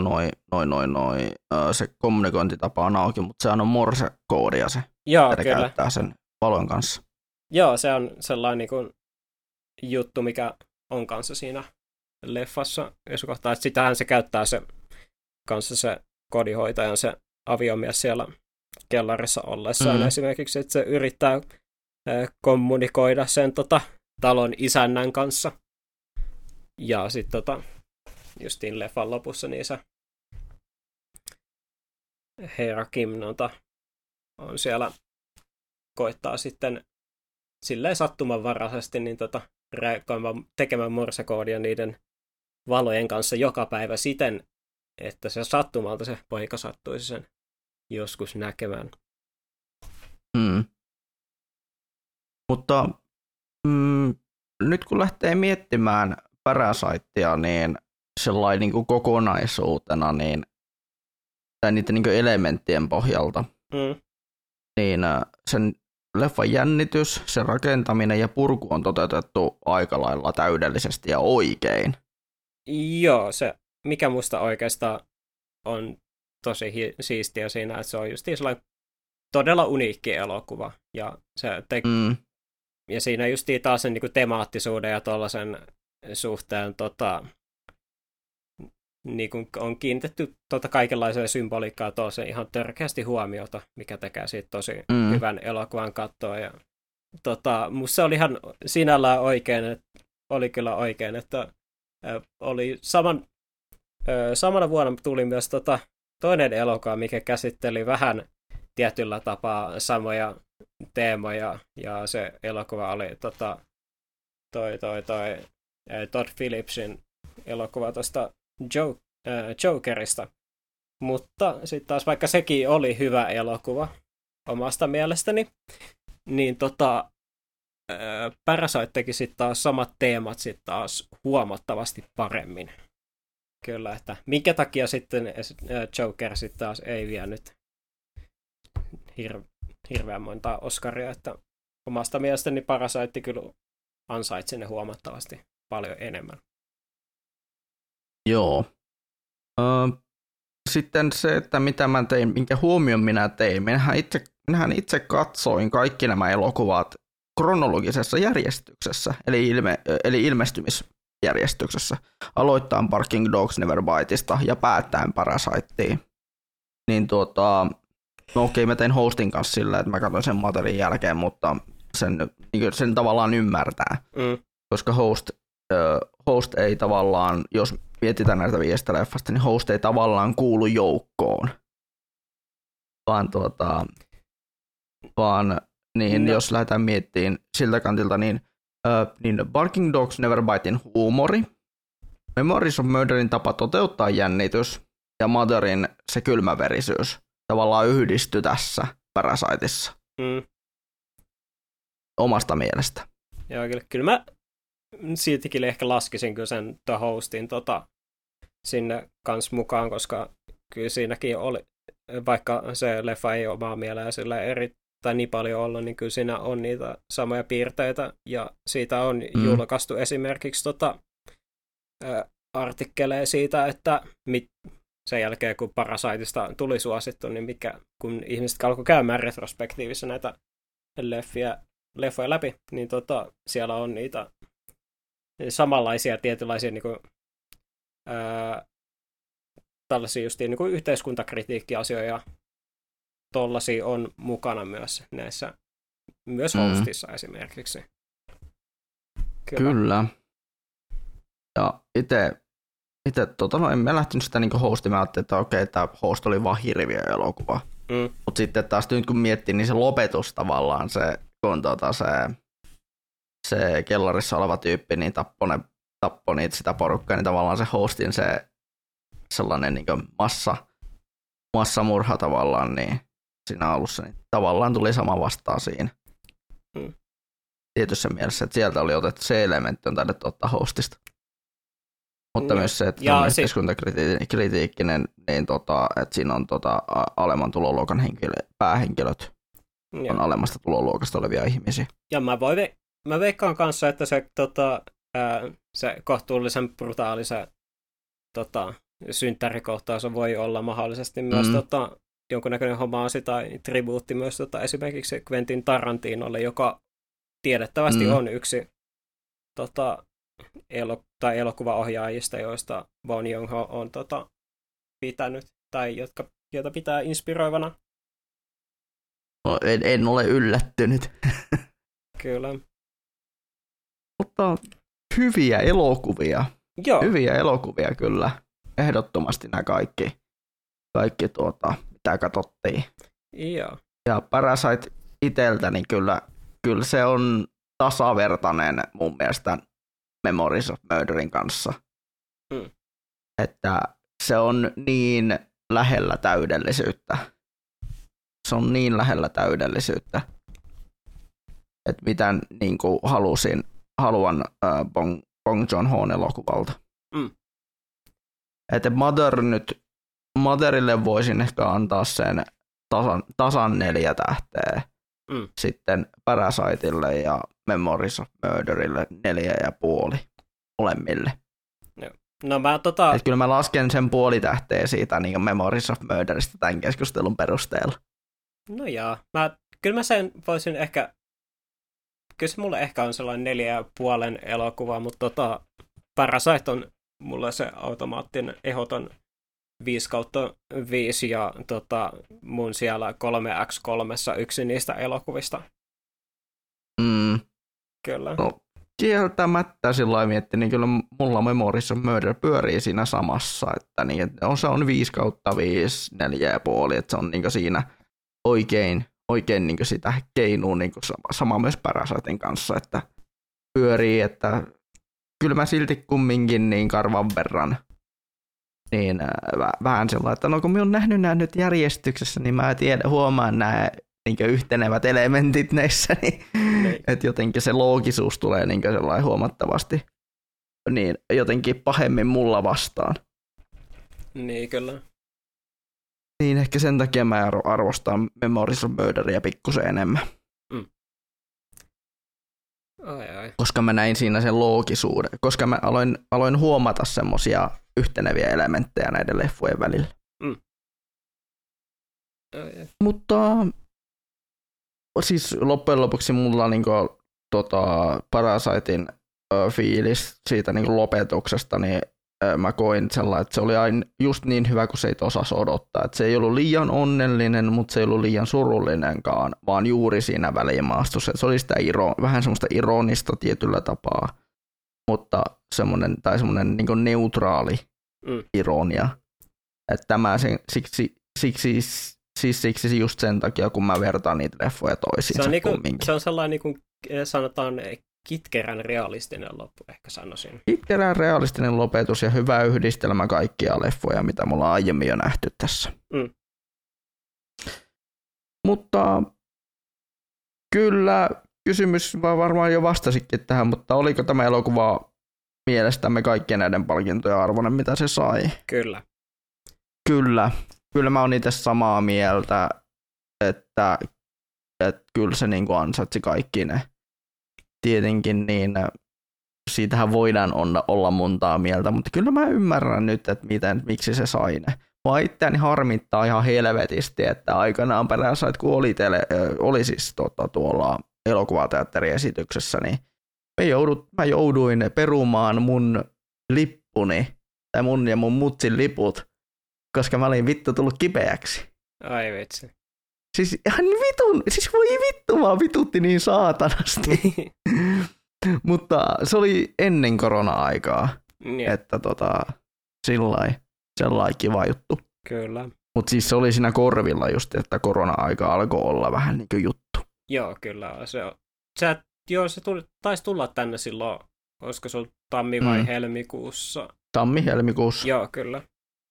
se kommunikointitapa on auki, mutta sehän on morsekoodia se. Joo, kyllä. Käyttää sen valon kanssa. Joo, se on sellainen niin kuin juttu, mikä on kanssa siinä leffassa. Jos kohtaa, että sitähän se käyttää se kodinhoitajan se aviomies siellä kellarissa ollessaan esimerkiksi, että se yrittää kommunikoida sen talon isännän kanssa. Ja sitten justiin leffan lopussa niin se herra Kim on siellä koittaa sitten silleen sattumanvaraisesti niin tekemään morsekoodia niiden valojen kanssa joka päivä siten, että se sattumalta se poika sattuisi sen joskus näkemään. Mutta nyt kun lähtee miettimään Parasitea niin sellainen niin kuin kokonaisuutena, niin, tai niiden niin kuin elementtien pohjalta, niin sen leffan jännitys, sen rakentaminen ja purku on toteutettu aika lailla täydellisesti ja oikein. Joo, se mikä musta oikeastaan on tosi siistiä siinä, että se on just sellainen todella uniikki elokuva. Ja, ja siinä just taas sen niin kuin temaattisuuden ja tuollaisen suhteen niin kuin on kiinnitetty kaikenlaiseen symboliikkaan tuollaisen ihan törkeästi huomiota, mikä tekee siitä tosi hyvän elokuvan kattoa. Ja, musta se oli ihan sinällään oikein, oli kyllä oikein, että oli samana vuonna tuli myös toinen elokuva, mikä käsitteli vähän tietyllä tapaa samoja teemoja, ja se elokuva oli Todd Phillipsin elokuva tuosta Jokerista. Mutta sitten taas vaikka sekin oli hyvä elokuva omasta mielestäni, niin Parasite teki sitten taas samat teemat sitten taas huomattavasti paremmin. Kyllä, että minkä takia sitten Joker sitten taas ei vienyt hirveän monta Oscaria, että omasta mielestäni Parasite kyllä ansaitsi ne huomattavasti paljon enemmän. Joo. Sitten se, että mitä mä tein, minkä huomion minä tein. Minähän itse katsoin kaikki nämä elokuvat kronologisessa järjestyksessä, eli ilmestymisjärjestyksessä, aloittaa Barking Dogs Never Biteista ja päättäen Parasiteen. Niin no okei, mä tein hostin kanssa sillä, että mä katsoin sen materiaalin jälkeen, mutta sen tavallaan ymmärtää, koska host ei tavallaan, jos mietitään näitä viiestä leffasta, niin host ei tavallaan kuulu joukkoon, vaan niin no. Jos lähdetään miettimään siltä kantilta, niin Barking Dogs Never Bitein huumori, Memories of Murderin tapa toteuttaa jännitys ja Motherin se kylmäverisyys tavallaan yhdisty tässä Parasiteissa. Omasta mielestä. Joo, kyllä mä siltikin ehkä laskisin kyllä sen The Hostin sinne kans mukaan, koska kyllä siinäkin oli, vaikka se leffa ei ole omaa mieleen sillä tai niin paljon ollut, niin kyllä siinä on niitä samoja piirteitä, ja siitä on julkaistu esimerkiksi artikkeleja siitä, että sen jälkeen, kun Parasiteista tuli suosittu, niin kun ihmiset alkoi käymään retrospektiivissä näitä leffoja läpi, niin siellä on niitä samanlaisia tietynlaisia niin kuin, tällaisia justiin niin kuin yhteiskuntakritiikkiasioita tollaisia on mukana myös näissä, myös hostissa esimerkiksi. Kyllä. Ja itse en mä lähtenyt sitä niin hostia, mä ajattelin, että okei, tämä host oli vaan hirviö elokuva. Mutta sitten taas nyt kun miettii, niin se lopetus tavallaan, kun se kellarissa oleva tyyppi niin tappoi niitä sitä porukkaa, niin tavallaan se hostin se sellainen niin massamurha tavallaan, niin siinä alussa niin tavallaan tuli sama vastaan siinä. Tietyssä mielessä, että sieltä oli otettu se elementti, on taidettu ottaa hostista. Mutta myös se, että on yhteiskuntakritiikkinen, niin että siinä on alemman tuloluokan päähenkilöt on alemmasta tuloluokasta olevia ihmisiä. Ja mä veikkaan kanssa, että se kohtuullisen brutaalisen synttärikohtaus voi olla mahdollisesti myös jonkunnäköinen homaasi tai tribuutti myös esimerkiksi Quentin Tarantinolle, joka tiedettävästi on yksi elokuvaohjaajista, joista Bong Joon-ho on pitänyt, tai joita pitää inspiroivana. No, en ole yllättynyt. Kyllä. Mutta hyviä elokuvia. Joo. Hyviä elokuvia kyllä. Ehdottomasti nämä kaikki mitä katsottiin. Joo. Ja Parasite itseltäni kyllä se on tasavertainen mun mielestä Memories of Murderin kanssa. Että se on niin lähellä täydellisyyttä. Että mitä niin kuin haluan Bong Joon-hon elokuvalta. Että Motherille voisin ehkä antaa sen tasan 4 tähteä. Sitten Parasitelle ja Memories of Murderille 4,5 molemmille. No mä Et kyllä mä lasken sen 0,5 tähteä siitä niin Memories of Murderista tämän keskustelun perusteella. No jaa. Kyllä mä sen voisin ehkä... Kyllä se mulle ehkä on sellainen 4,5 elokuva, mutta Parasite on mulle se automaattinen ehdoton 5/5 ja mun siellä 3x3 yksi niistä elokuvista. Kyllä. No, kieltämättä sillä lailla miettii, niin kyllä mulla Memories of Murder pyörii siinä samassa, että niin, se on 5/5, 4,5, että se on niin siinä oikein niin sitä keinuu niin sama myös Parasiten kanssa, että pyörii, että kyllä mä silti kumminkin niin karvan verran niin vähän sellainen, että no kun mä oon nähnyt nämä nyt järjestyksessä, niin mä huomaan nämä niin yhtenevät elementit näissä, niin että jotenkin se loogisuus tulee niin sellainen huomattavasti niin jotenkin pahemmin mulla vastaan. Niin, kyllä. Niin ehkä sen takia mä arvostan Memories of Murderia pikkusen enemmän. Ai. Koska mä näin siinä sen loogisuuden, koska mä aloin huomata semmosia yhteneviä elementtejä näiden leffojen välillä. Ai. Mutta siis loppujen lopuksi mulla niinku Parasitein fiilis siitä niin kuin lopetuksesta, niin mä koin sellainen, että se oli aina just niin hyvä kuin se ei osasi odottaa. Että se ei ollut liian onnellinen, mutta se ei ollut liian surullinenkaan, vaan juuri siinä välimaastossa. Että se oli sitä vähän semmoista ironista tietyllä tapaa, mutta semmoinen niin kuin neutraali ironia. Että tämä siksi just sen takia, kun mä vertaan niitä leffoja toisiinsa. Se on sellainen, niin kuin sanotaan, kitkerän realistinen loppu, ehkä sanoisin. Kitkerän realistinen lopetus ja hyvä yhdistelmä kaikkia leffoja, mitä me ollaan aiemmin jo nähty tässä. Mutta kyllä kysymys varmaan jo vastasikin tähän, mutta oliko tämä elokuva mielestämme kaikkien näiden palkintojen arvoinen, mitä se sai? Kyllä. Kyllä mä oon itse samaa mieltä, että kyllä se niin kuin ansaitsi kaikki ne. Tietenkin niin siitähän voidaan olla montaa mieltä, mutta kyllä mä ymmärrän nyt, että miksi se sai ne. Mua itseäni harmittaa ihan helvetisti, että aikanaan Parasite, kun oli siis tuolla elokuvateatteriesityksessä, niin mä jouduin perumaan mun lippuni, tai mun ja mun mutsin liput, koska mä olin vittu tullut kipeäksi. Ai vitsi. Siis ihan voi vittu, mä vitutti niin saatanasti. Mutta se oli ennen korona-aikaa, että sellainen kiva juttu. Kyllä. Mutta siis se oli siinä korvilla just, että korona-aika alkoi olla vähän niin kuin juttu. Joo, kyllä. Se taisi tulla tänne silloin, olisiko se ollut tammi- vai helmikuussa? Tammi-helmikuussa. Joo, kyllä.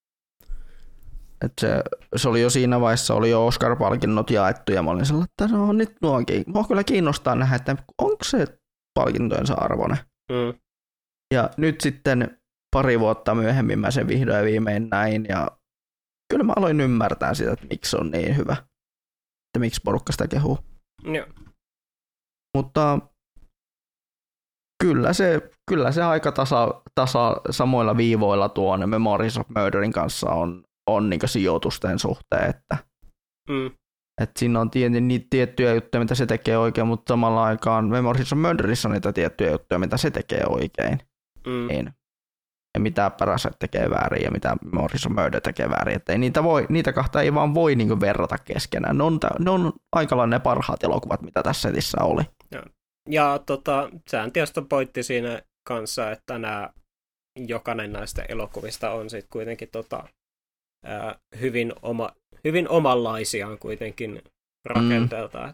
Että se oli jo siinä vaiheessa, oli jo Oscar-palkinnot jaettu ja mä olin sellainen, että no nyt mua kyllä kiinnostaa nähdä, että onko se palkintojensa arvoinen. Ja nyt sitten pari vuotta myöhemmin mä sen vihdoin ja viimein näin ja kyllä mä aloin ymmärtää sitä, että miksi se on niin hyvä. Että miksi porukka sitä kehuu. Joo. Mutta kyllä se aika tasa samoilla viivoilla tuon Memories of Murderin kanssa on niin sijoitusten suhteen, että siinä on niitä tiettyjä juttuja, mitä se tekee oikein, mutta samalla aikaan Memories of Murderissa on niitä tiettyjä juttuja, mitä se tekee oikein. Niin. Ja mitä Parasite tekee väärin ja mitä Memories of Murder tekee väärin. Että niitä kahta ei vaan voi niin verrata keskenään. Ne on aika lailla ne parhaat elokuvat, mitä tässä setissä oli. Ja sehän tietysti on pointti siinä kanssa, että jokainen näistä elokuvista on sitten kuitenkin hyvin omanlaisiaan kuitenkin rakenteelta.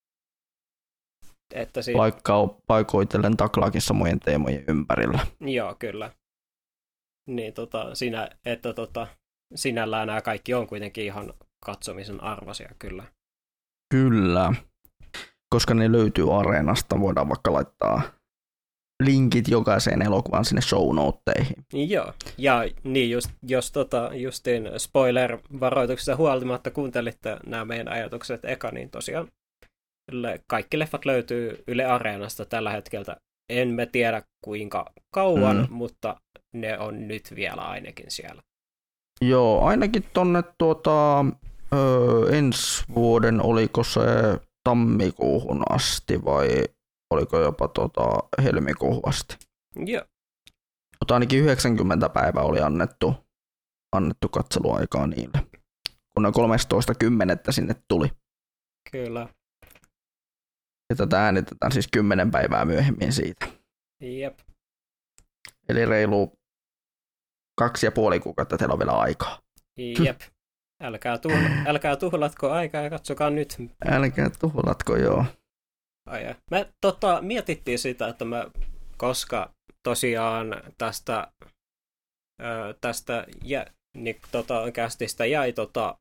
Että paikoitellen taklaakin samojen teemojen ympärillä. Joo, kyllä. Niin sinällään nämä kaikki on kuitenkin ihan katsomisen arvoisia, kyllä. Kyllä. Koska ne löytyy Areenasta, voidaan vaikka laittaa linkit jokaiseen elokuvaan sinne show noteihin. Joo, ja niin justiin spoiler-varoituksesta huolimatta kuuntelitte nämä meidän ajatukset eka, niin tosiaan kaikki leffat löytyy Yle Areenasta tällä hetkellä. Emme tiedä kuinka kauan, mutta ne on nyt vielä ainakin siellä. Joo, ainakin tonne ensi vuoden, oliko se tammikuuhun asti vai oliko jopa helmikuuhun asti? Joo. Mutta ainakin 90 päivää oli annettu katseluaikaa niille, kun ne 13.10. sinne tuli. Kyllä. Ja tätä äänitetään siis 10 päivää myöhemmin siitä. Jep. Eli reilu 2,5 kuukautta teillä on vielä aikaa. Jep. Älkää tuhlatko aikaa ja katsokaa nyt. Älkää tuhlatko, joo. Me mietittiin sitä, että koska tosiaan tästä kästistä jäi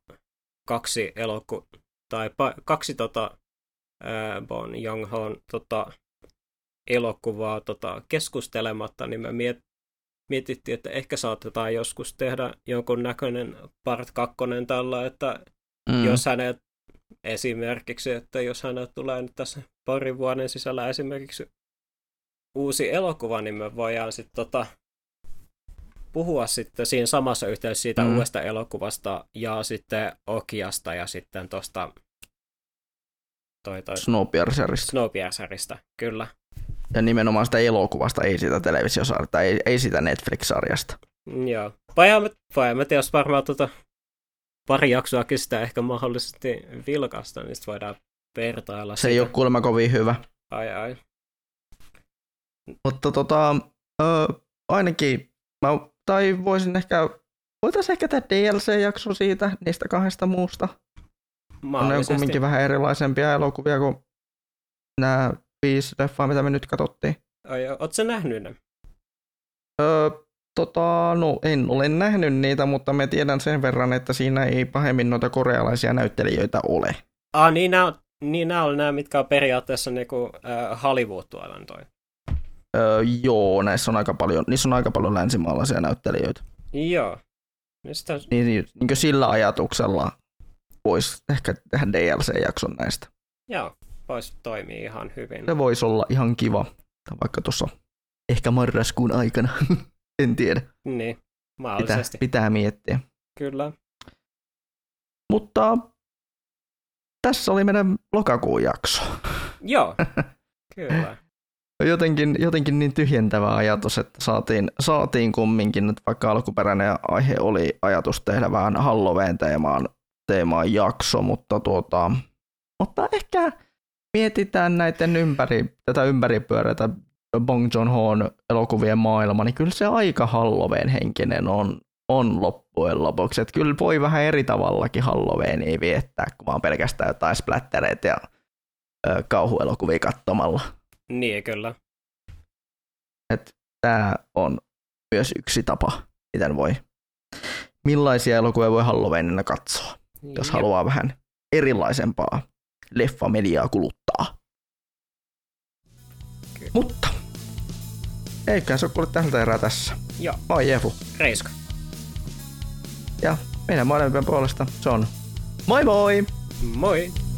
kaksi Bong Joon-hon elokuvaa keskustelematta, niin me mietittiin, että ehkä saatetaan joskus tehdä jonkun näköinen part 2 tällä, että jos hänet esimerkiksi, että jos hänet tulee nyt tässä parin vuoden sisällä esimerkiksi uusi elokuva, niin me voidaan sitten puhua sitten siinä samassa yhteydessä siitä uudesta elokuvasta ja sitten Okiasta ja sitten tuosta Snowpiercerista. Snowpiercerista, kyllä. Ja nimenomaan sitä elokuvasta, ei sitä televisiosarjasta, ei sitä Netflix-sarjasta. Joo. Vai mä tiedä, jos varmaan pari jaksoakin sitä ehkä mahdollisesti vilkaista, niin sitten voidaan vertailla Se sitä. ei ole kuulemma kovin hyvä. Ai. Mutta ainakin, voitaisiin ehkä tehdä DLC-jakso siitä, niistä 2 muusta. Ne on kumminkin vähän erilaisempia elokuvia kuin nämä 5 leffaa, mitä me nyt katsottiin. Ootko sä nähnyt ne? No en ole nähnyt niitä, mutta me tiedän sen verran, että siinä ei pahemmin noita korealaisia näyttelijöitä ole. Niin nämä on nämä, mitkä on periaatteessa niinku Hollywood-tuotantoja. Joo, niissä on aika paljon länsimaalaisia näyttelijöitä. Joo. Niin sillä ajatuksella voisi ehkä tehdä DLC-jakson näistä. Joo, voisi toimia ihan hyvin. Se voisi olla ihan kiva, vaikka tuossa ehkä marraskuun aikana, en tiedä. Niin, mahdollisesti. Pitää miettiä. Kyllä. Mutta tässä oli meidän lokakuun jakso. Joo, kyllä. Jotenkin niin tyhjentävä ajatus, että saatiin kumminkin, että vaikka alkuperäinen aihe oli ajatus tehdä vähän Halloween teemaan jakso, mutta ehkä mietitään näiden tätä ympäripyöreitä Bong Joon-hoon elokuvien maailma, niin kyllä se aika Halloween henkinen on loppujen lopuksi. Että kyllä voi vähän eri tavallakin Halloweenia viettää, kun vaan pelkästään jotain splattereita ja kauhuelokuvia katsomalla. Niin, kyllä. Tämä on myös yksi tapa, millaisia elokuvia voi Halloweenina katsoa, jos haluaa vähän erilaisempaa leffamediaa kuluttaa. Kyllä. Mutta eiköhän se ole kuule tältä erää tässä. Joo. Moi Jefu. Reiska. Ja meidän molempien puolesta se on moi moi! Moi!